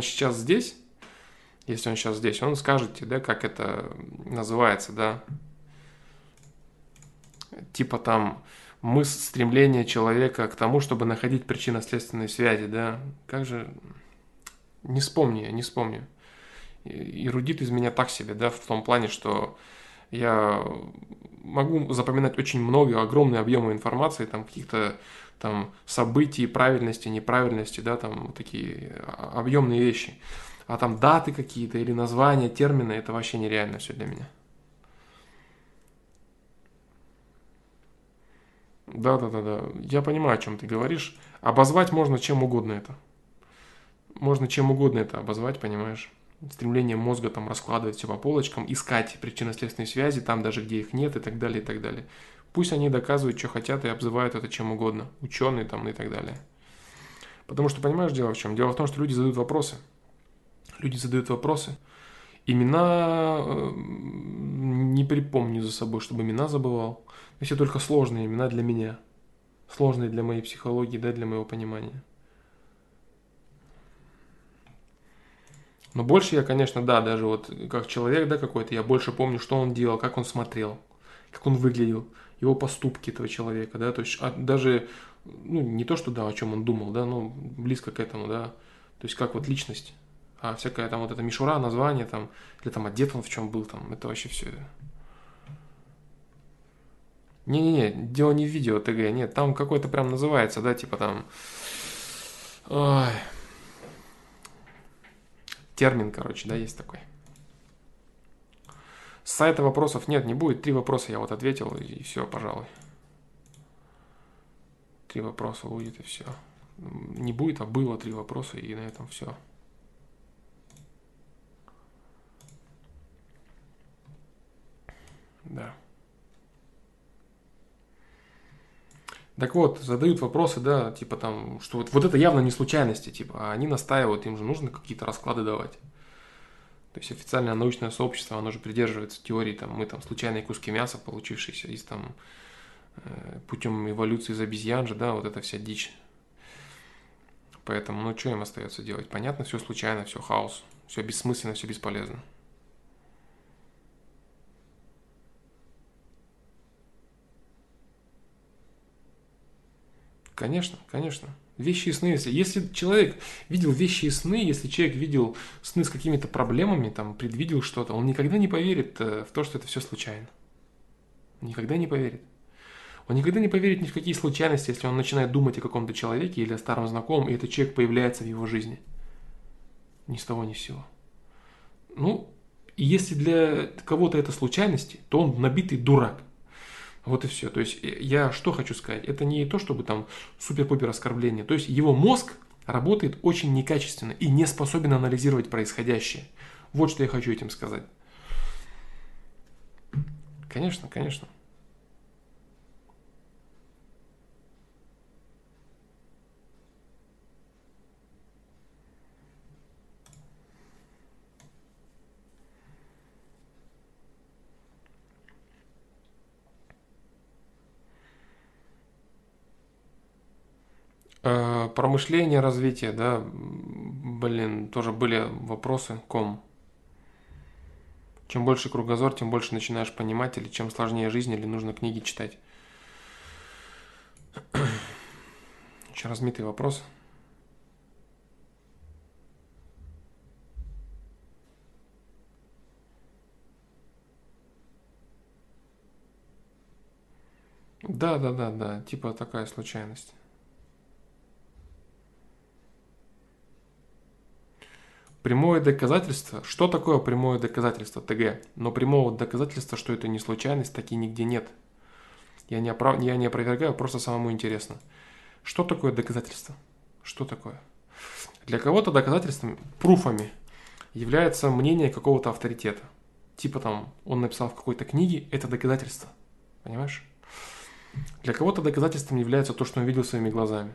A: Если он сейчас здесь, он скажет тебе, да, как это называется, да. Типа там стремление человека к тому, чтобы находить причинно-следственные связи, да, как же, не вспомню, не вспомню. Эрудит из меня так себе, да, в том плане, что я могу запоминать очень много, огромные объемы информации, там каких-то там событий, правильности, неправильности, да, там такие объемные вещи. А там даты какие-то или названия, термины, это вообще нереально все для меня. Да. Я понимаю, о чем ты говоришь. Обозвать можно чем угодно это. Можно чем угодно это обозвать, понимаешь? Стремление мозга там раскладывать все по полочкам, искать причинно-следственные связи там даже, где их нет и так далее, и так далее. Пусть они доказывают, что хотят и обзывают это чем угодно. Ученые там и так далее. Потому что, понимаешь, дело в чем? Дело в том, что люди задают вопросы. Люди задают вопросы. Имена не припомню за собой, чтобы имена забывал. Если только сложные имена для меня. Сложные для моей психологии, да, для моего понимания. Но больше я, конечно, да, даже вот как человек, да, какой-то, я больше помню, что он делал, как он смотрел, как он выглядел, его поступки этого человека, да, то есть даже, ну, не то, что, да, о чем он думал, да, ну, близко к этому, да, то есть как вот личность, а всякая там вот эта мишура, название там, или там одет он в чем был там, это вообще все. Не-не-не, дело не в видео ТГ, нет, там какой-то прям называется, да, типа там, ой, термин, короче, да, есть такой. С сайта вопросов нет, не будет. 3 вопроса я вот ответил, и все, пожалуй. 3 вопроса будет, и все. Не будет, а было 3 вопроса, и на этом все. Да. Так вот, задают вопросы, да, типа там, что вот это явно не случайности, типа, а они настаивают, им же нужно какие-то расклады давать. То есть официальное научное сообщество, оно же придерживается теории, там, мы там случайные куски мяса, получившиеся из там путем эволюции из обезьян же, да, вот эта вся дичь. Поэтому, ну, что им остается делать? Понятно, все случайно, все хаос, все бессмысленно, все бесполезно. Конечно, конечно. Вещи и сны, если человек видел вещи и сны, если человек видел сны с какими-то проблемами, там, предвидел что-то, он никогда не поверит в то, что это все случайно. Никогда не поверит. Он никогда не поверит ни в какие случайности, если он начинает думать о каком-то человеке или о старом знакомом, и этот человек появляется в его жизни. Ни с того, ни с сего. Ну, и если для кого-то это случайности, то он набитый дурак. Вот и все. То есть я что хочу сказать? Это не то, чтобы там супер-пупер оскорбление. То есть его мозг работает очень некачественно и не способен анализировать происходящее. Вот что я хочу этим сказать. Конечно, конечно. Про мышление, развитие, да, блин, тоже были вопросы, Чем больше кругозор, тем больше начинаешь понимать, или чем сложнее жизнь, или нужно книги читать. Очень размытый вопрос. Да, типа такая случайность. Прямое доказательство. Что такое прямое доказательство ТГ? Но прямого доказательства, что это не случайность, таки нигде нет. Я не опровергаю, просто самому интересно. Что такое доказательство? Что такое? Для кого-то доказательством, пруфами, является мнение какого-то авторитета. Типа там, он написал в какой-то книге, это доказательство. Понимаешь? Для кого-то доказательством является то, что он видел своими глазами.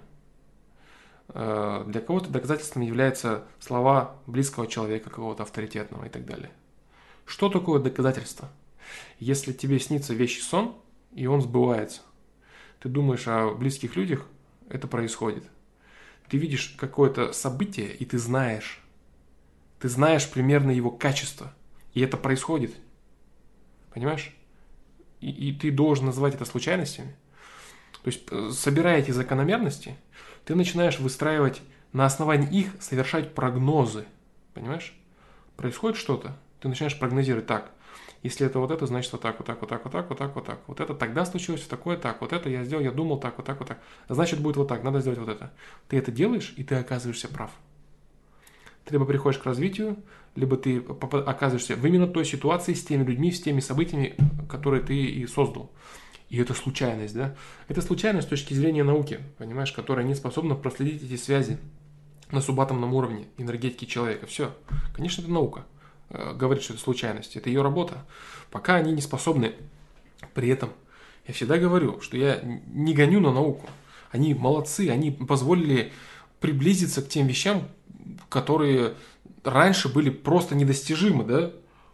A: Для кого-то доказательством являются слова близкого человека, какого-то авторитетного и так далее. Что такое доказательство? Если тебе снится вещий сон, и он сбывается, ты думаешь о близких людях, это происходит. Ты видишь какое-то событие, и ты знаешь примерно его качество, и это происходит. Понимаешь? И ты должен назвать это случайностями. То есть, собирая эти закономерности, ты начинаешь выстраивать на основании их, совершать прогнозы. Понимаешь? Происходит что-то, ты начинаешь прогнозировать так. Если это вот это, значит вот так, вот так, вот так, вот так, вот так, вот так. Вот это тогда случилось такое так. Вот это я сделал, я думал так, вот так, вот так. Значит будет вот так, надо сделать вот это. Ты это делаешь, и ты оказываешься прав. Ты либо приходишь к развитию, либо ты оказываешься в именно той ситуации с теми людьми, с теми событиями, которые ты и создал. И это случайность, да? Это случайность с точки зрения науки, понимаешь, которая не способна проследить эти связи на субатомном уровне энергетики человека. Все. Конечно, это наука. Говорит, что это случайность. Это ее работа. Пока они не способны. При этом я всегда говорю, что я не гоню на науку. Они молодцы, они позволили приблизиться к тем вещам, которые раньше были просто недостижимы, да?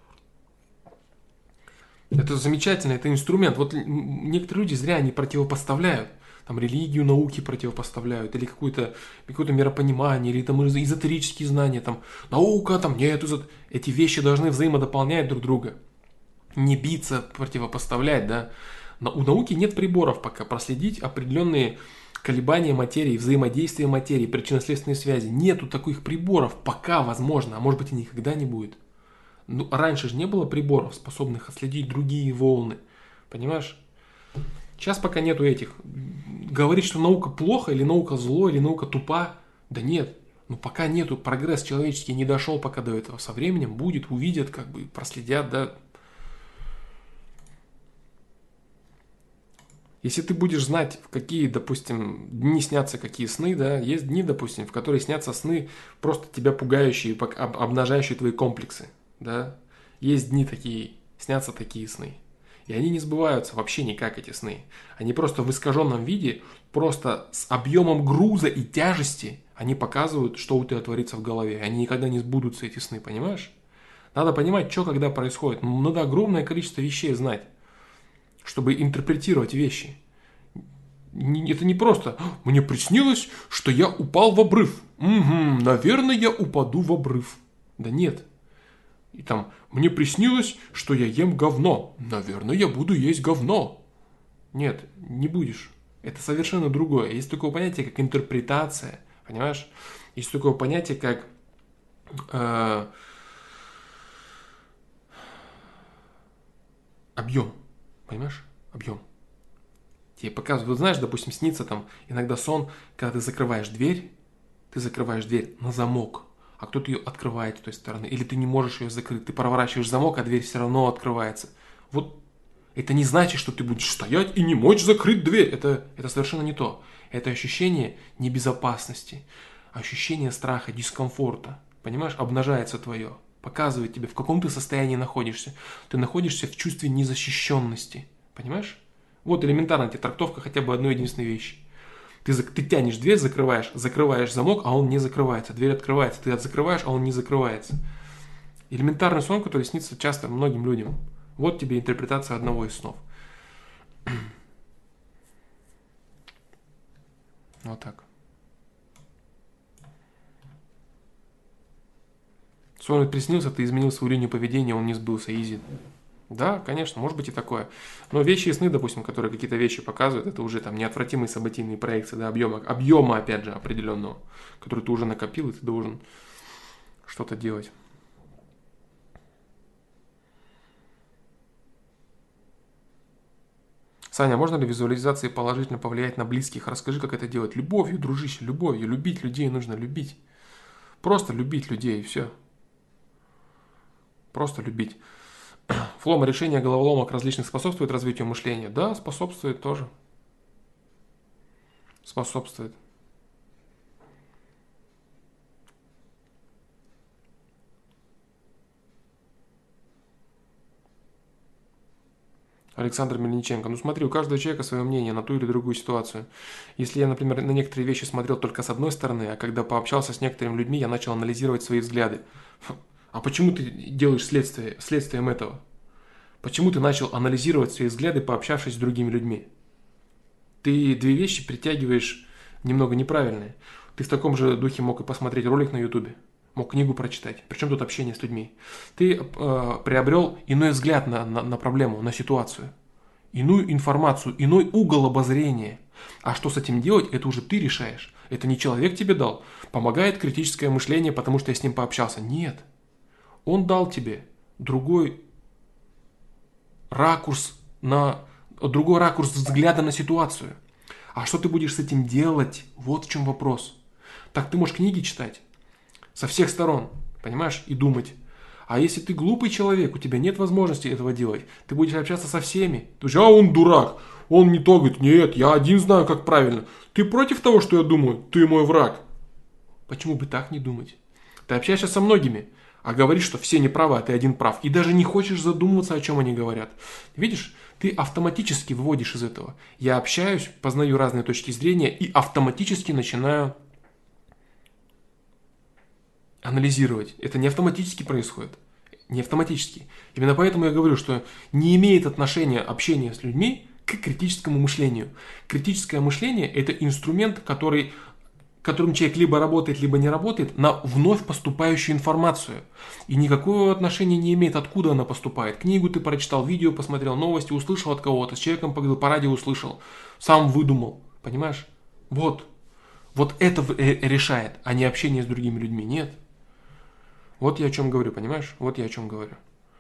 A: Это замечательно, это инструмент. Вот некоторые люди зря они противопоставляют. Там религию, науки противопоставляют, или какое-то миропонимание, или там эзотерические знания, там наука, там нет, эти вещи должны взаимодополнять друг друга. Не биться, противопоставлять, да. Но у науки нет приборов пока проследить определенные колебания материи, взаимодействие материи, причинно-следственные связи. Нету таких приборов, пока возможно, а может быть и никогда не будет. Ну, раньше же не было приборов, способных отследить другие волны. Понимаешь? Сейчас пока нету этих. Говорить, что наука плохо, или наука зло, или наука тупа. Да нет. Ну пока нету. Прогресс человеческий не дошел пока до этого. Со временем будет, увидят, как бы проследят, да. Если ты будешь знать, в какие, допустим, дни снятся какие сны, да, есть дни, допустим, в которые снятся сны, просто тебя пугающие, обнажающие твои комплексы, да. Есть дни такие, снятся такие сны. И они не сбываются вообще никак, эти сны. Они просто в искаженном виде, просто с объемом груза и тяжести, они показывают, что у тебя творится в голове. Они никогда не сбудутся, эти сны, понимаешь? Надо понимать, что когда происходит. Надо огромное количество вещей знать, чтобы интерпретировать вещи. Это не просто «мне приснилось, что я упал в обрыв». Угу, наверное, я упаду в обрыв. Да нет. И там «мне приснилось, что я ем говно». Наверное, я буду есть говно. Нет, не будешь. Это совершенно другое. Есть такое понятие, как интерпретация. Понимаешь? Есть такое понятие, как объем. Понимаешь? Объем. Тебе показывают, вот знаешь, допустим, снится там иногда сон, когда ты закрываешь дверь на замок, а кто-то ее открывает с той стороны, или ты не можешь ее закрыть, ты проворачиваешь замок, а дверь все равно открывается. Вот это не значит, что ты будешь стоять и не мочь закрыть дверь. Это совершенно не то. Это ощущение небезопасности, ощущение страха, дискомфорта. Понимаешь, обнажается твое. Показывает тебе, в каком ты состоянии находишься. Ты находишься в чувстве незащищенности. Понимаешь? Вот элементарная тебе трактовка хотя бы одной единственной вещи. Ты тянешь дверь, закрываешь замок, а он не закрывается. Дверь открывается, ты закрываешь, а он не закрывается. Элементарный сон, который снится часто многим людям. Вот тебе интерпретация одного из снов. Вот так. Сон приснился, ты изменил свою линию поведения, он не сбылся, изи. Да, конечно, может быть и такое. Но вещи и сны, допустим, которые какие-то вещи показывают, это уже там неотвратимые событийные проекции, да, объема, опять же, определенного, который ты уже накопил, и ты должен что-то делать. Саня, можно ли визуализацией положительно повлиять на близких? Расскажи, как это делать. Любовью, дружище, любовью. Любить людей нужно любить. Просто любить людей, и все. Просто любить. Флома, решение головоломок различных способствует развитию мышления? Да, способствует тоже. Способствует. Александр Мельниченко. Ну смотри, у каждого человека свое мнение на ту или другую ситуацию. Если я, например, на некоторые вещи смотрел только с одной стороны, а когда пообщался с некоторыми людьми, я начал анализировать свои взгляды. А почему ты делаешь следствием этого? Почему ты начал анализировать свои взгляды, пообщавшись с другими людьми? Ты две вещи притягиваешь немного неправильные. Ты в таком же духе мог и посмотреть ролик на ютубе, мог книгу прочитать. Причем тут общение с людьми. Ты приобрел иной взгляд на проблему, на ситуацию. Иную информацию, иной угол обозрения. А что с этим делать, это уже ты решаешь. Это не человек тебе дал. Помогает критическое мышление, потому что я с ним пообщался. Нет. Он дал тебе другой ракурс взгляда на ситуацию. А что ты будешь с этим делать? Вот в чем вопрос. Так ты можешь книги читать со всех сторон, понимаешь, и думать. А если ты глупый человек, у тебя нет возможности этого делать, ты будешь общаться со всеми. Ты говоришь, он дурак, он не то, говорит, нет, я один знаю, как правильно. Ты против того, что я думаю? Ты мой враг. Почему бы так не думать? Ты общаешься со многими, а говоришь, что все неправы, а ты один прав. И даже не хочешь задумываться, о чем они говорят. Видишь, ты автоматически выводишь из этого. Я общаюсь, познаю разные точки зрения и автоматически начинаю анализировать. Это не автоматически происходит. Не автоматически. Именно поэтому я говорю, что не имеет отношения общение с людьми к критическому мышлению. Критическое мышление – это инструмент, которым человек либо работает, либо не работает на вновь поступающую информацию. И никакого отношения не имеет, откуда она поступает. Книгу ты прочитал, видео посмотрел, новости услышал от кого-то, с человеком поговорил, по радио услышал, сам выдумал. Понимаешь? Вот это решает, а не общение с другими людьми. Нет. Вот я о чем говорю, понимаешь? Вот я о чем говорю.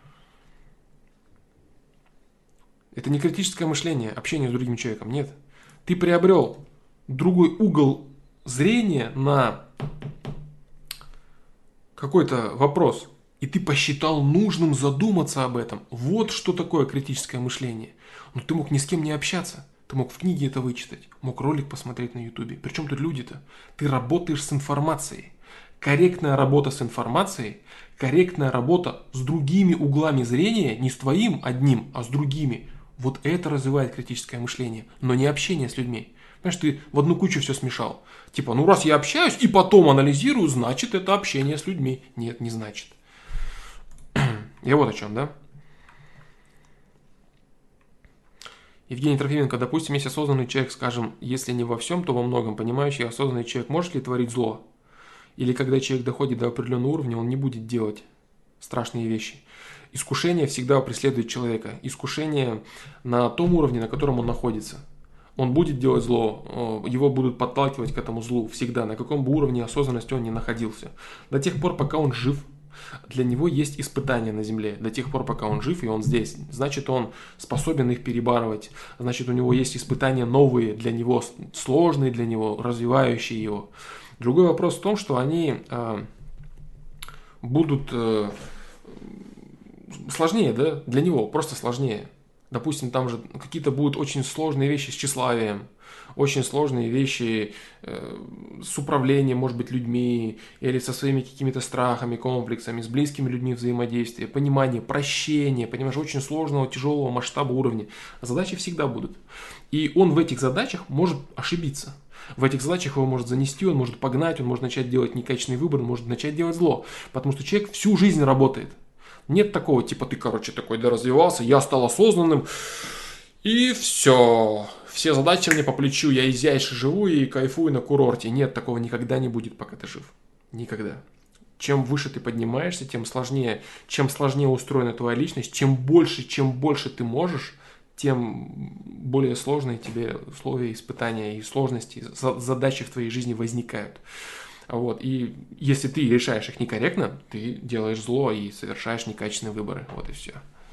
A: Это не критическое мышление, общение с другим человеком. Нет. Ты приобрел другой угол зрения на какой-то вопрос, и ты посчитал нужным задуматься об этом. Вот что такое критическое мышление. Но ты мог ни с кем не общаться. Ты мог в книге это вычитать, мог ролик посмотреть на ютубе. Причем тут люди-то? Ты работаешь с информацией. Корректная работа с информацией, корректная работа с другими углами зрения, не с твоим одним, а с другими. Вот это развивает критическое мышление, но не общение с людьми. Понимаешь, ты в одну кучу все смешал. Типа, раз я общаюсь и потом анализирую, значит это общение с людьми. Нет, не значит. Я вот о чем, да? Евгений Трофименко, допустим, есть осознанный человек, скажем, если не во всем, то во многом, понимающий осознанный человек может ли творить зло? Или когда человек доходит до определенного уровня, он не будет делать страшные вещи. Искушение всегда преследует человека. Искушение на том уровне, на котором он находится. Он будет делать зло, его будут подталкивать к этому злу всегда, на каком бы уровне осознанности он ни находился. До тех пор, пока он жив, для него есть испытания на земле. До тех пор, пока он жив и он здесь, значит, он способен их перебарывать. Значит, у него есть испытания новые для него, сложные для него, развивающие его. Другой вопрос в том, что они будут сложнее, да, для него, просто сложнее. Допустим, там же какие-то будут очень сложные вещи с тщеславием, очень сложные вещи с управлением, может быть, людьми, или со своими какими-то страхами, комплексами, с близкими людьми взаимодействие, понимание, прощение, понимаешь, очень сложного, тяжелого масштаба уровня. Задачи всегда будут. И он в этих задачах может ошибиться. В этих задачах его может занести, он может погнать, он может начать делать некачественный выбор, он может начать делать зло. Потому что человек всю жизнь работает. Нет такого, типа, ты, такой доразвивался, я стал осознанным, и все. Все задачи мне по плечу, я изящно живу и кайфую на курорте. Нет, такого никогда не будет, пока ты жив. Никогда. Чем выше ты поднимаешься, тем сложнее устроена твоя личность, чем больше ты можешь, тем более сложные тебе условия, испытания и сложности, задачи в твоей жизни возникают. Вот. И если ты решаешь их некорректно, ты делаешь зло и совершаешь некачественные выборы. Вот и все.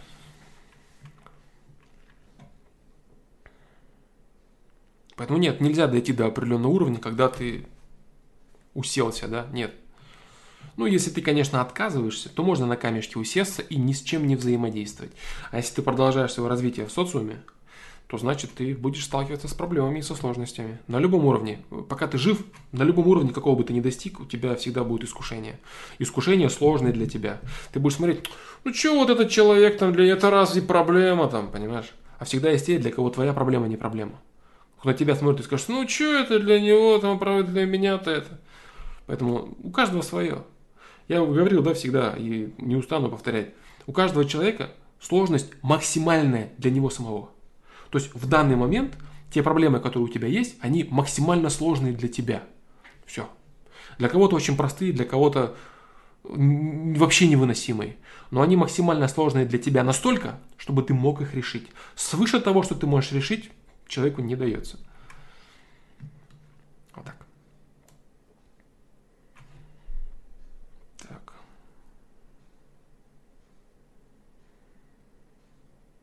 A: Поэтому нет, нельзя дойти до определенного уровня, когда ты уселся, да? Нет. Если ты, конечно, отказываешься, то можно на камешке усесться и ни с чем не взаимодействовать. А если ты продолжаешь свое развитие в социуме, то значит ты будешь сталкиваться с проблемами и со сложностями. На любом уровне. Пока ты жив, на любом уровне, какого бы ты ни достиг, у тебя всегда будет искушение. Искушение сложное для тебя. Ты будешь смотреть, что вот этот человек там, для это разве проблема там, понимаешь? А всегда есть те, для кого твоя проблема не проблема. На тебя смотрят и скажут, что это для него, там, правда, для меня-то это. Поэтому у каждого свое. Я говорил, да, всегда, и не устану повторять. У каждого человека сложность максимальная для него самого. То есть в данный момент те проблемы, которые у тебя есть, они максимально сложные для тебя. Все. Для кого-то очень простые, для кого-то вообще невыносимые. Но они максимально сложные для тебя настолько, чтобы ты мог их решить. Свыше того, что ты можешь решить, человеку не дается.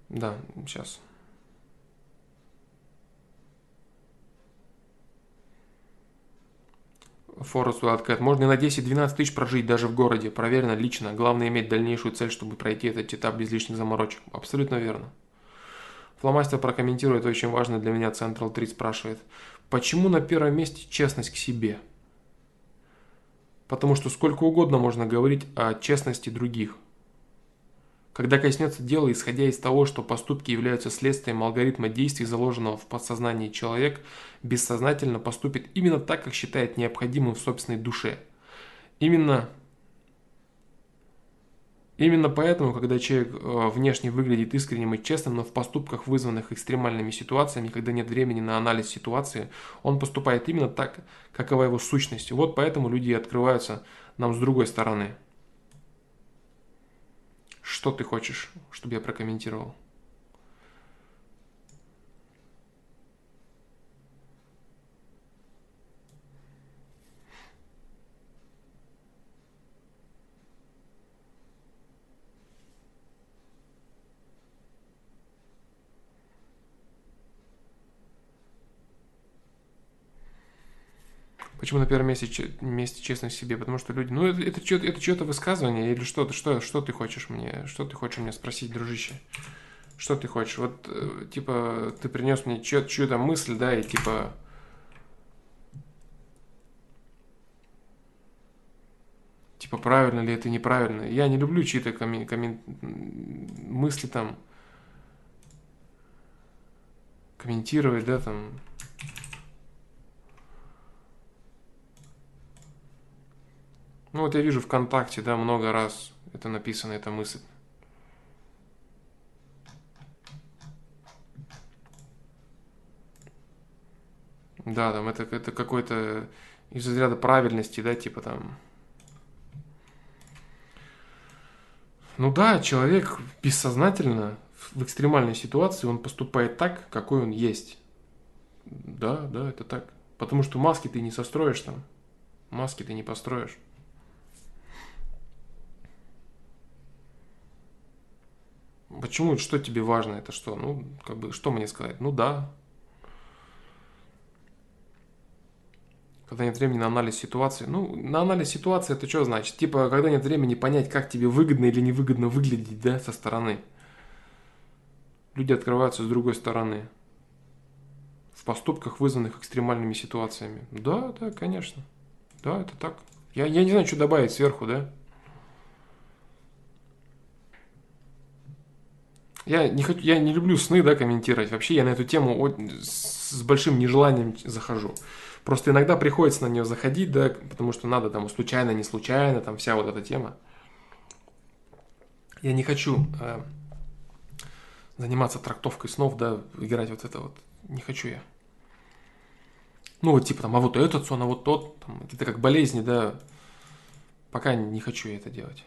A: Да, сейчас. Forest Wildcat. Можно и на 10-12 тысяч прожить даже в городе. Проверено лично. Главное иметь дальнейшую цель, чтобы пройти этот этап без лишних заморочек. Абсолютно верно. Фломастер прокомментирует очень важно для меня. Central 3 спрашивает. Почему на первом месте честность к себе? Потому что сколько угодно можно говорить о честности других. Когда коснется дела, исходя из того, что поступки являются следствием алгоритма действий, заложенного в подсознании, человек бессознательно поступит именно так, как считает необходимым в собственной душе. Именно поэтому, когда человек внешне выглядит искренним и честным, но в поступках, вызванных экстремальными ситуациями, когда нет времени на анализ ситуации, он поступает именно так, какова его сущность. Вот поэтому люди открываются нам с другой стороны. Что ты хочешь, чтобы я прокомментировал? Почему на первом месте честность себе? Потому что люди... Ну, это чье-то высказывание или что-то, что ты хочешь мне? Что ты хочешь мне спросить, дружище? Что ты хочешь? Вот, типа, ты принес мне чью-то мысль, да, и типа... Типа, правильно ли это, неправильно? Я не люблю чьи-то мысли там комментировать, да, там... Ну вот я вижу ВКонтакте, да, много раз это написано, эта мысль. Да, там это какой-то из разряда правильности, да, типа там. Ну да, человек бессознательно в экстремальной ситуации он поступает так, какой он есть. Да, это так. Потому что маски ты не состроишь там. Маски ты не построишь. Почему? Что тебе важно? Это что? Ну, как бы, что мне сказать? Ну да. Когда нет времени на анализ ситуации. Ну, на анализ ситуации это что значит? Типа, когда нет времени понять, как тебе выгодно или невыгодно выглядеть, да, со стороны. Люди открываются с другой стороны. В поступках, вызванных экстремальными ситуациями. Да, конечно. Да, это так. Я не знаю, что добавить сверху, да? Я не люблю сны, да, комментировать. Вообще я на эту тему с большим нежеланием захожу. Просто иногда приходится на нее заходить, да, потому что надо там случайно, не случайно, там вся вот эта тема. Я не хочу заниматься трактовкой снов, да, играть вот это вот. Не хочу я. Ну вот типа там, а вот этот сон, а вот тот, там, какие-то как болезни, да. Пока не хочу я это делать.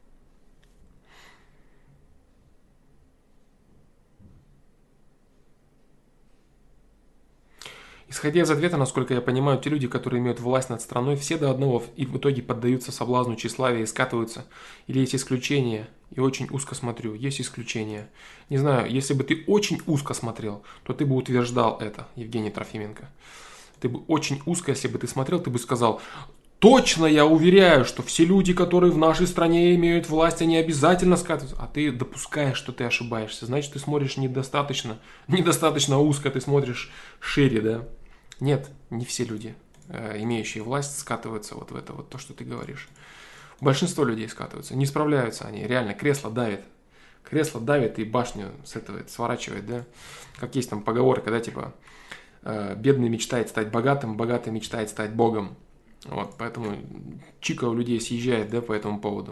A: Исходя из ответа, насколько я понимаю, те люди, которые имеют власть над страной, все до одного и в итоге поддаются соблазну тщеславия и скатываются. Или есть исключения? И очень узко смотрю. Есть исключения. Не знаю, если бы ты очень узко смотрел, то ты бы утверждал это, Евгений Трофименко. Ты бы очень узко, если бы ты смотрел, ты бы сказал: точно я уверяю, что все люди, которые в нашей стране имеют власть, они обязательно скатываются. А ты допускаешь, что ты ошибаешься. Значит, ты смотришь недостаточно узко, ты смотришь шире, да? Нет, не все люди, имеющие власть, скатываются вот в это вот то, что ты говоришь. Большинство людей скатываются, не справляются они, реально, кресло давит. Кресло давит и башню с этого сворачивает, да? Как есть там поговорка, да, типа, бедный мечтает стать богатым, богатый мечтает стать богом. Вот, поэтому чика у людей съезжает, да, по этому поводу.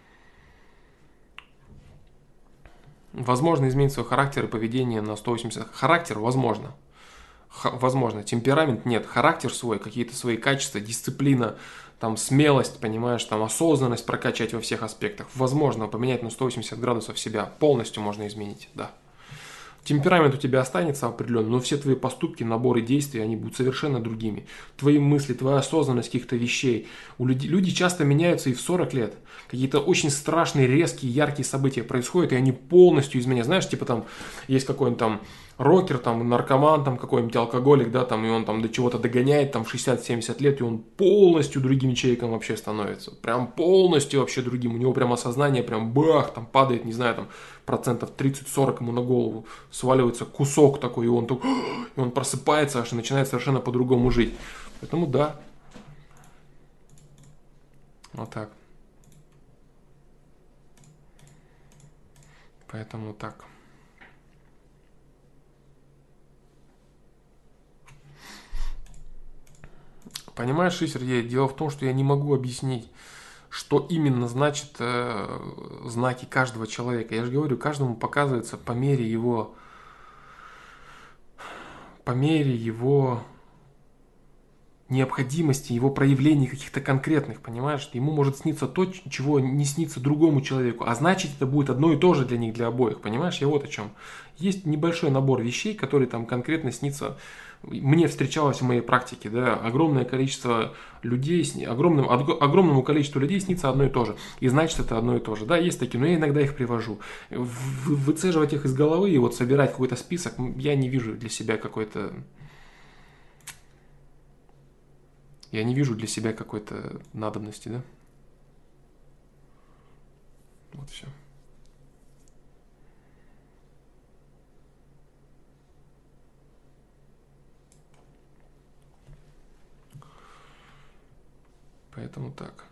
A: Возможно изменить свой характер и поведение на 180. Характер возможно. Возможно, темперамент нет, характер свой, какие-то свои качества, дисциплина, там смелость, понимаешь, там осознанность прокачать во всех аспектах. Возможно, поменять на 180 градусов себя полностью можно изменить, да. Темперамент у тебя останется определенно, но все твои поступки, наборы действий, они будут совершенно другими. Твои мысли, твоя осознанность каких-то вещей. Люди часто меняются и в 40 лет. Какие-то очень страшные, резкие, яркие события происходят, и они полностью изменяют. Знаешь, типа там есть какой-нибудь там рокер, там, наркоман, там, какой-нибудь алкоголик, да, там, и он там до чего-то догоняет, там, в 60-70 лет, и он полностью другим человеком вообще становится. Прям полностью вообще другим. У него прям осознание прям бах, там, падает, не знаю, там, процентов 30-40 ему на голову сваливается кусок такой, и он просыпается аж и начинает совершенно по-другому жить. Поэтому да, вот так. Поэтому так. Понимаешь, Сергей, дело в том, что я не могу объяснить, что именно значит знаки каждого человека. Я же говорю, каждому показывается по мере его необходимости, его проявлений каких-то конкретных, понимаешь? Ему может сниться то, чего не снится другому человеку, а значит это будет одно и то же для них, для обоих, понимаешь? Я вот о чем. Есть небольшой набор вещей, которые там конкретно снится. Мне встречалось в моей практике, да, огромное количество людей, огромному количеству людей снится одно и то же. И значит это одно и то же. Да, есть такие, но я иногда их привожу. Выцеживать их из головы и вот собирать какой-то список, я не вижу для себя какой-то. Я не вижу для себя какой-то надобности, да? Вот все. Поэтому так.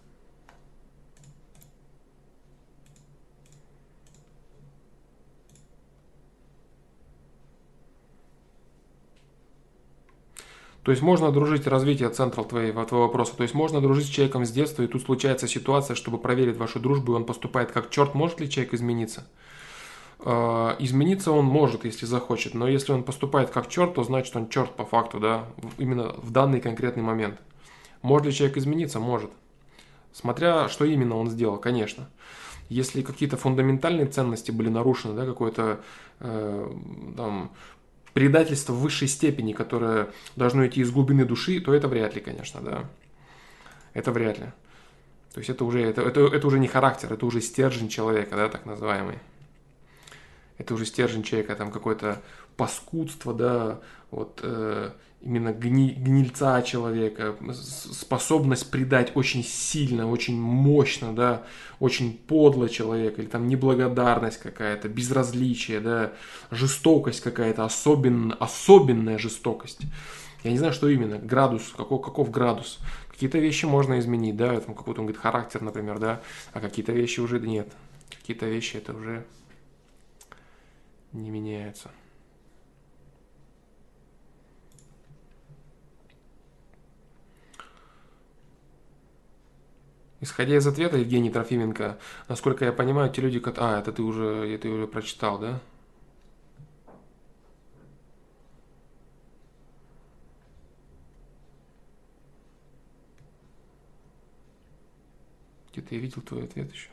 A: То есть можно дружить, развитие центра твоего вопроса. То есть можно дружить с человеком с детства, и тут случается ситуация, чтобы проверить вашу дружбу, и он поступает как черт. Может ли человек измениться? Измениться он может, если захочет, но если он поступает как черт, то значит он черт по факту, да, именно в данный конкретный момент. Может ли человек измениться? Может. Смотря, что именно он сделал, конечно. Если какие-то фундаментальные ценности были нарушены, да, какое-то там предательство в высшей степени, которое должно идти из глубины души, то это вряд ли, конечно, да. Это вряд ли. То есть это уже не характер, это уже стержень человека, да, так называемый. Это уже стержень человека, там какое-то паскудство, да, вот именно гнильца человека, способность предать очень сильно, очень мощно, да, очень подло человека, или там неблагодарность какая-то, безразличие, да, жестокость какая-то, особенная жестокость. Я не знаю, что именно, градус, каков градус. Какие-то вещи можно изменить, да, там какой-то, он говорит, характер, например, да, а какие-то вещи уже нет. Какие-то вещи это уже не меняются. Исходя из ответа Евгений Трофименко, насколько я понимаю, те люди, это ты уже прочитал, да? Где-то я видел твой ответ еще.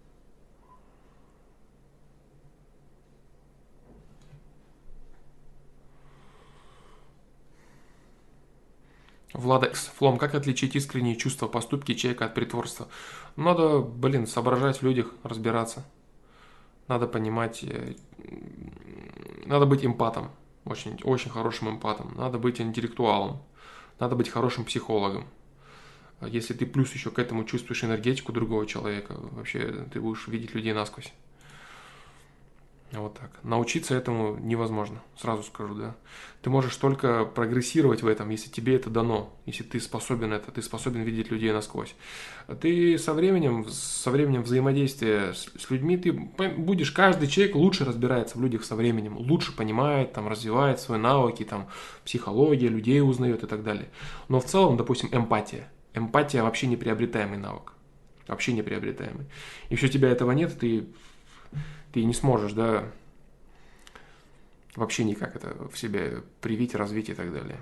A: Влада X. Флом, как отличить искренние чувства, поступки человека от притворства? Надо, соображать в людях, разбираться. Надо понимать, надо быть эмпатом, очень, очень хорошим эмпатом. Надо быть интеллектуалом, надо быть хорошим психологом. Если ты плюс еще к этому чувствуешь энергетику другого человека, вообще ты будешь видеть людей насквозь. Вот так. Научиться этому невозможно, сразу скажу, да. Ты можешь только прогрессировать в этом, если тебе это дано, если ты способен это, ты способен видеть людей насквозь. Ты со временем взаимодействия с людьми, ты будешь, каждый человек лучше разбирается в людях со временем, лучше понимает, там, развивает свои навыки, там, психология, людей узнает и так далее. Но в целом, допустим, эмпатия. Эмпатия вообще неприобретаемый навык. Вообще неприобретаемый. И все у тебя этого нет, ты не сможешь, да, вообще никак это в себе привить, развить и так далее.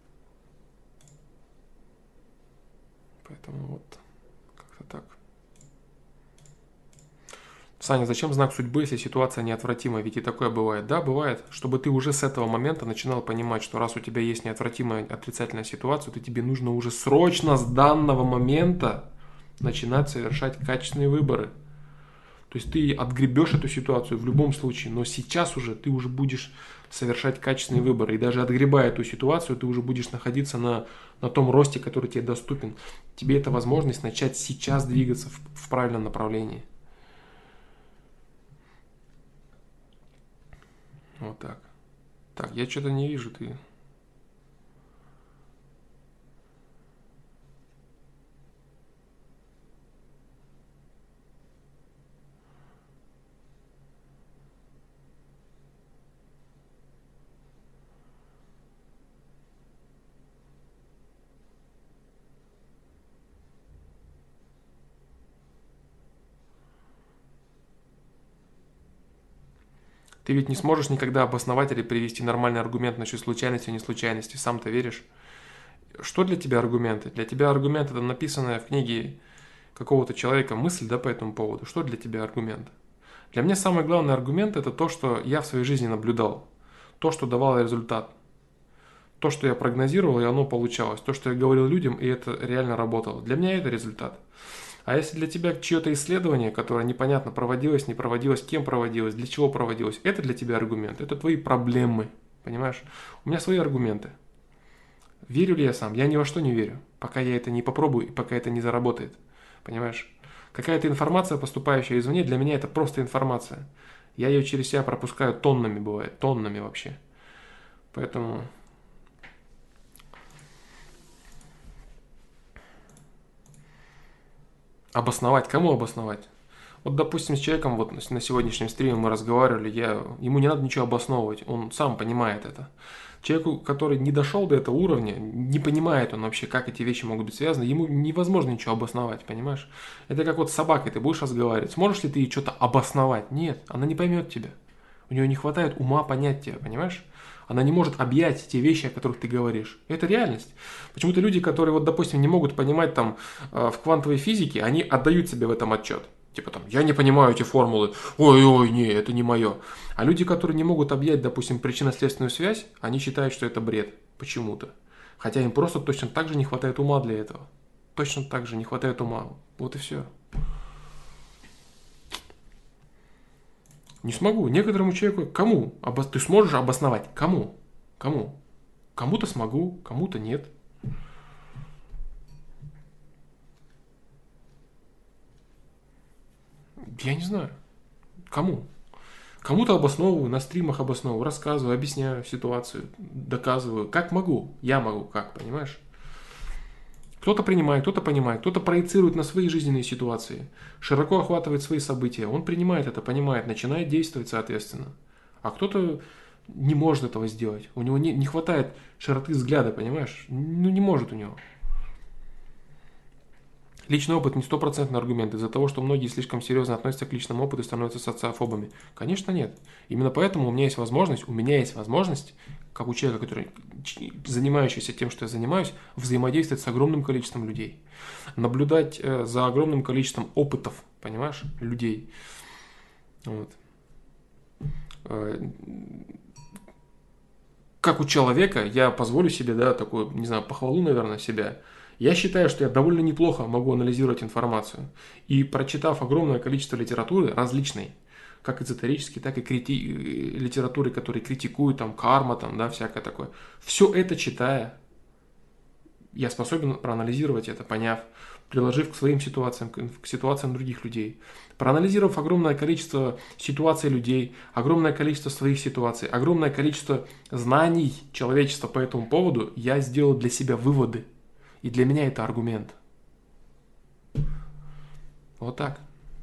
A: Поэтому вот как-то так. Саня, зачем знак судьбы, если ситуация неотвратима? Ведь и такое бывает. Да, бывает. Чтобы ты уже с этого момента начинал понимать, что раз у тебя есть неотвратимая отрицательная ситуация, то тебе нужно уже срочно с данного момента начинать совершать качественные выборы. То есть ты отгребешь эту ситуацию в любом случае, но сейчас уже ты уже будешь совершать качественные выборы. И даже отгребая эту ситуацию, ты уже будешь находиться на том росте, который тебе доступен. Тебе это возможность начать сейчас двигаться в правильном направлении. Вот так. Так, я что-то не вижу, ты... Ты ведь не сможешь никогда обосновать или привести нормальный аргумент насчет случайности и неслучайности. Сам-то веришь? Что для тебя аргументы? Для тебя аргумент – это написанная в книге какого-то человека мысль, да, по этому поводу. Что для тебя аргумент? Для меня самый главный аргумент – это то, что я в своей жизни наблюдал. То, что давало результат. То, что я прогнозировал, и оно получалось. То, что я говорил людям, и это реально работало. Для меня это результат. А если для тебя чье-то исследование, которое непонятно проводилось, не проводилось, кем проводилось, для чего проводилось, это для тебя аргумент, это твои проблемы, понимаешь? У меня свои аргументы. Верю ли я сам? Я ни во что не верю, пока я это не попробую и пока это не заработает, понимаешь? Какая-то информация, поступающая извне, для меня это просто информация. Я ее через себя пропускаю тоннами, бывает, тоннами вообще. Поэтому... Обосновать? Кому обосновать? Вот, допустим, с человеком вот на сегодняшнем стриме мы разговаривали, ему не надо ничего обосновывать, он сам понимает это. Человеку, который не дошел до этого уровня, не понимает он вообще, как эти вещи могут быть связаны, ему невозможно ничего обосновать, понимаешь? Это как вот с собакой ты будешь разговаривать, сможешь ли ты ей что-то обосновать? Нет, она не поймет тебя. У нее не хватает ума понять тебя, понимаешь? Она не может объять те вещи, о которых ты говоришь. Это реальность. Почему-то люди, которые, вот, допустим, не могут понимать там в квантовой физике, они отдают себе в этом отчет. Типа там, я не понимаю эти формулы, ой-ой, не, это не мое. А люди, которые не могут объять, допустим, причинно-следственную связь, они считают, что это бред почему-то. Хотя им просто точно так же не хватает ума для этого. Точно так же не хватает ума. Вот и все. Не смогу. Некоторому человеку, кому? Ты сможешь обосновать? Кому? Кому? Кому-то смогу, кому-то нет. Я не знаю. Кому? Кому-то обосновываю, на стримах обосновываю, рассказываю, объясняю ситуацию, доказываю. Как могу? Я могу, как, понимаешь? Кто-то принимает, кто-то понимает, кто-то проецирует на свои жизненные ситуации, широко охватывает свои события. Он принимает это, понимает, начинает действовать соответственно. А кто-то не может этого сделать. У него не хватает широты взгляда, понимаешь? Ну, не может у него. Личный опыт не стопроцентный аргумент из-за того, что многие слишком серьезно относятся к личному опыту и становятся социофобами. Конечно, нет. Именно поэтому у меня есть возможность, как у человека, который занимающийся тем, что я занимаюсь, взаимодействовать с огромным количеством людей. Наблюдать за огромным количеством опытов, понимаешь, людей. Вот. Как у человека, я позволю себе, да, такую, не знаю, похвалу, наверное, себя. Я считаю, что я довольно неплохо могу анализировать информацию. И прочитав огромное количество литературы различной, как эзотерической, так и литературы, которые критикуют, там, карма, там, да, всякое такое. Все это читая, я способен проанализировать это, поняв, приложив к своим ситуациям, к ситуациям других людей. Проанализировав огромное количество ситуаций людей, огромное количество своих ситуаций, огромное количество знаний человечества по этому поводу, я сделал для себя выводы. И для меня это аргумент. Вот так.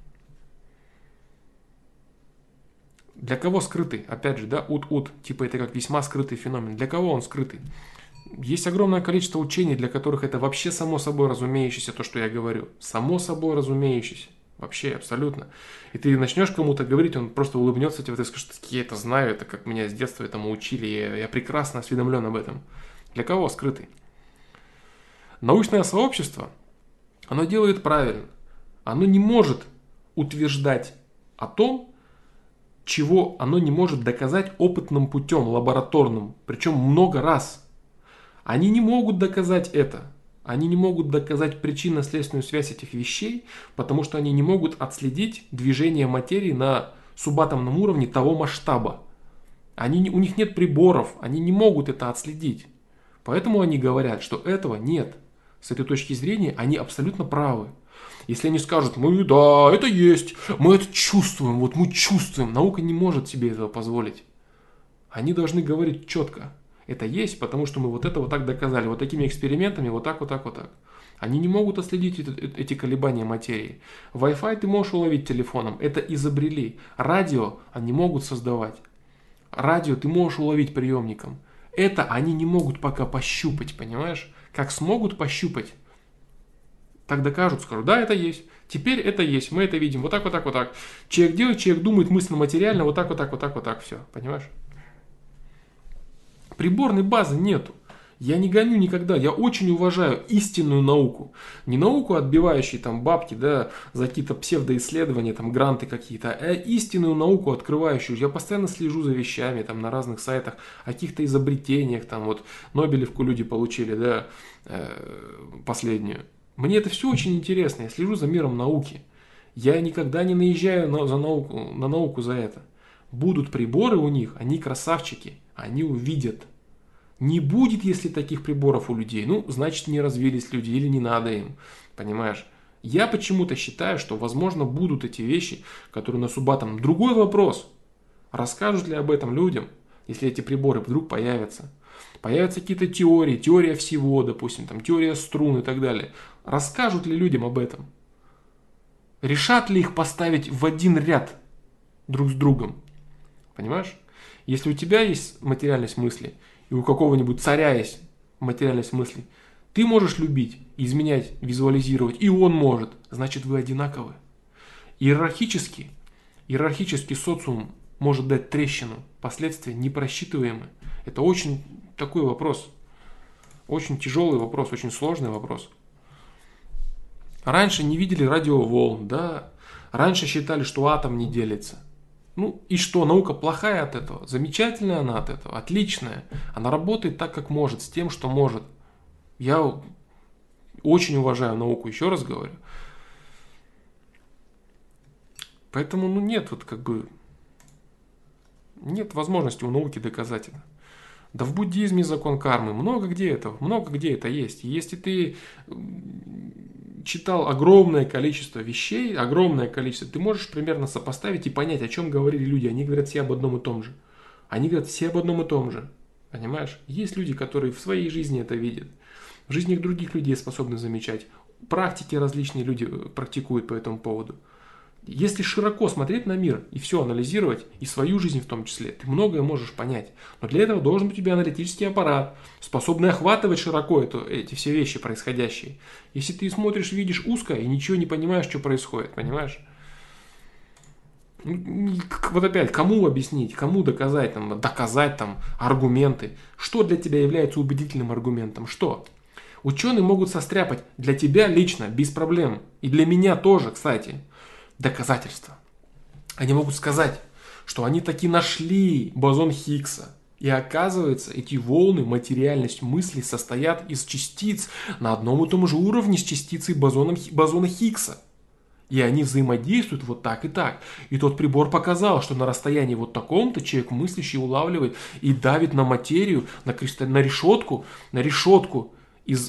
A: Для кого скрытый? Опять же, да, ут-ут. Типа это как весьма скрытый феномен. Для кого он скрытый? Есть огромное количество учений, для которых это вообще само собой разумеющееся, то, что я говорю. Само собой разумеющееся. Вообще, абсолютно. И ты начнешь кому-то говорить, он просто улыбнется тебе, ты скажешь, я это знаю, это как меня с детства этому учили, я прекрасно осведомлен об этом. Для кого скрытый? Научное сообщество, оно делает правильно. Оно не может утверждать о том, чего оно не может доказать опытным путем, лабораторным, причем много раз. Они не могут доказать это. Они не могут доказать причинно-следственную связь этих вещей, потому что они не могут отследить движение материи на субатомном уровне того масштаба. У них нет приборов, они не могут это отследить. Поэтому они говорят, что этого нет. С этой точки зрения они абсолютно правы. Если они скажут, да, это есть, мы это чувствуем, вот мы чувствуем, наука не может себе этого позволить. Они должны говорить четко. Это есть, потому что мы вот это вот так доказали, вот такими экспериментами, вот так, вот так, вот так. Они не могут отследить эти колебания материи. Wi-Fi ты можешь уловить телефоном, это изобрели. Радио они могут создавать. Радио ты можешь уловить приемником. Это они не могут пока пощупать, понимаешь? Как смогут пощупать, так докажут, скажут, да, это есть. Теперь это есть, мы это видим. Вот так, вот так, вот так. Человек делает, человек думает мысленно, материально, вот так, вот так, вот так, вот так, все. Понимаешь? Приборной базы нету. Я не гоню никогда, я очень уважаю истинную науку. Не науку, отбивающую там бабки, да, за какие-то псевдоисследования, там гранты какие-то, а истинную науку, открывающую. Я постоянно слежу за вещами там на разных сайтах, о каких-то изобретениях, там вот Нобелевку люди получили, да, последнюю. Мне это все очень интересно, я слежу за миром науки. Я никогда не наезжаю на науку за это. Будут приборы у них, они красавчики, они увидят. Не будет, если таких приборов у людей. Ну, значит, не развились люди или не надо им. Понимаешь? Я почему-то считаю, что, возможно, будут эти вещи, которые на субатомном. Другой вопрос. Расскажут ли об этом людям, если эти приборы вдруг появятся? Появятся какие-то теории, теория всего, допустим, там, теория струн и так далее. Расскажут ли людям об этом? Решат ли их поставить в один ряд друг с другом? Понимаешь? Если у тебя есть материальность мысли, и у какого-нибудь царя есть материальность мысли, ты можешь любить, изменять, визуализировать, и он может, значит вы одинаковы. Иерархически социум может дать трещину, последствия непросчитываемы. Это очень такой вопрос, очень тяжелый вопрос, очень сложный вопрос. Раньше не видели радиоволн, да, раньше считали, что атом не делится. Ну и что, наука плохая от этого? Замечательная она от этого, отличная. Она работает так, как может, с тем, что может. Я очень уважаю науку, еще раз говорю. Поэтому, нет, вот как бы, нет возможности у науки доказать это. Да в буддизме закон кармы, много где это есть. И если ты читал огромное количество вещей, огромное количество, ты можешь примерно сопоставить и понять, о чем говорили люди. Они говорят все об одном и том же. Они говорят все об одном и том же. Понимаешь? Есть люди, которые в своей жизни это видят. В жизнях других людей способны замечать. Практики различные люди практикуют по этому поводу. Если широко смотреть на мир и все анализировать, и свою жизнь в том числе, ты многое можешь понять. Но для этого должен быть у тебя аналитический аппарат, способный охватывать широко эти все вещи происходящие. Если ты смотришь, видишь узко и ничего не понимаешь, что происходит, понимаешь? Вот опять, кому объяснить, кому доказать там аргументы? Что для тебя является убедительным аргументом? Что? Ученые могут состряпать для тебя лично, без проблем. И для меня тоже, кстати. Доказательства. Они могут сказать, что они таки нашли бозон Хиггса. И оказывается, эти волны, материальность мысли состоят из частиц на одном и том же уровне с частицей бозона Хиггса. И они взаимодействуют вот так и так. И тот прибор показал, что на расстоянии вот таком-то человек мыслящий улавливает и давит на материю, на решетку из...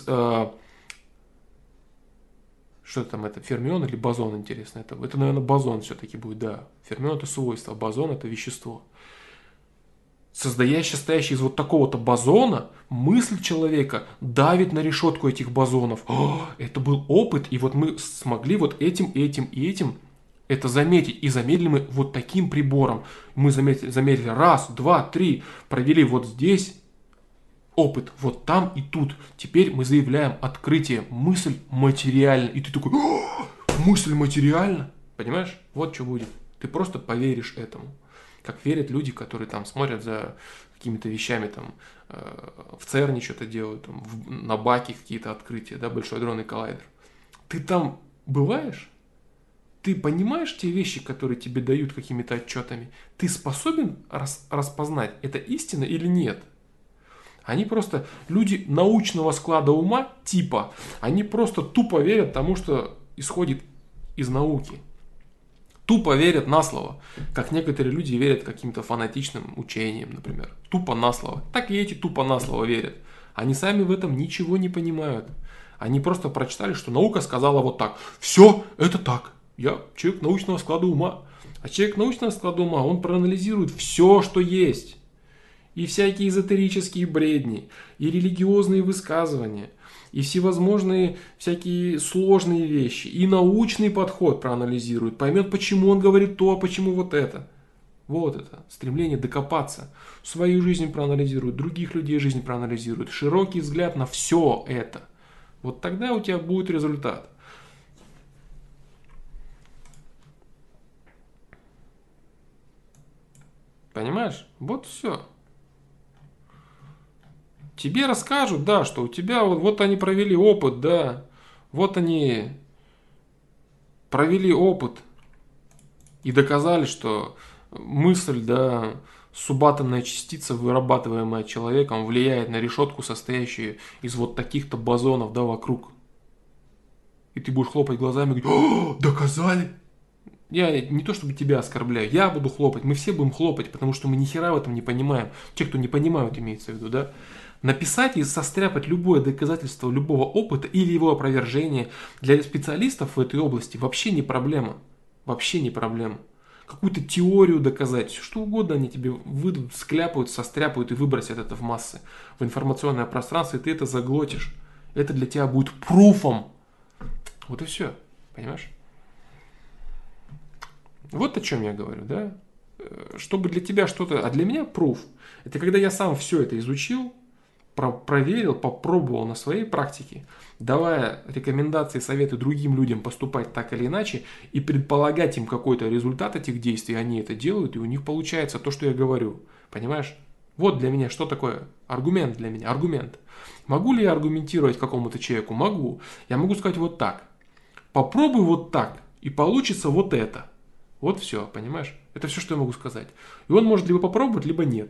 A: Что там это, фермион или бозон, интересно? Это, наверное, бозон все-таки будет, да. Фермион это свойство, бозон это вещество. Состоящий из вот такого-то бозона, мысль человека давит на решетку этих бозонов. Это был опыт, и вот мы смогли вот этим это заметить. И замерили мы вот таким прибором. Мы замерили раз, два, три, провели вот здесь. Опыт вот там и тут. Теперь мы заявляем открытие. Мысль материальна. И ты такой, мысль материальна? Понимаешь? Вот что будет. Ты просто поверишь этому. Как верят люди, которые там смотрят за какими-то вещами, там в ЦЕРНе что-то делают, там, на Баке какие-то открытия, да, Большой адронный коллайдер. Ты там бываешь? ты понимаешь те вещи, которые тебе дают какими-то отчетами? Ты способен распознать, это истина или нет? Они просто, люди научного склада ума, типа, они просто тупо верят тому, что исходит из науки. Тупо верят на слово, как некоторые люди верят каким-то фанатичным учениям, например. Тупо на слово. Так и эти тупо на слово верят. Они сами в этом ничего не понимают. Они просто прочитали, что наука сказала вот так. Все, это так. Я человек научного склада ума. А человек научного склада ума, он проанализирует все, что есть. И всякие эзотерические бредни, и религиозные высказывания, и всевозможные всякие сложные вещи, и научный подход проанализирует, поймет, почему он говорит то, а почему вот это. Вот это, стремление докопаться. Свою жизнь проанализирует, других людей жизнь проанализирует, широкий взгляд на все это. Вот тогда у тебя будет результат. Понимаешь? Вот все. Тебе расскажут, да, что у тебя вот они провели опыт, да, вот они провели опыт и доказали, что мысль, да, субатомная частица, вырабатываемая человеком, влияет на решетку, состоящую из вот таких-то бозонов, да, вокруг. И ты будешь хлопать глазами и говорить: «О, доказали!» Я не то чтобы тебя оскорбляю, я буду хлопать, мы все будем хлопать, потому что мы ни хера в этом не понимаем. Те, кто не понимают, имеется в виду, да. Написать и состряпать любое доказательство любого опыта или его опровержение для специалистов в этой области вообще не проблема. Вообще не проблема. Какую-то теорию доказать, что угодно они тебе выдадут, скляпают, состряпают и выбросят это в массы, в информационное пространство, и ты это заглотишь. Это для тебя будет пруфом. Вот и все. Понимаешь? Вот о чем я говорю, да? Чтобы для тебя что-то... А для меня пруф. Это когда я сам все это изучил, проверил, попробовал на своей практике, давая рекомендации, советы другим людям поступать так или иначе и предполагать им какой-то результат этих действий, они это делают, и у них получается то, что я говорю. Понимаешь? Вот для меня что такое аргумент для меня. Аргумент. Могу ли я аргументировать какому-то человеку? Могу. Я могу сказать вот так. Попробуй вот так, и получится вот это. Вот все, понимаешь? Это все, что я могу сказать. И он может либо попробовать, либо нет.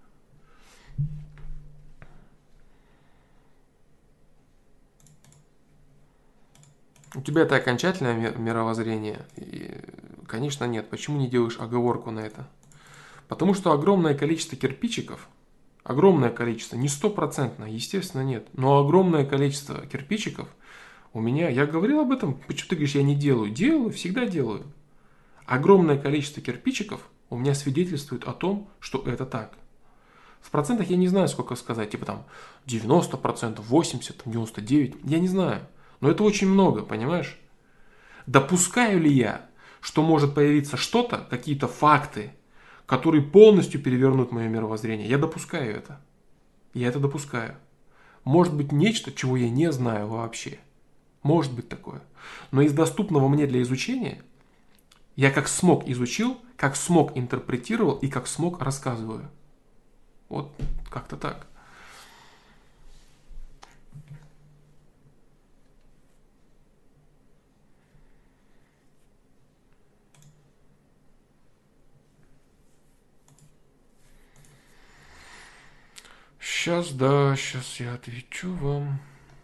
A: У тебя это окончательное мировоззрение? И, конечно, нет. Почему не делаешь оговорку на это? Потому что огромное количество кирпичиков, огромное количество, не стопроцентно, естественно, нет, но огромное количество кирпичиков у меня, я говорил об этом, почему ты говоришь, я не делаю? Делаю, всегда делаю. Огромное количество кирпичиков у меня свидетельствует о том, что это так. В процентах я не знаю, сколько сказать, типа там 90%, 80%, 99%, я не знаю. Но это очень много, понимаешь? Допускаю ли я, что может появиться что-то, какие-то факты, которые полностью перевернут мое мировоззрение? Я допускаю это. Я это допускаю. Может быть нечто, чего я не знаю вообще. Может быть такое. Но из доступного мне для изучения я как смог изучил, как смог интерпретировал и как смог рассказываю. Вот как-то так. Сейчас, да, сейчас я отвечу вам.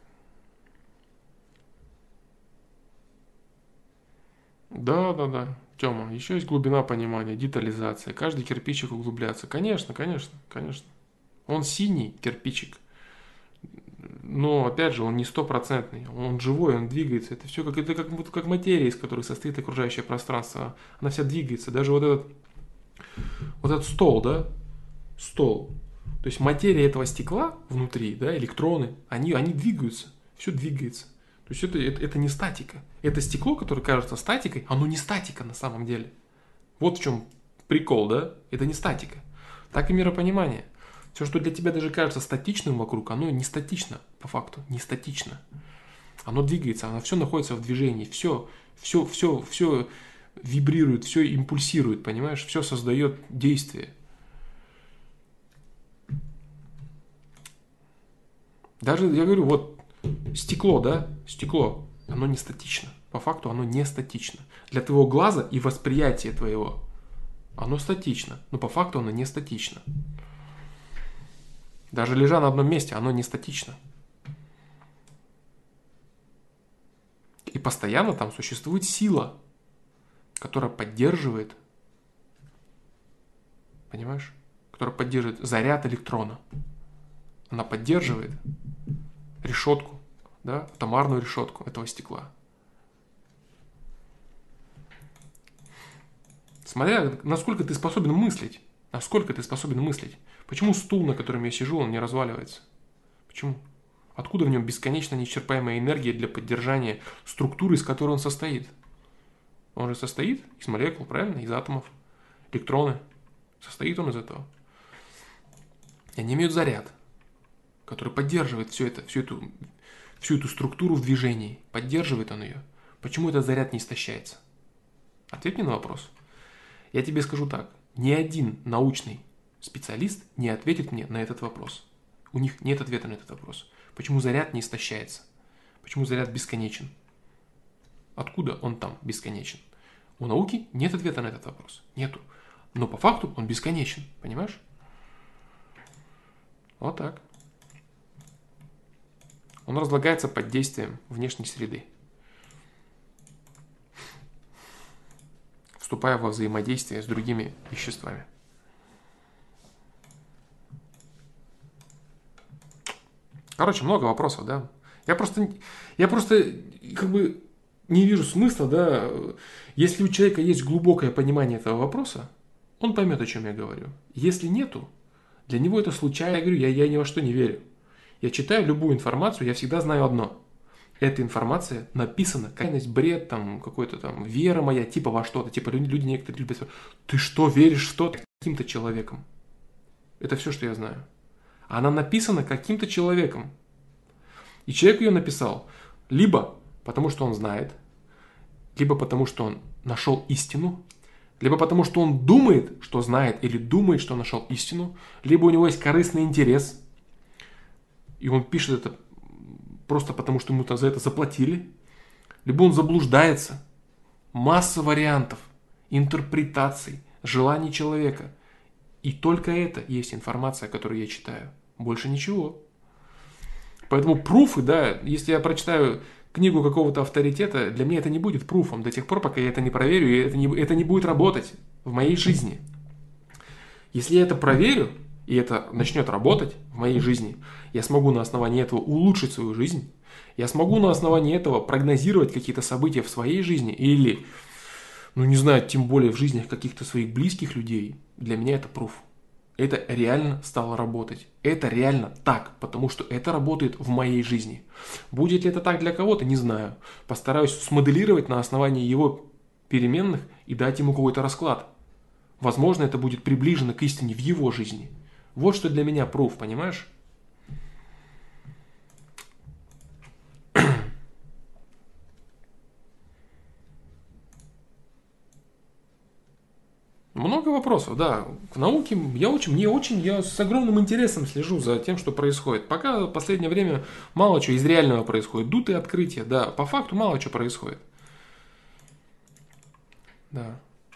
A: Да, да, да. Тёма, еще есть глубина понимания, детализация. Каждый кирпичик углубляться. Конечно, конечно, конечно. Он синий кирпичик. Но, опять же, он не стопроцентный. Он живой, он двигается. Это все как материя, из которой состоит окружающее пространство. Она вся двигается. Даже вот этот стол, да? Стол. То есть материя этого стекла внутри, да, электроны, они двигаются. Все двигается. То есть это не статика. Это стекло, которое кажется статикой, оно не статика на самом деле. Вот в чем прикол, да? Это не статика. Так и миропонимание. Все, что для тебя даже кажется статичным вокруг, оно не статично, по факту, не статично. Оно двигается, оно все находится в движении, все вибрирует, все импульсирует, понимаешь? Все создает действие. Даже, я говорю, вот стекло, да, стекло, оно не статично. по факту оно не статично. Для твоего глаза и восприятия твоего оно статично, но по факту оно не статично. Даже лежа на одном месте, оно не статично. И постоянно там существует сила, которая поддерживает, понимаешь? Которая поддерживает заряд электрона. Она поддерживает решетку, да, атомарную решетку этого стекла. Смотря, насколько ты способен мыслить. Насколько ты способен мыслить. Почему стул, на котором я сижу, он не разваливается? Почему? Откуда в нем бесконечно неисчерпаемая энергия для поддержания структуры, из которой он состоит? Он же состоит из молекул, правильно? Из атомов. Электроны. Состоит он из этого. И они имеют заряд, который поддерживает всю эту структуру в движении. Поддерживает он ее. Почему этот заряд не истощается? Ответь мне на вопрос. Я тебе скажу так. Ни один научный специалист не ответит мне на этот вопрос. У них нет ответа на этот вопрос. Почему заряд не истощается? Почему заряд бесконечен? Откуда он там бесконечен? У науки нет ответа на этот вопрос. Нету. Но по факту он бесконечен. Понимаешь? Вот так. Он разлагается под действием внешней среды. Вступая во взаимодействие с другими веществами. Короче, много вопросов, да. Я просто как бы не вижу смысла, да. Если у человека есть глубокое понимание этого вопроса, он поймет, о чем я говорю. Если нету, для него это случайно. Я говорю, я ни во что не верю. Я читаю любую информацию, я всегда знаю одно. Эта информация написана, крайность, бред, там, какой-то там, вера моя, типа во что-то. Типа люди некоторые любят, ты что, веришь в что-то каким-то человеком? Это все, что я знаю. Она написана каким-то человеком. И человек ее написал либо потому, что он знает, либо потому, что он нашел истину, либо потому, что он думает, что знает, или думает, что нашел истину, либо у него есть корыстный интерес, и он пишет это просто потому, что ему за это заплатили, либо он заблуждается. Масса вариантов, интерпретаций, желаний человека. И только это есть информация, которую я читаю. Больше ничего. Поэтому пруфы, да, если я прочитаю книгу какого-то авторитета, для меня это не будет пруфом до тех пор, пока я это не проверю, и это не будет работать в моей жизни. Если я это проверю, и это начнет работать в моей жизни, я смогу на основании этого улучшить свою жизнь, я смогу на основании этого прогнозировать какие-то события в своей жизни или, ну не знаю, тем более в жизнях каких-то своих близких людей, для меня это пруф. Это реально стало работать. Это реально так, потому что это работает в моей жизни. Будет ли это так для кого-то, не знаю. Постараюсь смоделировать на основании его переменных и дать ему какой-то расклад. Возможно, это будет приближено к истине в его жизни. Вот что для меня пруф, понимаешь? Много вопросов, да. В науке я с огромным интересом слежу за тем, что происходит. Пока в последнее время мало чего из реального происходит. Дутые открытия, да. По факту мало чего происходит. Да.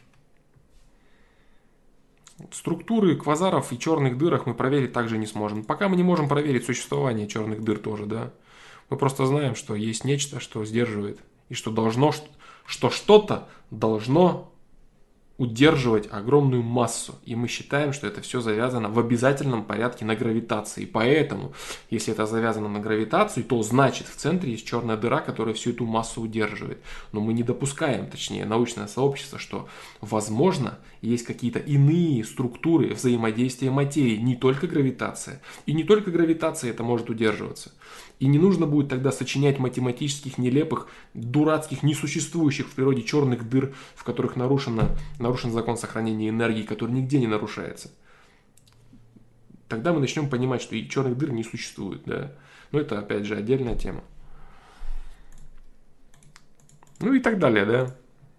A: Структуры квазаров и черных дырах мы проверить также не сможем. Пока мы не можем проверить существование черных дыр тоже, да. Мы просто знаем, что есть нечто, что сдерживает. И что что-то должно удерживать огромную массу. И мы считаем, что это все завязано в обязательном порядке на гравитации. Поэтому, если это завязано на гравитацию, то значит в центре есть черная дыра, которая всю эту массу удерживает. Но мы не допускаем, точнее научное сообщество, что возможно есть какие-то иные структуры взаимодействия материи, не только гравитация. И не только гравитация это может удерживаться. И не нужно будет тогда сочинять математических, нелепых, дурацких, несуществующих в природе черных дыр, в которых нарушен закон сохранения энергии, который нигде не нарушается. Тогда мы начнем понимать, что и черных дыр не существует. Да? Но это, опять же, отдельная тема. Ну и так далее, да.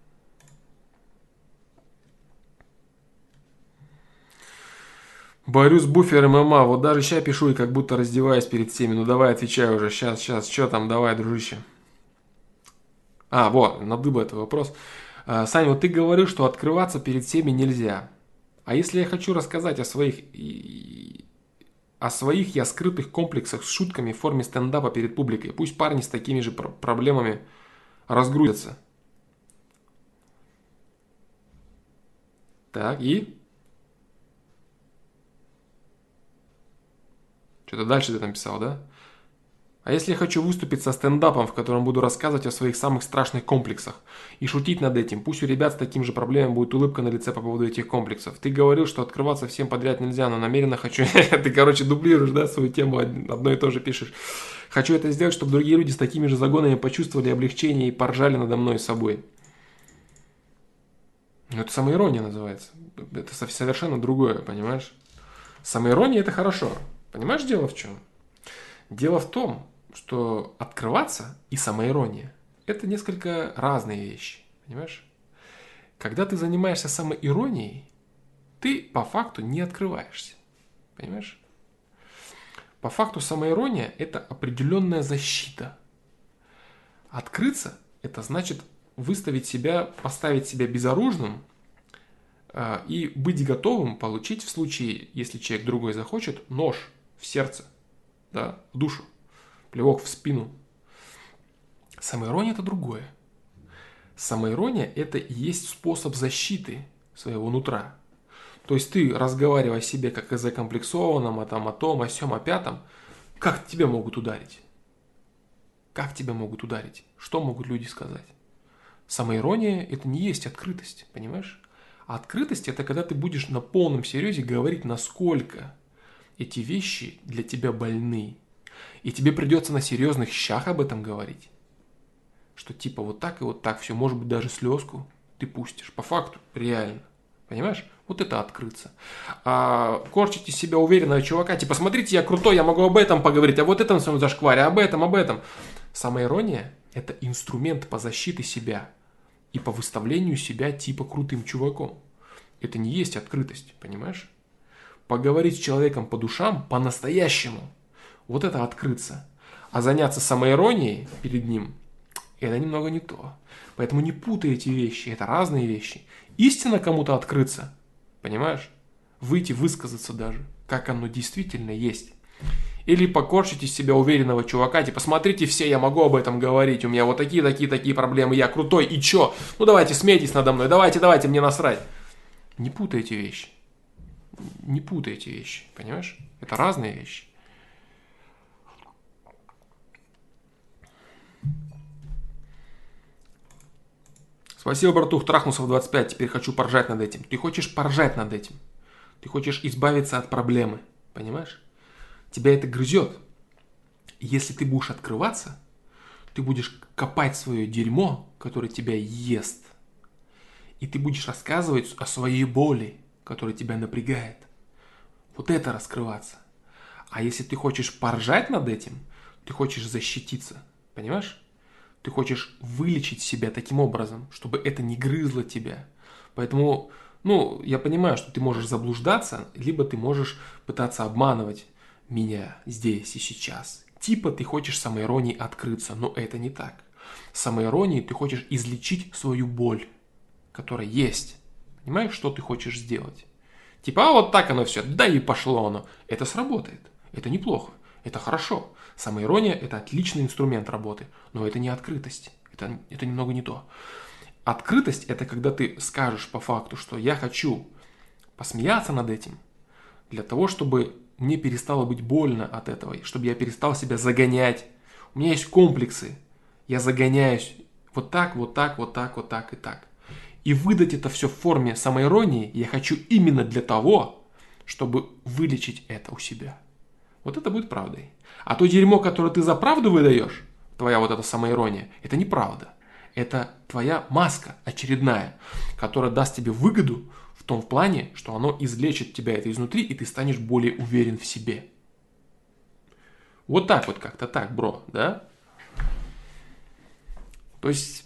A: Борюсь с буфером ММА. Вот даже сейчас пишу и как будто раздеваюсь перед всеми. Ну давай, отвечай уже. Сейчас. Что там? Давай, дружище. Вот, надыбал этот вопрос. Саня, вот ты говорил, что открываться перед всеми нельзя. А если я хочу рассказать о своих я скрытых комплексах с шутками в форме стендапа перед публикой, пусть парни с такими же проблемами разгрузятся. Так, и? Что-то дальше ты там писал, да? А если я хочу выступить со стендапом, в котором буду рассказывать о своих самых страшных комплексах и шутить над этим, пусть у ребят с таким же проблемой будет улыбка на лице по поводу этих комплексов. Ты говорил, что открываться всем подряд нельзя, но намеренно хочу... Ты, короче, дублируешь, да, свою тему, одно и то же пишешь. Хочу это сделать, чтобы другие люди с такими же загонами почувствовали облегчение и поржали надо мной и собой. Ну, это самоирония называется. Это совершенно другое, понимаешь? Самоирония – это хорошо. Понимаешь, дело в чем? Дело в том, что открываться и самоирония – это несколько разные вещи, понимаешь? Когда ты занимаешься самоиронией, ты по факту не открываешься, понимаешь? По факту самоирония – это определенная защита. Открыться – это значит выставить себя, поставить себя безоружным и быть готовым получить в случае, если человек другой захочет, нож в сердце, да, в душу, плевок в спину. Самоирония – это другое. Самоирония – это и есть способ защиты своего нутра. То есть ты, разговаривая о себе как о закомплексованном, о том, о сём, о пятом, как тебя могут ударить? Как тебя могут ударить? Что могут люди сказать? Самоирония – это не есть открытость, понимаешь? А открытость – это когда ты будешь на полном серьезе говорить, насколько эти вещи для тебя больны. И тебе придется на серьезных щах об этом говорить. Что типа вот так и вот так все, может быть даже слезку ты пустишь. По факту, реально. Понимаешь? Вот это открыться. А корчить из себя уверенного чувака, типа смотрите, я крутой, я могу об этом поговорить, а вот этом своем зашкваре, об этом. Самоирония – это инструмент по защите себя и по выставлению себя типа крутым чуваком. Это не есть открытость, понимаешь? Поговорить с человеком по душам по-настоящему – вот это открыться. А заняться самоиронией перед ним – это немного не то. Поэтому не путай эти вещи, это разные вещи. Истинно кому-то открыться, понимаешь? Выйти, высказаться даже, как оно действительно есть. Или покорчить из себя уверенного чувака, типа, смотрите все, я могу об этом говорить, у меня вот такие проблемы, я крутой, и чё? Ну давайте, смейтесь надо мной, давайте, мне насрать. Не путай эти вещи. Не путай эти вещи, понимаешь? Это разные вещи. Спасибо, братух, трахнулся в 25, теперь хочу поржать над этим. Ты хочешь поржать над этим. Ты хочешь избавиться от проблемы, понимаешь? Тебя это грызет. И если ты будешь открываться, ты будешь копать свое дерьмо, которое тебя ест. И ты будешь рассказывать о своей боли, которая тебя напрягает. Вот это раскрываться. А если ты хочешь поржать над этим, ты хочешь защититься, понимаешь? Ты хочешь вылечить себя таким образом, чтобы это не грызло тебя. Поэтому, я понимаю, что ты можешь заблуждаться, либо ты можешь пытаться обманывать меня здесь и сейчас. Типа ты хочешь самоиронией открыться, но это не так. Самоиронией ты хочешь излечить свою боль, которая есть. Понимаешь, что ты хочешь сделать? Типа, вот так оно все, да и пошло оно. Это сработает. Это неплохо. Это хорошо. Самоирония – это отличный инструмент работы, но это не открытость. Это немного не то. Открытость – это когда ты скажешь по факту, что я хочу посмеяться над этим, для того, чтобы мне перестало быть больно от этого, чтобы я перестал себя загонять. У меня есть комплексы. Я загоняюсь вот так и так. И выдать это все в форме самоиронии я хочу именно для того, чтобы вылечить это у себя. Вот это будет правдой. А то дерьмо, которое ты за правду выдаешь, твоя вот эта самоирония, это неправда. Это твоя маска очередная, которая даст тебе выгоду в том плане, что оно излечит тебя это изнутри, и ты станешь более уверен в себе. Вот так вот как-то так, бро, да? То есть...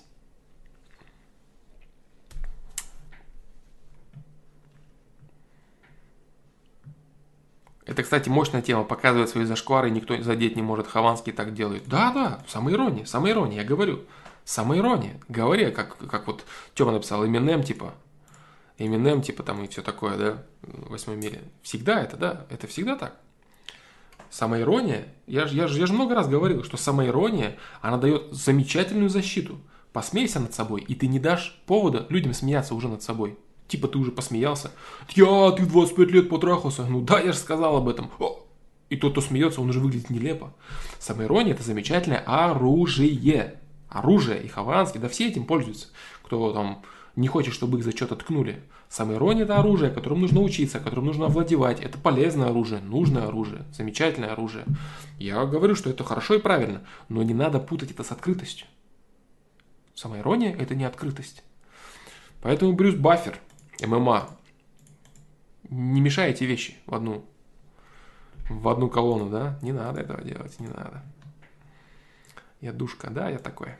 A: Это, кстати, мощная тема, показывает свои зашквары, никто задеть не может, Хованский так делает. Да, самоирония, я говорю. Самоирония. Говори, как вот Тёма написал, Eminem типа там и все такое, да, в 8 мире. Всегда это, да, это всегда так. Самоирония, я же много раз говорил, что самоирония, она дает замечательную защиту. Посмейся над собой, и ты не дашь повода людям смеяться уже над собой. Типа ты уже посмеялся. Ты в 25 лет потрахался. Ну да, я же сказал об этом. И тот, кто смеется, он уже выглядит нелепо. Самоирония – это замечательное оружие. Оружие, и Хованский, да все этим пользуются. Кто там не хочет, чтобы их за что-то ткнули. Самоирония – это оружие, которым нужно учиться, которым нужно овладевать. Это полезное оружие, нужное оружие, замечательное оружие. Я говорю, что это хорошо и правильно, но не надо путать это с открытостью. Самоирония – это не открытость. Поэтому Брюс Баффер, ММА, не мешай эти вещи в одну колонну, да? Не надо этого делать, не надо. Я душка, да, я такой.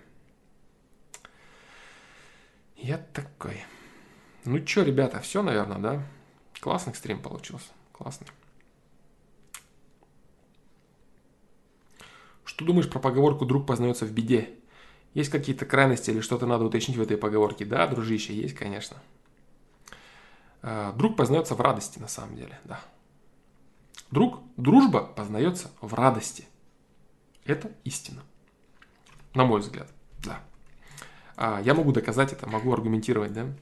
A: Ну чё, ребята, все, наверное, да? Классный стрим получился, классный. Что думаешь про поговорку «друг познается в беде»? Есть какие-то крайности или что-то надо уточнить в этой поговорке? Да, дружище, есть, конечно. Друг познается в радости, на самом деле, да. Дружба познается в радости. Это истина. На мой взгляд, да. Я могу доказать это, могу аргументировать, да.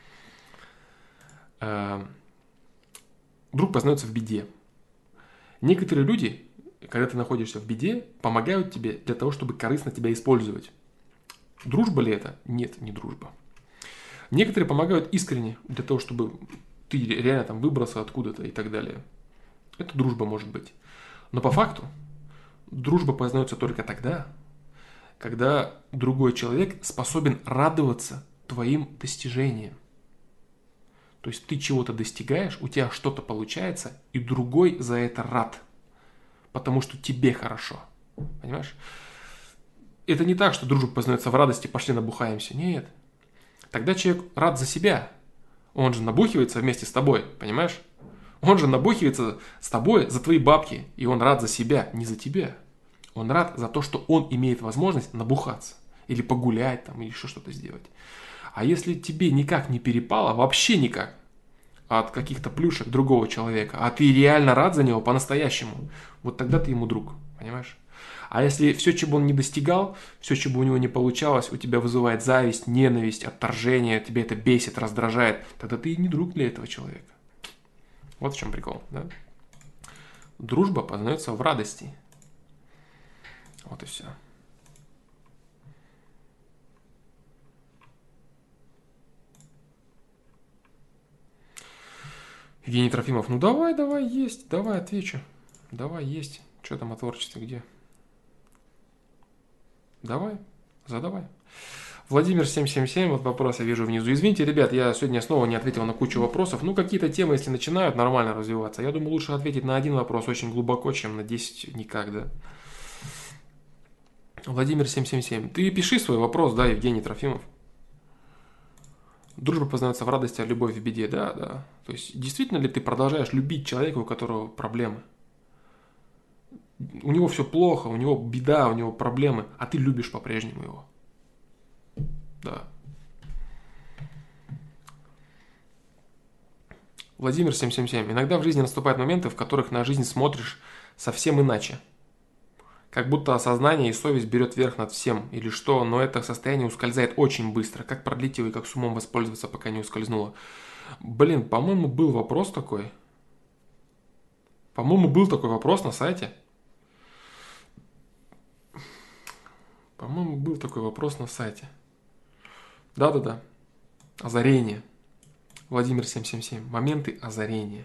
A: Друг познается в беде. Некоторые люди, когда ты находишься в беде, помогают тебе для того, чтобы корыстно тебя использовать. Дружба ли это? Нет, не дружба. Некоторые помогают искренне для того, чтобы ты реально там выбрался откуда-то и так далее. Это дружба может быть. Но по факту дружба познается только тогда, когда другой человек способен радоваться твоим достижениям. То есть ты чего-то достигаешь, у тебя что-то получается, и другой за это рад. Потому что тебе хорошо. Понимаешь? Это не так, что дружба познается в радости, пошли набухаемся. Нет. Тогда человек рад за себя. Он же набухивается вместе с тобой, понимаешь? Он же набухивается с тобой за твои бабки. И он рад за себя, не за тебя. Он рад за то, что он имеет возможность набухаться. Или погулять, там, или еще что-то сделать. А если тебе никак не перепало, вообще никак, от каких-то плюшек другого человека, а ты реально рад за него по-настоящему, вот тогда ты ему друг, понимаешь? А если все, чего он не достигал, все, чего у него не получалось, у тебя вызывает зависть, ненависть, отторжение, тебя это бесит, раздражает, тогда ты не друг для этого человека. Вот в чем прикол, да? Дружба познается в радости. Вот и все. Евгений Трофимов, ну давай, есть, давай отвечу. Давай, есть. Что там о творчестве, где? Давай, задавай. Владимир 777, вот вопрос я вижу внизу. Извините, ребят, я сегодня снова не ответил на кучу вопросов. Ну, какие-то темы, если начинают нормально развиваться, я думаю, лучше ответить на один вопрос очень глубоко, чем на 10 никак, да. Владимир 777, ты пиши свой вопрос, да, Евгений Трофимов. Дружба познается в радости, а любовь в беде, да. То есть, действительно ли ты продолжаешь любить человека, у которого проблемы? У него все плохо, у него беда, у него проблемы, а ты любишь по-прежнему его. Да. Владимир 777. Иногда в жизни наступают моменты, в которых на жизнь смотришь совсем иначе. Как будто осознание и совесть берет верх над всем или что, но это состояние ускользает очень быстро. Как продлить его и как с умом воспользоваться, пока не ускользнуло? Блин, по-моему, был вопрос такой. По-моему, был такой вопрос на сайте. По-моему, был такой вопрос на сайте. Да. Озарение. Владимир 777. Моменты озарения.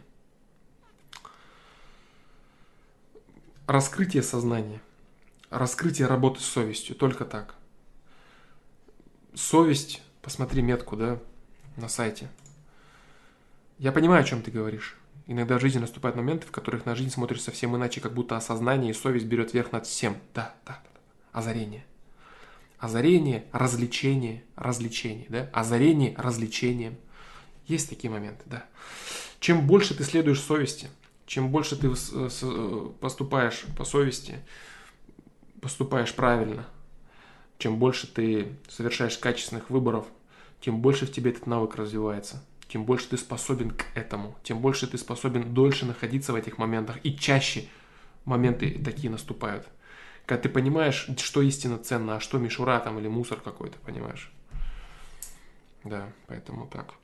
A: Раскрытие сознания. Раскрытие работы с совестью. Только так. Совесть. Посмотри метку, да, на сайте. Я понимаю, о чем ты говоришь. Иногда в жизни наступают моменты, в которых на жизнь смотришь совсем иначе, как будто осознание и совесть берет верх над всем. Да. Озарение. Озарение, развлечение, да? Озарение, развлечение. Есть такие моменты, да. Чем больше ты следуешь совести, чем больше ты поступаешь по совести, поступаешь правильно, чем больше ты совершаешь качественных выборов, тем больше в тебе этот навык развивается, тем больше ты способен к этому, тем больше ты способен дольше находиться в этих моментах, и чаще моменты такие наступают. Когда ты понимаешь, что истинно ценно, а что мишура там или мусор какой-то, понимаешь? Да, поэтому так.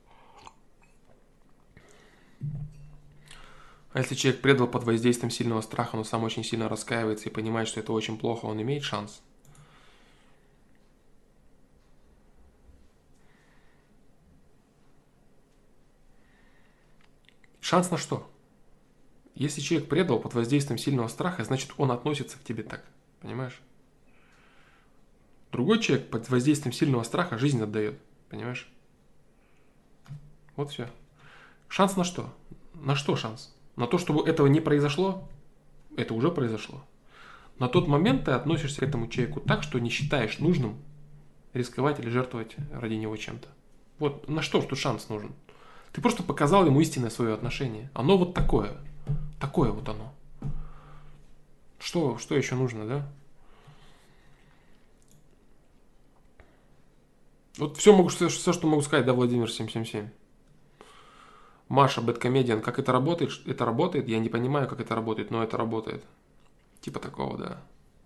A: А если человек предал под воздействием сильного страха, но сам очень сильно раскаивается и понимает, что это очень плохо, он имеет шанс? Шанс на что? Если человек предал под воздействием сильного страха, значит он относится к тебе так. Понимаешь? Другой человек под воздействием сильного страха жизнь отдает. Понимаешь? Вот все. Шанс на что? На что шанс? На то, чтобы этого не произошло? Это уже произошло. На тот момент ты относишься к этому человеку так, что не считаешь нужным рисковать или жертвовать ради него чем-то. Вот на что тут шанс нужен? Ты просто показал ему истинное свое отношение. Оно вот такое. Такое вот оно. Что еще нужно, да? Вот все, что могу сказать, да, Владимир 777. Маша, Бэткомедиан, как это работает? Это работает? Я не понимаю, как это работает, но это работает. Типа такого, да.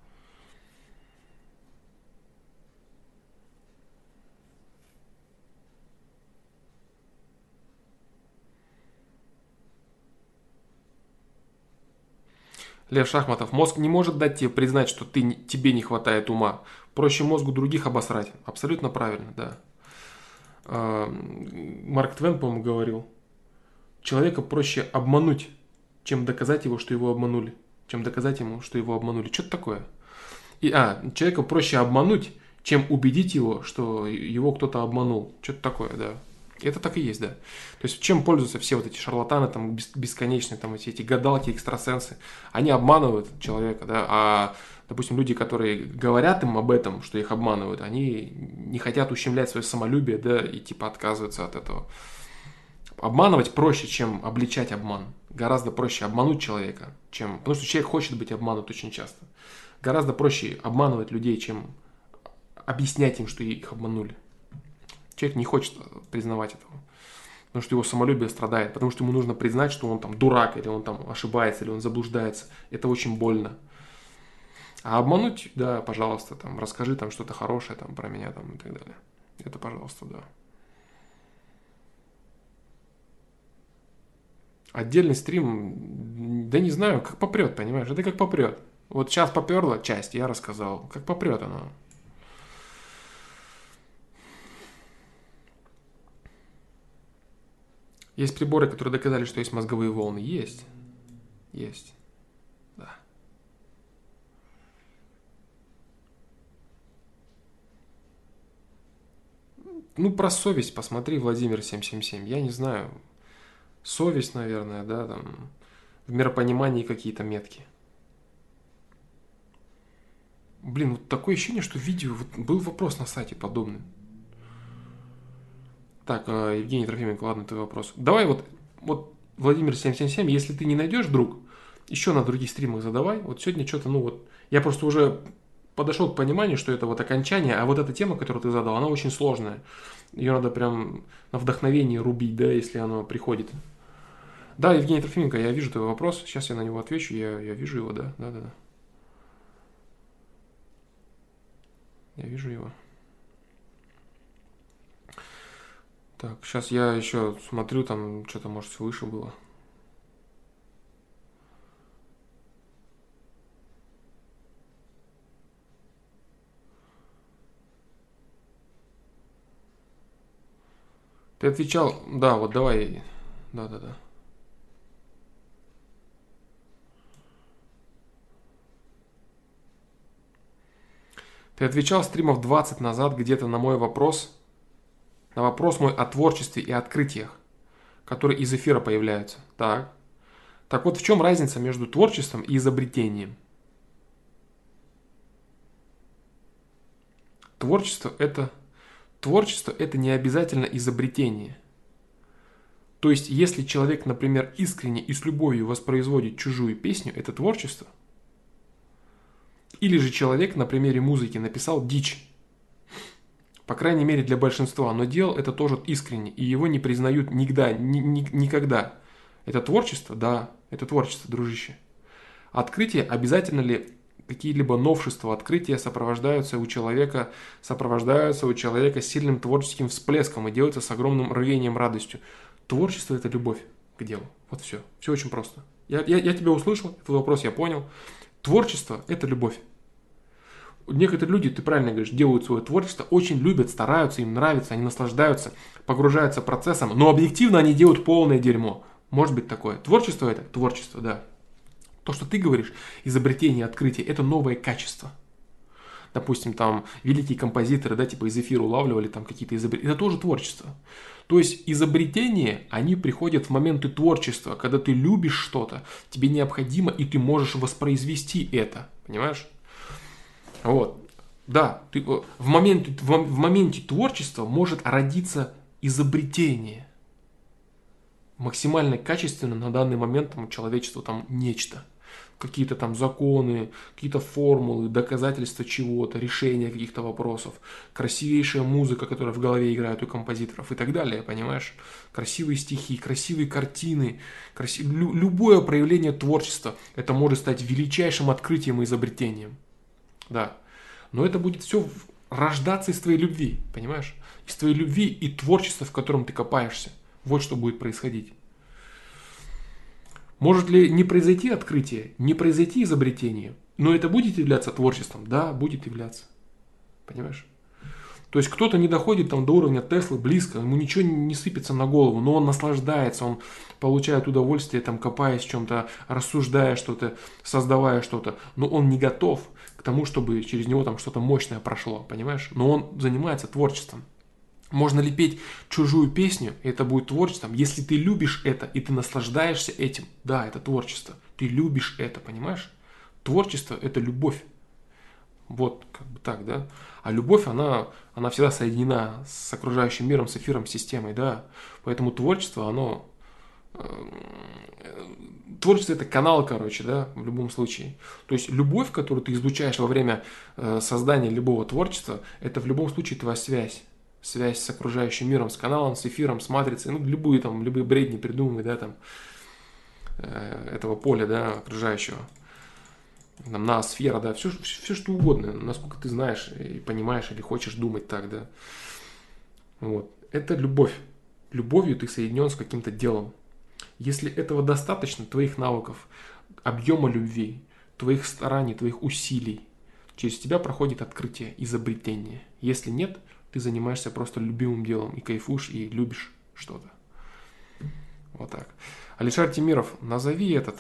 A: Лев Шахматов. Мозг не может дать тебе признать, что тебе не хватает ума. Проще мозгу других обосрать. Абсолютно правильно, да. Марк Твен, по-моему, говорил. Человека проще обмануть, чем доказать его, что его обманули. Чем доказать ему, что его обманули. Что-то такое. Человека проще обмануть, чем убедить его, что его кто-то обманул. Что-то такое, да. Это так и есть, да. То есть чем пользуются все вот эти шарлатаны, там, бесконечные, там, эти гадалки, экстрасенсы. Они обманывают человека, да, а, допустим, люди, которые говорят им об этом, что их обманывают, они не хотят ущемлять свое самолюбие, да, и типа отказываются от этого. Обманывать проще, чем обличать обман. Гораздо проще обмануть человека, чем... Потому что человек хочет быть обманут очень часто. Гораздо проще обманывать людей, чем объяснять им, что их обманули. Человек не хочет признавать этого. Потому что его самолюбие страдает. Потому что ему нужно признать, что он там дурак, или он там ошибается, или он заблуждается. Это очень больно. А обмануть, да, пожалуйста, там, расскажи там что-то хорошее там, про меня там, и так далее. Это, пожалуйста, да. Отдельный стрим, да не знаю, как попрет, понимаешь? Это как попрет. Вот сейчас поперла часть, я рассказал. Как попрет оно. Есть приборы, которые доказали, что есть мозговые волны. Есть. Есть. Да. Ну, про совесть посмотри, Владимир 777. Я не знаю. Совесть, наверное, да, там. В миропонимании какие-то метки. Блин, вот такое ощущение, что видео... Вот был вопрос на сайте подобный. Так, Евгений Трофименко, ладно, твой вопрос. Давай вот Владимир 777, если ты не найдешь, друг, еще на других стримах задавай. Вот сегодня что-то, ну вот, я просто уже подошел к пониманию, что это вот окончание, а вот эта тема, которую ты задал, она очень сложная. Ее надо прям на вдохновение рубить, да, если оно приходит. Да, Евгений Трофименко, я вижу твой вопрос, сейчас я на него отвечу, я вижу его, да. Я вижу его. Так, сейчас я еще смотрю, там что-то, может, выше было. Ты отвечал, да, вот давай, да. Ты отвечал стримов 20 назад где-то на мой вопрос, на вопрос мой о творчестве и открытиях, которые из эфира появляются. Так. Так вот, в чем разница между творчеством и изобретением? Творчество это не обязательно изобретение. То есть, если человек, например, искренне и с любовью воспроизводит чужую песню, это творчество. Или же человек на примере музыки написал дичь, По крайней мере для большинства. Но делал это тоже искренне. И его не признают никогда. Это творчество? Да, это творчество, дружище. Открытие, обязательно ли какие-либо новшества, открытия сопровождаются у человека сильным творческим всплеском и делаются с огромным рвением, радостью. Творчество – это любовь к делу. Вот все. Все очень просто. Я тебя услышал, твой вопрос я понял. Творчество – это любовь. Некоторые люди, ты правильно говоришь, делают свое творчество, очень любят, стараются, им нравится, они наслаждаются, погружаются процессом, но объективно они делают полное дерьмо. Может быть такое. Творчество – это творчество, да. То, что ты говоришь, изобретение, открытие – это новое качество. Допустим, там великие композиторы, да, типа из эфира улавливали там какие-то изобретения. Это тоже творчество. То есть изобретения, они приходят в моменты творчества, когда ты любишь что-то, тебе необходимо, и ты можешь воспроизвести это. Понимаешь? Вот. Да, в моменте творчества может родиться изобретение. Максимально качественно на данный момент там, у человечества там нечто. Какие-то там законы, какие-то формулы, доказательства чего-то, решения каких-то вопросов, красивейшая музыка, которая в голове играет у композиторов и так далее, понимаешь? Красивые стихи, красивые картины, любое проявление творчества, это может стать величайшим открытием и изобретением. Да. Но это будет все рождаться из твоей любви, понимаешь? Из твоей любви и творчества, в котором ты копаешься. Вот что будет происходить. Может ли не произойти открытие, не произойти изобретение, но это будет являться творчеством? Да, будет являться. Понимаешь? То есть кто-то не доходит там до уровня Теслы близко, ему ничего не сыпется на голову, но он наслаждается, он получает удовольствие, там, копаясь в чем-то, рассуждая что-то, создавая что-то, но он не готов к тому, чтобы через него там что-то мощное прошло, понимаешь? Но он занимается творчеством. Можно ли петь чужую песню, и это будет творчеством, если ты любишь это, и ты наслаждаешься этим. Да, это творчество. Ты любишь это, понимаешь? Творчество – это любовь. Вот, как бы так, да? А любовь, она всегда соединена с окружающим миром, с эфиром, с системой, да? Поэтому творчество, творчество – это канал, короче, да, в любом случае. То есть любовь, которую ты излучаешь во время создания любого творчества, это в любом случае твоя связь. Связь с окружающим миром, с каналом, с эфиром, с матрицей, любые бредни придумывай, да, там, этого поля, да, окружающего. Там, ноосфера, да, все что угодно, насколько ты знаешь и понимаешь или хочешь думать так, да. Вот. Это любовь. Любовью ты соединен с каким-то делом. Если этого достаточно, твоих навыков, объема любви, твоих стараний, твоих усилий, через тебя проходит открытие, изобретение. Если нет, ты занимаешься просто любимым делом и кайфуешь, и любишь что-то. Вот так. Алишер Темиров, назови этот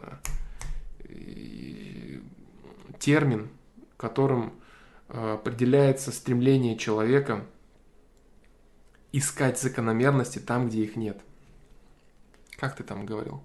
A: термин, которым определяется стремление человека искать закономерности там, где их нет. Как ты там говорил?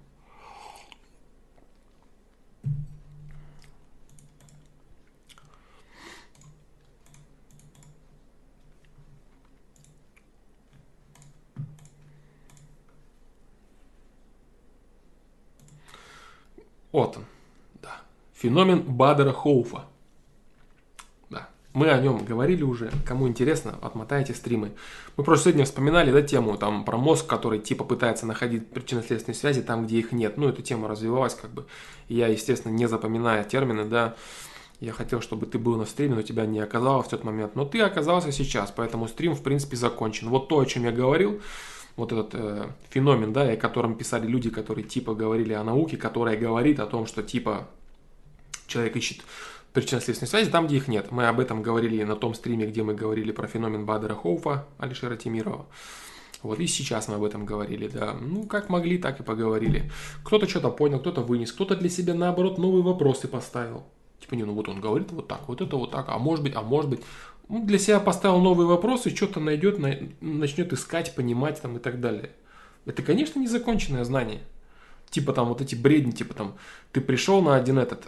A: Вот он, да. Феномен Бадера-Хоуфа. Да. Мы о нем говорили уже. Кому интересно, отмотайте стримы. Мы просто сегодня вспоминали, да, тему там про мозг, который типа пытается находить причинно-следственные связи там, где их нет. Эту тему развивалась как бы. И я, естественно, не запоминая термины, да, я хотел, чтобы ты был на стриме, но тебя не оказалось в тот момент. Но ты оказался сейчас, поэтому стрим, в принципе, закончен. Вот то, о чем я говорил, вот этот феномен, да, о котором писали люди, которые типа говорили о науке, которая говорит о том, что типа человек ищет причинно-следственные связи там, где их нет. Мы об этом говорили на том стриме, где мы говорили про феномен Бадера-Хоуфа, Алишера Темирова. Вот и сейчас мы об этом говорили, да. Как могли, так и поговорили. Кто-то что-то понял, кто-то вынес, кто-то для себя, наоборот, новые вопросы поставил. Типа, вот он говорит вот так, вот это вот так, а может быть. Для себя поставил новые вопросы, что-то найдет, начнет искать, понимать там и так далее. Это, конечно, незаконченное знание. Типа там вот эти бредни, типа там ты пришел на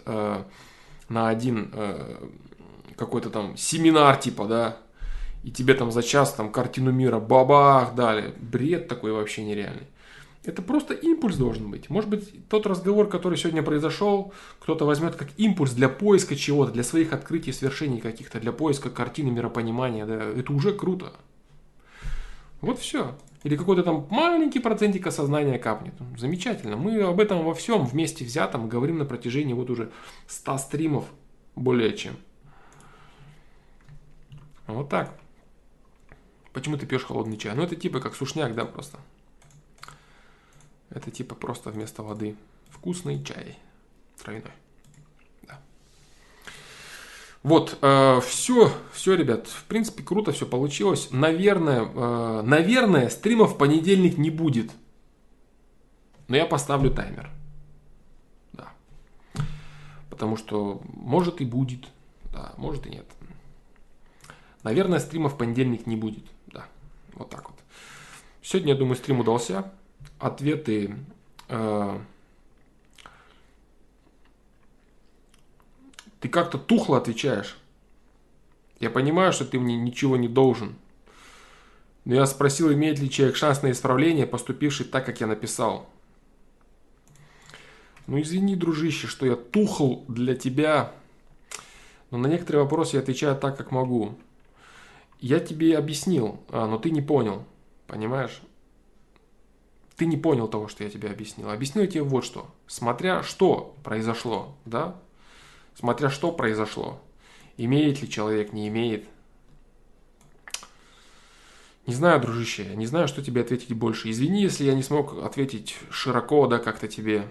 A: один какой-то там семинар, типа, да, и тебе там за час там картину мира бабах дали. Бред такой вообще нереальный. Это просто импульс должен быть. Может быть, тот разговор, который сегодня произошел, кто-то возьмет как импульс для поиска чего-то, для своих открытий, свершений каких-то, для поиска картины миропонимания. Да, это уже круто. Вот все. Или какой-то там маленький процентик осознания капнет. Замечательно. Мы об этом во всем вместе взятом говорим на протяжении вот уже 100 стримов более чем. Вот так. Почему ты пьешь холодный чай? Ну, это типа как сушняк, да, просто. Это типа просто вместо воды. Вкусный чай. Травяной. Да. Вот, все, ребят. В принципе, круто все получилось. Наверное, стрима в понедельник не будет. Но я поставлю таймер. Да. Потому что может и будет. Да, может и нет. Наверное, стрима в понедельник не будет. Да, вот так вот. Сегодня, я думаю, стрим удался. Ответы... Ты как-то тухло отвечаешь. Я понимаю, что ты мне ничего не должен. Но я спросил, имеет ли человек шанс на исправление, поступивший так, как я написал. Ну, извини, дружище, что я тухл для тебя. Но на некоторые вопросы я отвечаю так, как могу. Я тебе объяснил, но ты не понял. Понимаешь? Ты не понял того, что я тебе объяснил. Объяснил я тебе вот что. Смотря что произошло, да? Смотря что произошло. Имеет ли человек, не имеет. Не знаю, дружище, я не знаю, что тебе ответить больше. Извини, если я не смог ответить широко, да, как-то тебе.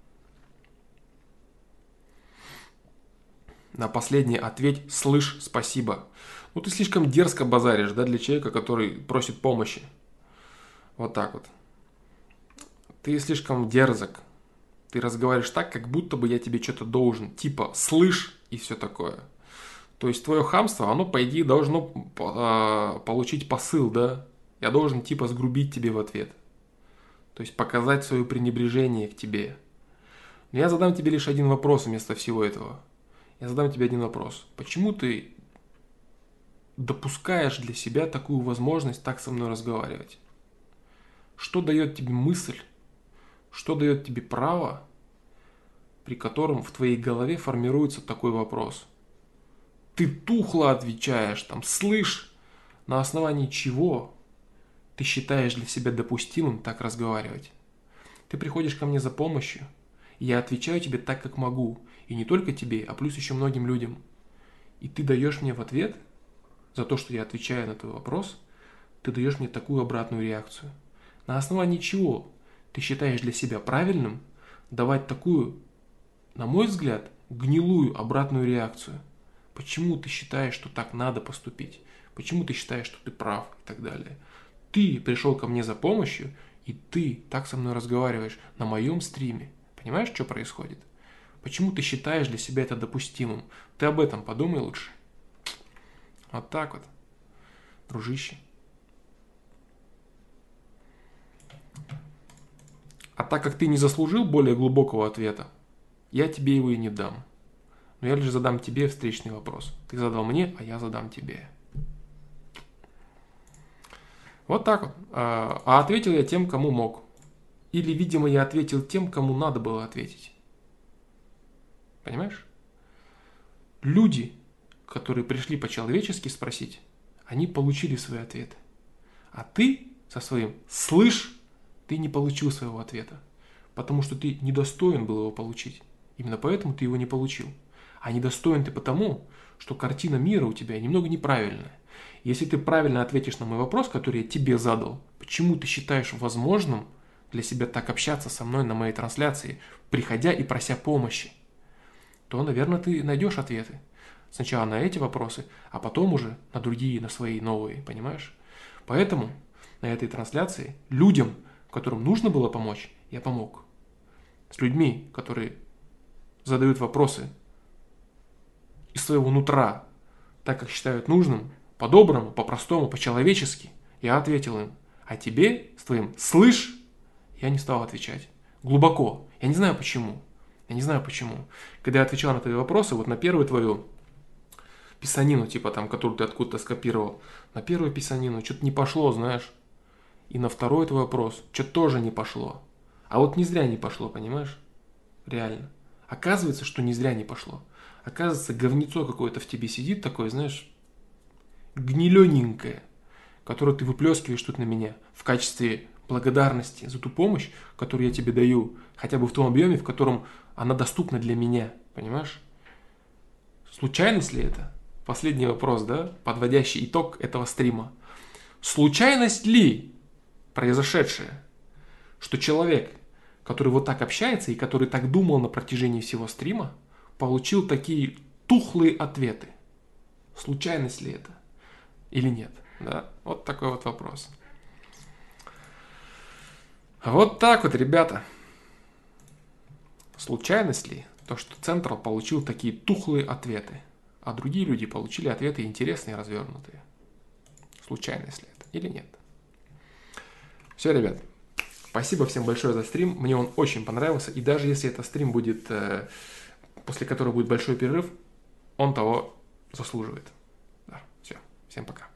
A: На последний ответь «слышь, спасибо». Ну, ты слишком дерзко базаришь, да, для человека, который просит помощи. Вот так вот. Ты слишком дерзок. Ты разговариваешь так, как будто бы я тебе что-то должен. Типа «слышь» и все такое. То есть твое хамство, оно, по идее, должно получить посыл, да? Я должен, типа, сгрубить тебе в ответ. То есть показать свое пренебрежение к тебе. Но я задам тебе лишь один вопрос вместо всего этого. Я задам тебе один вопрос. Почему ты допускаешь для себя такую возможность так со мной разговаривать? Что дает тебе мысль? Что дает тебе право, при котором в твоей голове формируется такой вопрос? Ты тухло отвечаешь, там, слышь, на основании чего ты считаешь для себя допустимым так разговаривать? Ты приходишь ко мне за помощью, и я отвечаю тебе так, как могу. И не только тебе, а плюс еще многим людям. И ты даешь мне в ответ, за то, что я отвечаю на твой вопрос, ты даешь мне такую обратную реакцию. На основании чего ты считаешь для себя правильным давать такую, на мой взгляд, гнилую обратную реакцию? Почему ты считаешь, что так надо поступить? Почему ты считаешь, что ты прав и так далее? Ты пришел ко мне за помощью, и ты так со мной разговариваешь на моем стриме. Понимаешь, что происходит? Почему ты считаешь для себя это допустимым? Ты об этом подумай лучше. Вот так вот, дружище. А так как ты не заслужил более глубокого ответа, я тебе его и не дам. Но я лишь задам тебе встречный вопрос. Ты задал мне, а я задам тебе. Вот так вот. А ответил я тем, кому мог. Или, видимо, я ответил тем, кому надо было ответить. Понимаешь? Люди, которые пришли по-человечески спросить, они получили свой ответ. А ты со своим «слышь», ты не получил своего ответа. Потому что ты недостоин был его получить. Именно поэтому ты его не получил. А недостоин ты потому, что картина мира у тебя немного неправильная. Если ты правильно ответишь на мой вопрос, который я тебе задал, почему ты считаешь возможным для себя так общаться со мной на моей трансляции, приходя и прося помощи, то, наверное, ты найдешь ответы. Сначала на эти вопросы, а потом уже на другие, на свои новые, понимаешь? Поэтому на этой трансляции людям, которым нужно было помочь, я помог. С людьми, которые задают вопросы из своего нутра, так как считают нужным, по-доброму, по-простому, по-человечески, я ответил им. А тебе, с твоим «слышь», я не стал отвечать. Глубоко. Я не знаю почему. Когда я отвечал на твои вопросы, вот на первую твою писанину, типа там, которую ты откуда-то скопировал, на первую писанину что-то не пошло, знаешь. И на второй твой вопрос, что тоже не пошло. А вот не зря не пошло, понимаешь? Реально. Оказывается, что не зря не пошло. Оказывается, говнецо какое-то в тебе сидит такое, знаешь, гнилененькое, которое ты выплескиваешь тут на меня в качестве благодарности за ту помощь, которую я тебе даю, хотя бы в том объеме, в котором она доступна для меня, понимаешь? Случайность ли это? Последний вопрос, да, подводящий итог этого стрима. Случайность ли произошедшее, что человек, который вот так общается и который так думал на протяжении всего стрима, получил такие тухлые ответы? Случайность ли это или нет? Да, вот такой вот вопрос. Вот так вот, ребята. Случайность ли то, что Централ получил такие тухлые ответы, а другие люди получили ответы интересные и развернутые? Случайность ли это или нет? Все, ребят. Спасибо всем большое за стрим. Мне он очень понравился. И даже если это стрим будет, после которого будет большой перерыв, он того заслуживает. Да, все. Всем пока.